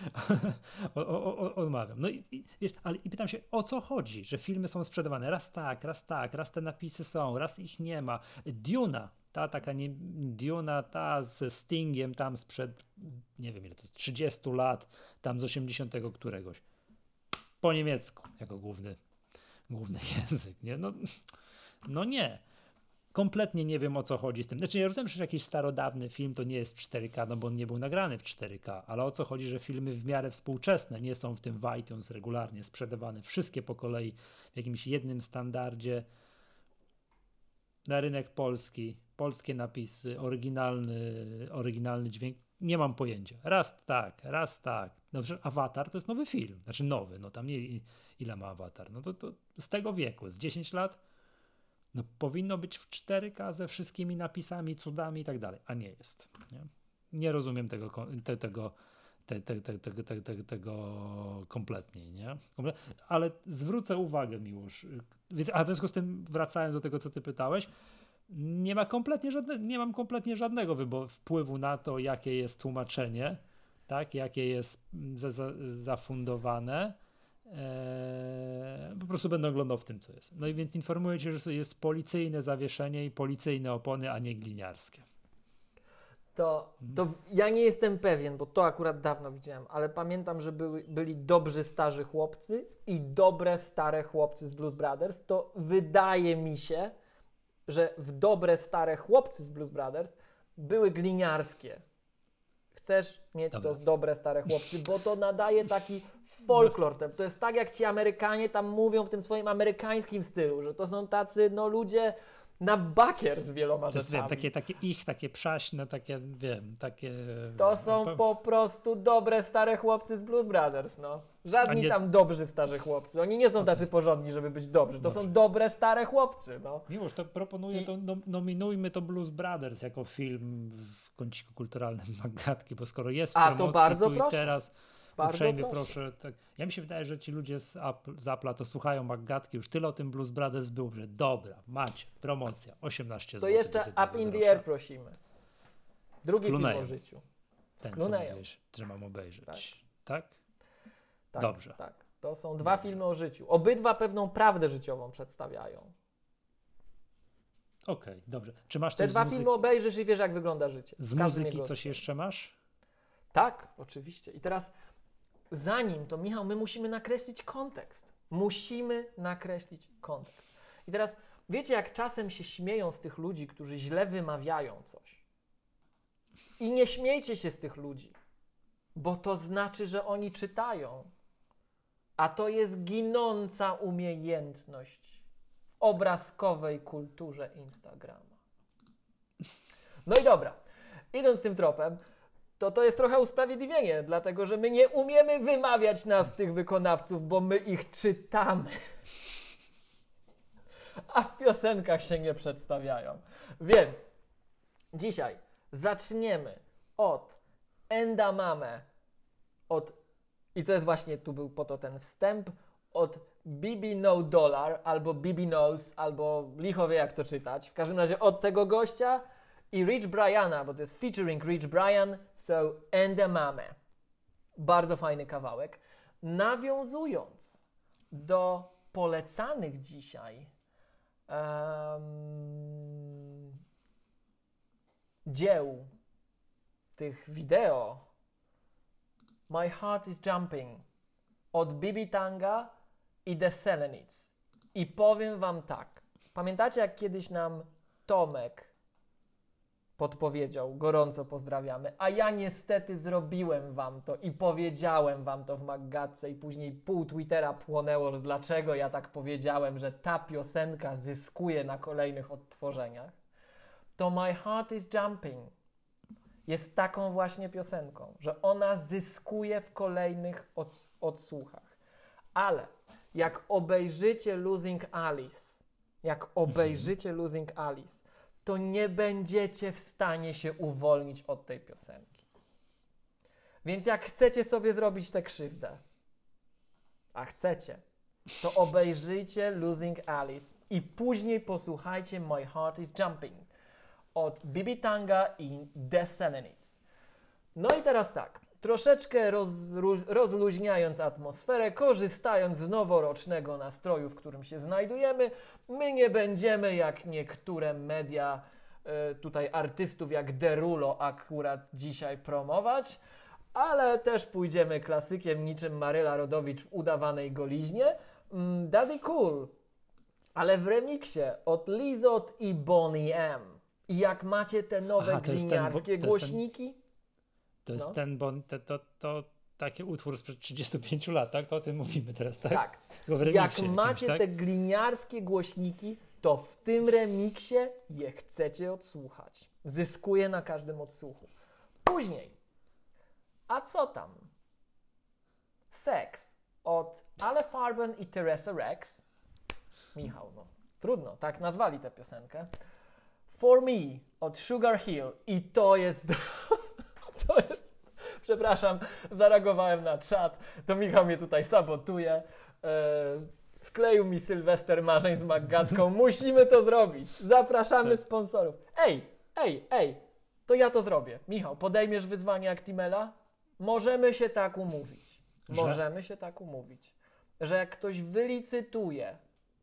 o, o, o, odmawiam. No i, i, wiesz, ale i pytam się, o co chodzi, że filmy są sprzedawane raz tak, raz tak, raz te napisy są, raz ich nie ma. Duna, ta taka nie, Duna, ta ze Stingiem tam sprzed, nie wiem ile to jest, trzydziestu lat, tam z osiemdziesiątego któregoś. Po niemiecku, jako główny, główny język, nie? No, no nie. Kompletnie nie wiem, o co chodzi z tym. Znaczy, ja rozumiem, że jakiś starodawny film to nie jest w cztery K, no bo on nie był nagrany w cztery K, ale o co chodzi, że filmy w miarę współczesne nie są w tym w iTunes regularnie sprzedawane, wszystkie po kolei w jakimś jednym standardzie na rynek polski, polskie napisy, oryginalny, oryginalny dźwięk. Nie mam pojęcia. Raz tak, raz tak. No przecież Avatar to jest nowy film. Znaczy nowy, no tam nie ile ma Avatar. No to, to z tego wieku, z dziesięć lat, no powinno być w cztery K ze wszystkimi napisami, cudami i tak dalej, a nie jest. Nie, nie rozumiem tego, te, tego, te, te, te, te, te, te, tego kompletnie, nie? Ale zwrócę uwagę, Miłosz, a w związku z tym wracając do tego, co ty pytałeś, nie ma kompletnie żadne, nie mam kompletnie żadnego wyboru, wpływu na to, jakie jest tłumaczenie, tak, jakie jest za, za, zafundowane. Eee, po prostu będę oglądał w tym, co jest. No i więc informuję cię, że jest policyjne zawieszenie i policyjne opony, a nie gliniarskie. To, to ja nie jestem pewien, bo to akurat dawno widziałem, ale pamiętam, że były, byli dobrzy starzy chłopcy i dobre stare chłopcy z Blues Brothers. To wydaje mi się, że w dobre stare chłopcy z Blues Brothers były gliniarskie. Chcesz mieć Dobra. to z dobre stare chłopcy, bo to nadaje taki folklor. To jest tak, jak ci Amerykanie tam mówią w tym swoim amerykańskim stylu, że to są tacy no ludzie na bakier z wieloma To jest, rzeczami. wiem, takie, takie ich, takie przaśne, takie, wiem, takie... To są po... po prostu dobre stare chłopcy z Blues Brothers, no. Żadni nie... tam dobrzy starzy chłopcy. Oni nie są tacy porządni, żeby być dobrzy. To Dobrze. są dobre stare chłopcy, no. Miłość, to proponuję, I... to no, nominujmy to Blues Brothers jako film w kąciku kulturalnym Magatki, bo skoro jest w A, promocji to bardzo tu proszę. i teraz, bardzo uprzejmie proszę. proszę. Tak, ja mi się wydaje, że ci ludzie z, Apple, z Apple'a to słuchają Magatki, już tyle o tym Blues Brothers było, że dobra, macie, promocja, osiemnaście To złotych. jeszcze Up in the Air prosimy. Drugi Skluneją. film o życiu. Ten, Skluneją. co mówiłeś, że mam obejrzeć. Tak. Tak? Tak, Dobrze. Tak. To są dwa Dobrze. filmy o życiu. Obydwa pewną prawdę życiową przedstawiają. Okej, okay, dobrze. Czy masz Te coś dwa z muzyki? filmy obejrzysz i wiesz, jak wygląda życie. Z Każdy muzyki jego... coś jeszcze masz? Tak, oczywiście. I teraz zanim to, Michał, my musimy nakreślić kontekst. Musimy nakreślić kontekst. I teraz wiecie, jak czasem się śmieją z tych ludzi, którzy źle wymawiają coś. I nie śmiejcie się z tych ludzi, bo to znaczy, że oni czytają. A to jest ginąca umiejętność w obrazkowej kulturze Instagrama. No i dobra, idąc tym tropem, to to jest trochę usprawiedliwienie, dlatego że my nie umiemy wymawiać nazw tych wykonawców, bo my ich czytamy. A w piosenkach się nie przedstawiają. Więc dzisiaj zaczniemy od Endamame, od, i to jest właśnie, tu był po to ten wstęp, od Bibi No Dollar, albo Bibi Knows, albo licho wie jak to czytać. W każdym razie od tego gościa i Rich Briana, bo to jest featuring Rich Brian, so Endamame. Bardzo fajny kawałek. Nawiązując do polecanych dzisiaj um, dzieł, tych wideo, My Heart is Jumping od Bibi Tanga i The Selenics. I powiem wam tak. Pamiętacie, jak kiedyś nam Tomek podpowiedział, gorąco pozdrawiamy, a ja niestety zrobiłem wam to i powiedziałem wam to w Maggatce i później pół Twittera płonęło, że dlaczego ja tak powiedziałem, że ta piosenka zyskuje na kolejnych odtworzeniach. To My Heart is Jumping jest taką właśnie piosenką, że ona zyskuje w kolejnych od, odsłuchach. Ale jak obejrzycie Losing Alice, jak obejrzycie Losing Alice, to nie będziecie w stanie się uwolnić od tej piosenki. Więc jak chcecie sobie zrobić tę krzywdę, a chcecie, to obejrzyjcie Losing Alice i później posłuchajcie My Heart is Jumping od Bibi Tanga i The Selenics. No i teraz tak, troszeczkę rozru- rozluźniając atmosferę, korzystając z noworocznego nastroju, w którym się znajdujemy, my nie będziemy jak niektóre media y, tutaj artystów jak Derulo akurat dzisiaj promować, ale też pójdziemy klasykiem niczym Maryla Rodowicz w udawanej goliźnie. Mm, Daddy Cool, ale w remiksie od Lizot i Boney M. I jak macie te nowe Aha, to jest ten, gliniarskie bo- to jest ten- głośniki, To jest No. ten, bo to, to, to taki utwór sprzed trzydziestu pięciu lat, tak? To o tym mówimy teraz, tak? tak, Tylko w jak remiksie macie jakimś, te tak? gliniarskie głośniki, to w tym remiksie je chcecie odsłuchać. Zyskuje na każdym odsłuchu. Później, a co tam? Sex od Ale Farben i Teresa Rex. Michał, no trudno, tak nazwali tę piosenkę. For Me od Sugar Hill i to jest... to jest... Przepraszam, zareagowałem na czat, to Michał mnie tutaj sabotuje. Eee, wkleił mi Sylwester marzeń z Maggatką. Musimy to zrobić. Zapraszamy Tak. sponsorów. Ej, ej, ej, to ja to zrobię. Michał, podejmiesz wyzwanie Actimela? Możemy się tak umówić. Że? Możemy się tak umówić, że jak ktoś wylicytuje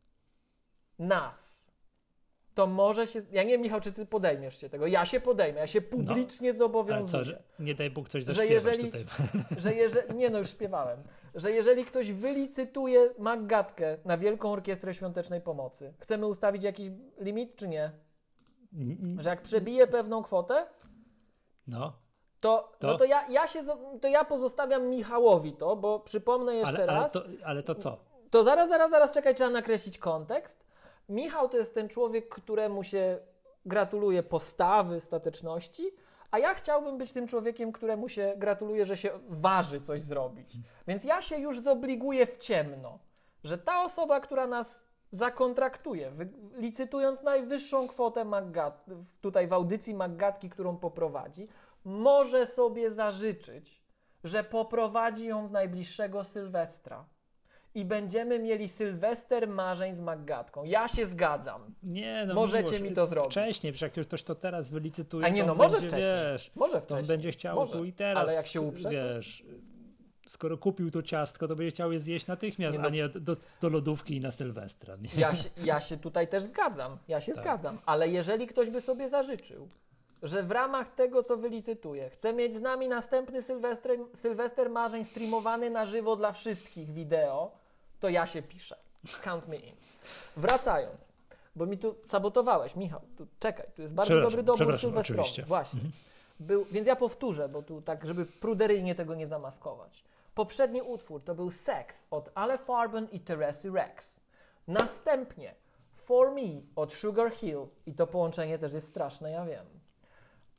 nas, to może się... Ja nie wiem, Michał, czy ty podejmiesz się tego. Ja się podejmę, ja się publicznie Ale zobowiązuję. co, że nie daj Bóg coś Że zaśpiewać jeżeli- tutaj. Że jeżeli... Nie no, już śpiewałem. Że jeżeli ktoś wylicytuje Maggatkę na Wielką Orkiestrę Świątecznej Pomocy, chcemy ustawić jakiś limit, czy nie? Że jak przebije pewną kwotę, No, to, To? no to, ja, ja się, zo- to ja pozostawiam Michałowi to, bo przypomnę jeszcze ale, ale, raz. to, ale to co? To zaraz, zaraz, zaraz, czekaj, trzeba nakreślić kontekst. Michał to jest ten człowiek, któremu się gratuluje postawy, stateczności, a ja chciałbym być tym człowiekiem, któremu się gratuluje, że się waży coś zrobić. Więc ja się już zobliguję w ciemno, że ta osoba, która nas zakontraktuje, wy, licytując najwyższą kwotę Maggat, w- tutaj w audycji Maggatki, którą poprowadzi, może sobie zażyczyć, że poprowadzi ją w najbliższego Sylwestra. I będziemy mieli Sylwester marzeń z Maggatką. Ja się zgadzam. Nie, no Możecie miłość, mi to zrobić. Wcześniej, przecież jak już ktoś to teraz wylicytuje, A nie, to no on może będzie, wcześniej. wiesz, Może to wcześniej. on będzie chciał Może. tu i teraz, Ale jak się uprze, to- wiesz, skoro kupił to ciastko, to będzie chciał je zjeść natychmiast, Nie, no- a nie do, do lodówki i na Sylwestra. Nie? Ja się, ja się tutaj też zgadzam. Ja się Tak. zgadzam. Ale jeżeli ktoś by sobie zażyczył, że w ramach tego, co wylicytuje, chce mieć z nami następny Sylwester, Sylwester marzeń streamowany na żywo dla wszystkich wideo, to ja się piszę. Count me in. Wracając, bo mi tu sabotowałeś, Michał, tu, czekaj, tu jest bardzo Przepraszam, dobry dobór przepraszam, sylwestrowy. oczywiście. Właśnie. Był, więc ja powtórzę, bo tu tak, żeby pruderyjnie tego nie zamaskować. Poprzedni utwór to był Sex od Ale Farben i Teresy Rex. Następnie For Me od Sugar Hill i to połączenie też jest straszne, ja wiem.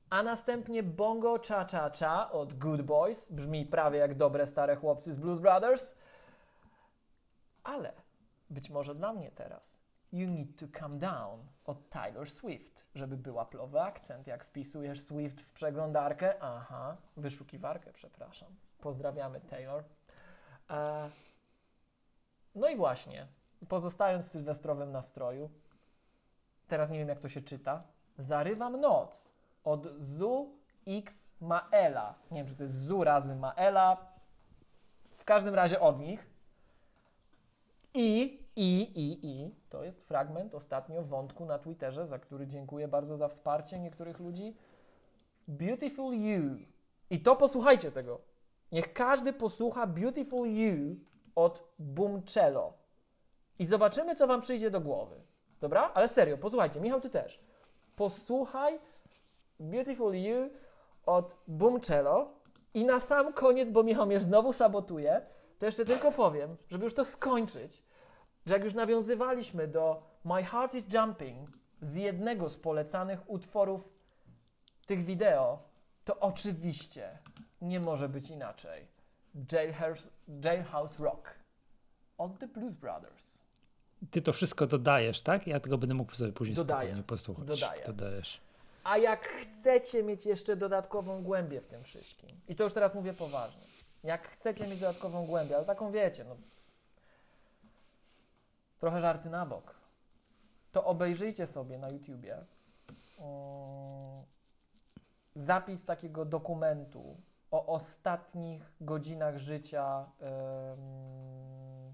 A następnie Bongo Cha Cha Cha od Good Boys. Brzmi prawie jak dobre stare chłopcy z Blues Brothers. Ale być może dla mnie teraz You Need to Calm Down od Taylor Swift, żeby był łaplowy akcent. Jak wpisujesz Swift w przeglądarkę, aha, wyszukiwarkę, przepraszam. Pozdrawiamy Taylor. E, no i właśnie, pozostając w sylwestrowym nastroju, teraz nie wiem jak to się czyta, Zarywam noc od Zu X Maela. Nie wiem, czy to jest Zu razy Maela. W każdym razie od nich. I, i, i, i, to jest fragment ostatnio wątku na Twitterze, za który dziękuję bardzo za wsparcie niektórych ludzi. Beautiful You. I to posłuchajcie tego. Niech każdy posłucha Beautiful You od Bumcello. I zobaczymy, co wam przyjdzie do głowy. Dobra? Ale serio, posłuchajcie. Michał, ty też. Posłuchaj Beautiful You od Bumcello i na sam koniec, bo Michał mnie znowu sabotuje, to jeszcze tylko powiem, żeby już to skończyć, że jak już nawiązywaliśmy do My Heart is Jumping z jednego z polecanych utworów tych wideo, to oczywiście nie może być inaczej. Jailhouse, Jailhouse Rock od The Blues Brothers. Ty to wszystko dodajesz, tak? Ja tego będę mógł sobie później Dodaję. spokojnie posłuchać. Dodaję. Dodajesz. A jak chcecie mieć jeszcze dodatkową głębię w tym wszystkim, i to już teraz mówię poważnie, jak chcecie mieć dodatkową głębię, ale taką wiecie, no trochę żarty na bok, to obejrzyjcie sobie na YouTubie um, zapis takiego dokumentu o ostatnich godzinach życia um,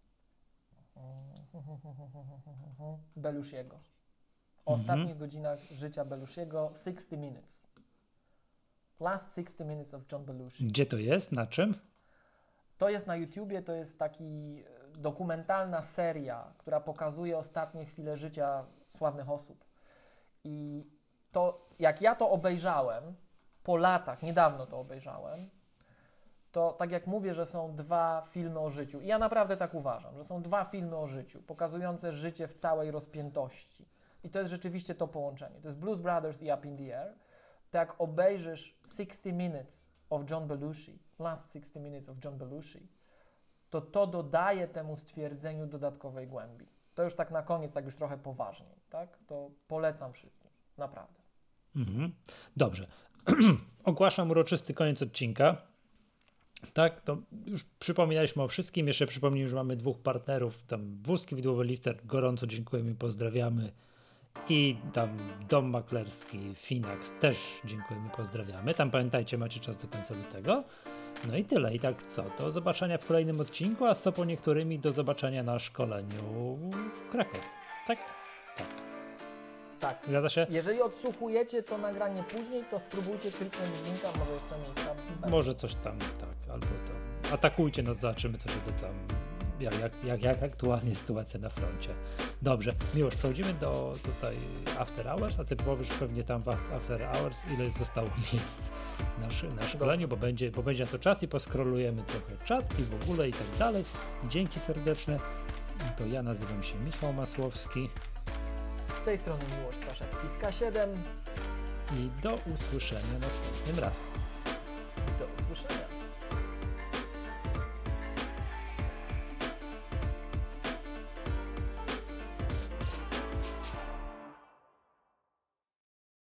Belushiego. O ostatnich mm-hmm. godzinach życia Belushiego, sixty minutes. Last sixty minutes of John Belushi. Gdzie to jest? Na czym? To jest na YouTubie, to jest taki dokumentalna seria, która pokazuje ostatnie chwile życia sławnych osób. I to, jak ja to obejrzałem, po latach, niedawno to obejrzałem, to tak jak mówię, że są dwa filmy o życiu. I ja naprawdę tak uważam, że są dwa filmy o życiu, pokazujące życie w całej rozpiętości. I to jest rzeczywiście to połączenie. To jest Blues Brothers i Up in the Air. To jak obejrzysz sixty minutes of John Belushi, Last sixty minutes of John Belushi, to to dodaje temu stwierdzeniu dodatkowej głębi. To już tak na koniec, tak już trochę poważniej, tak? To polecam wszystkim. Naprawdę. Mhm. Dobrze. Ogłaszam uroczysty koniec odcinka. Tak, to już przypominaliśmy o wszystkim. Jeszcze przypomnijmy, że mamy dwóch partnerów. Tam Wózki Widłowy Lifter. Gorąco dziękujemy i pozdrawiamy. I tam Dom Maklerski, Finax też dziękujemy i pozdrawiamy. Tam pamiętajcie, macie czas do końca lutego. No i tyle. I tak co? Do zobaczenia w kolejnym odcinku, a co po niektórymi do zobaczenia na szkoleniu w Krakowie. Tak? Tak. Tak. Zgadza się? Jeżeli odsłuchujecie to nagranie później, to spróbujcie kliknąć w linka, może jeszcze miejsca. Może coś tam, tak, albo tam. Atakujcie nas, zobaczymy, co się to tam, jak, jak, jak, jak aktualnie sytuacja na froncie. Dobrze, Miłosz, przechodzimy do tutaj After Hours, a ty powiesz pewnie tam w After Hours, ile zostało miejsc na, na szkoleniu, bo będzie, bo będzie na to czas i poskrolujemy trochę czat i w ogóle i tak dalej. Dzięki serdeczne. To ja nazywam się Michał Masłowski. Z tej strony Miłosz Staszewski z K siedem. I do usłyszenia następnym razem. Do usłyszenia.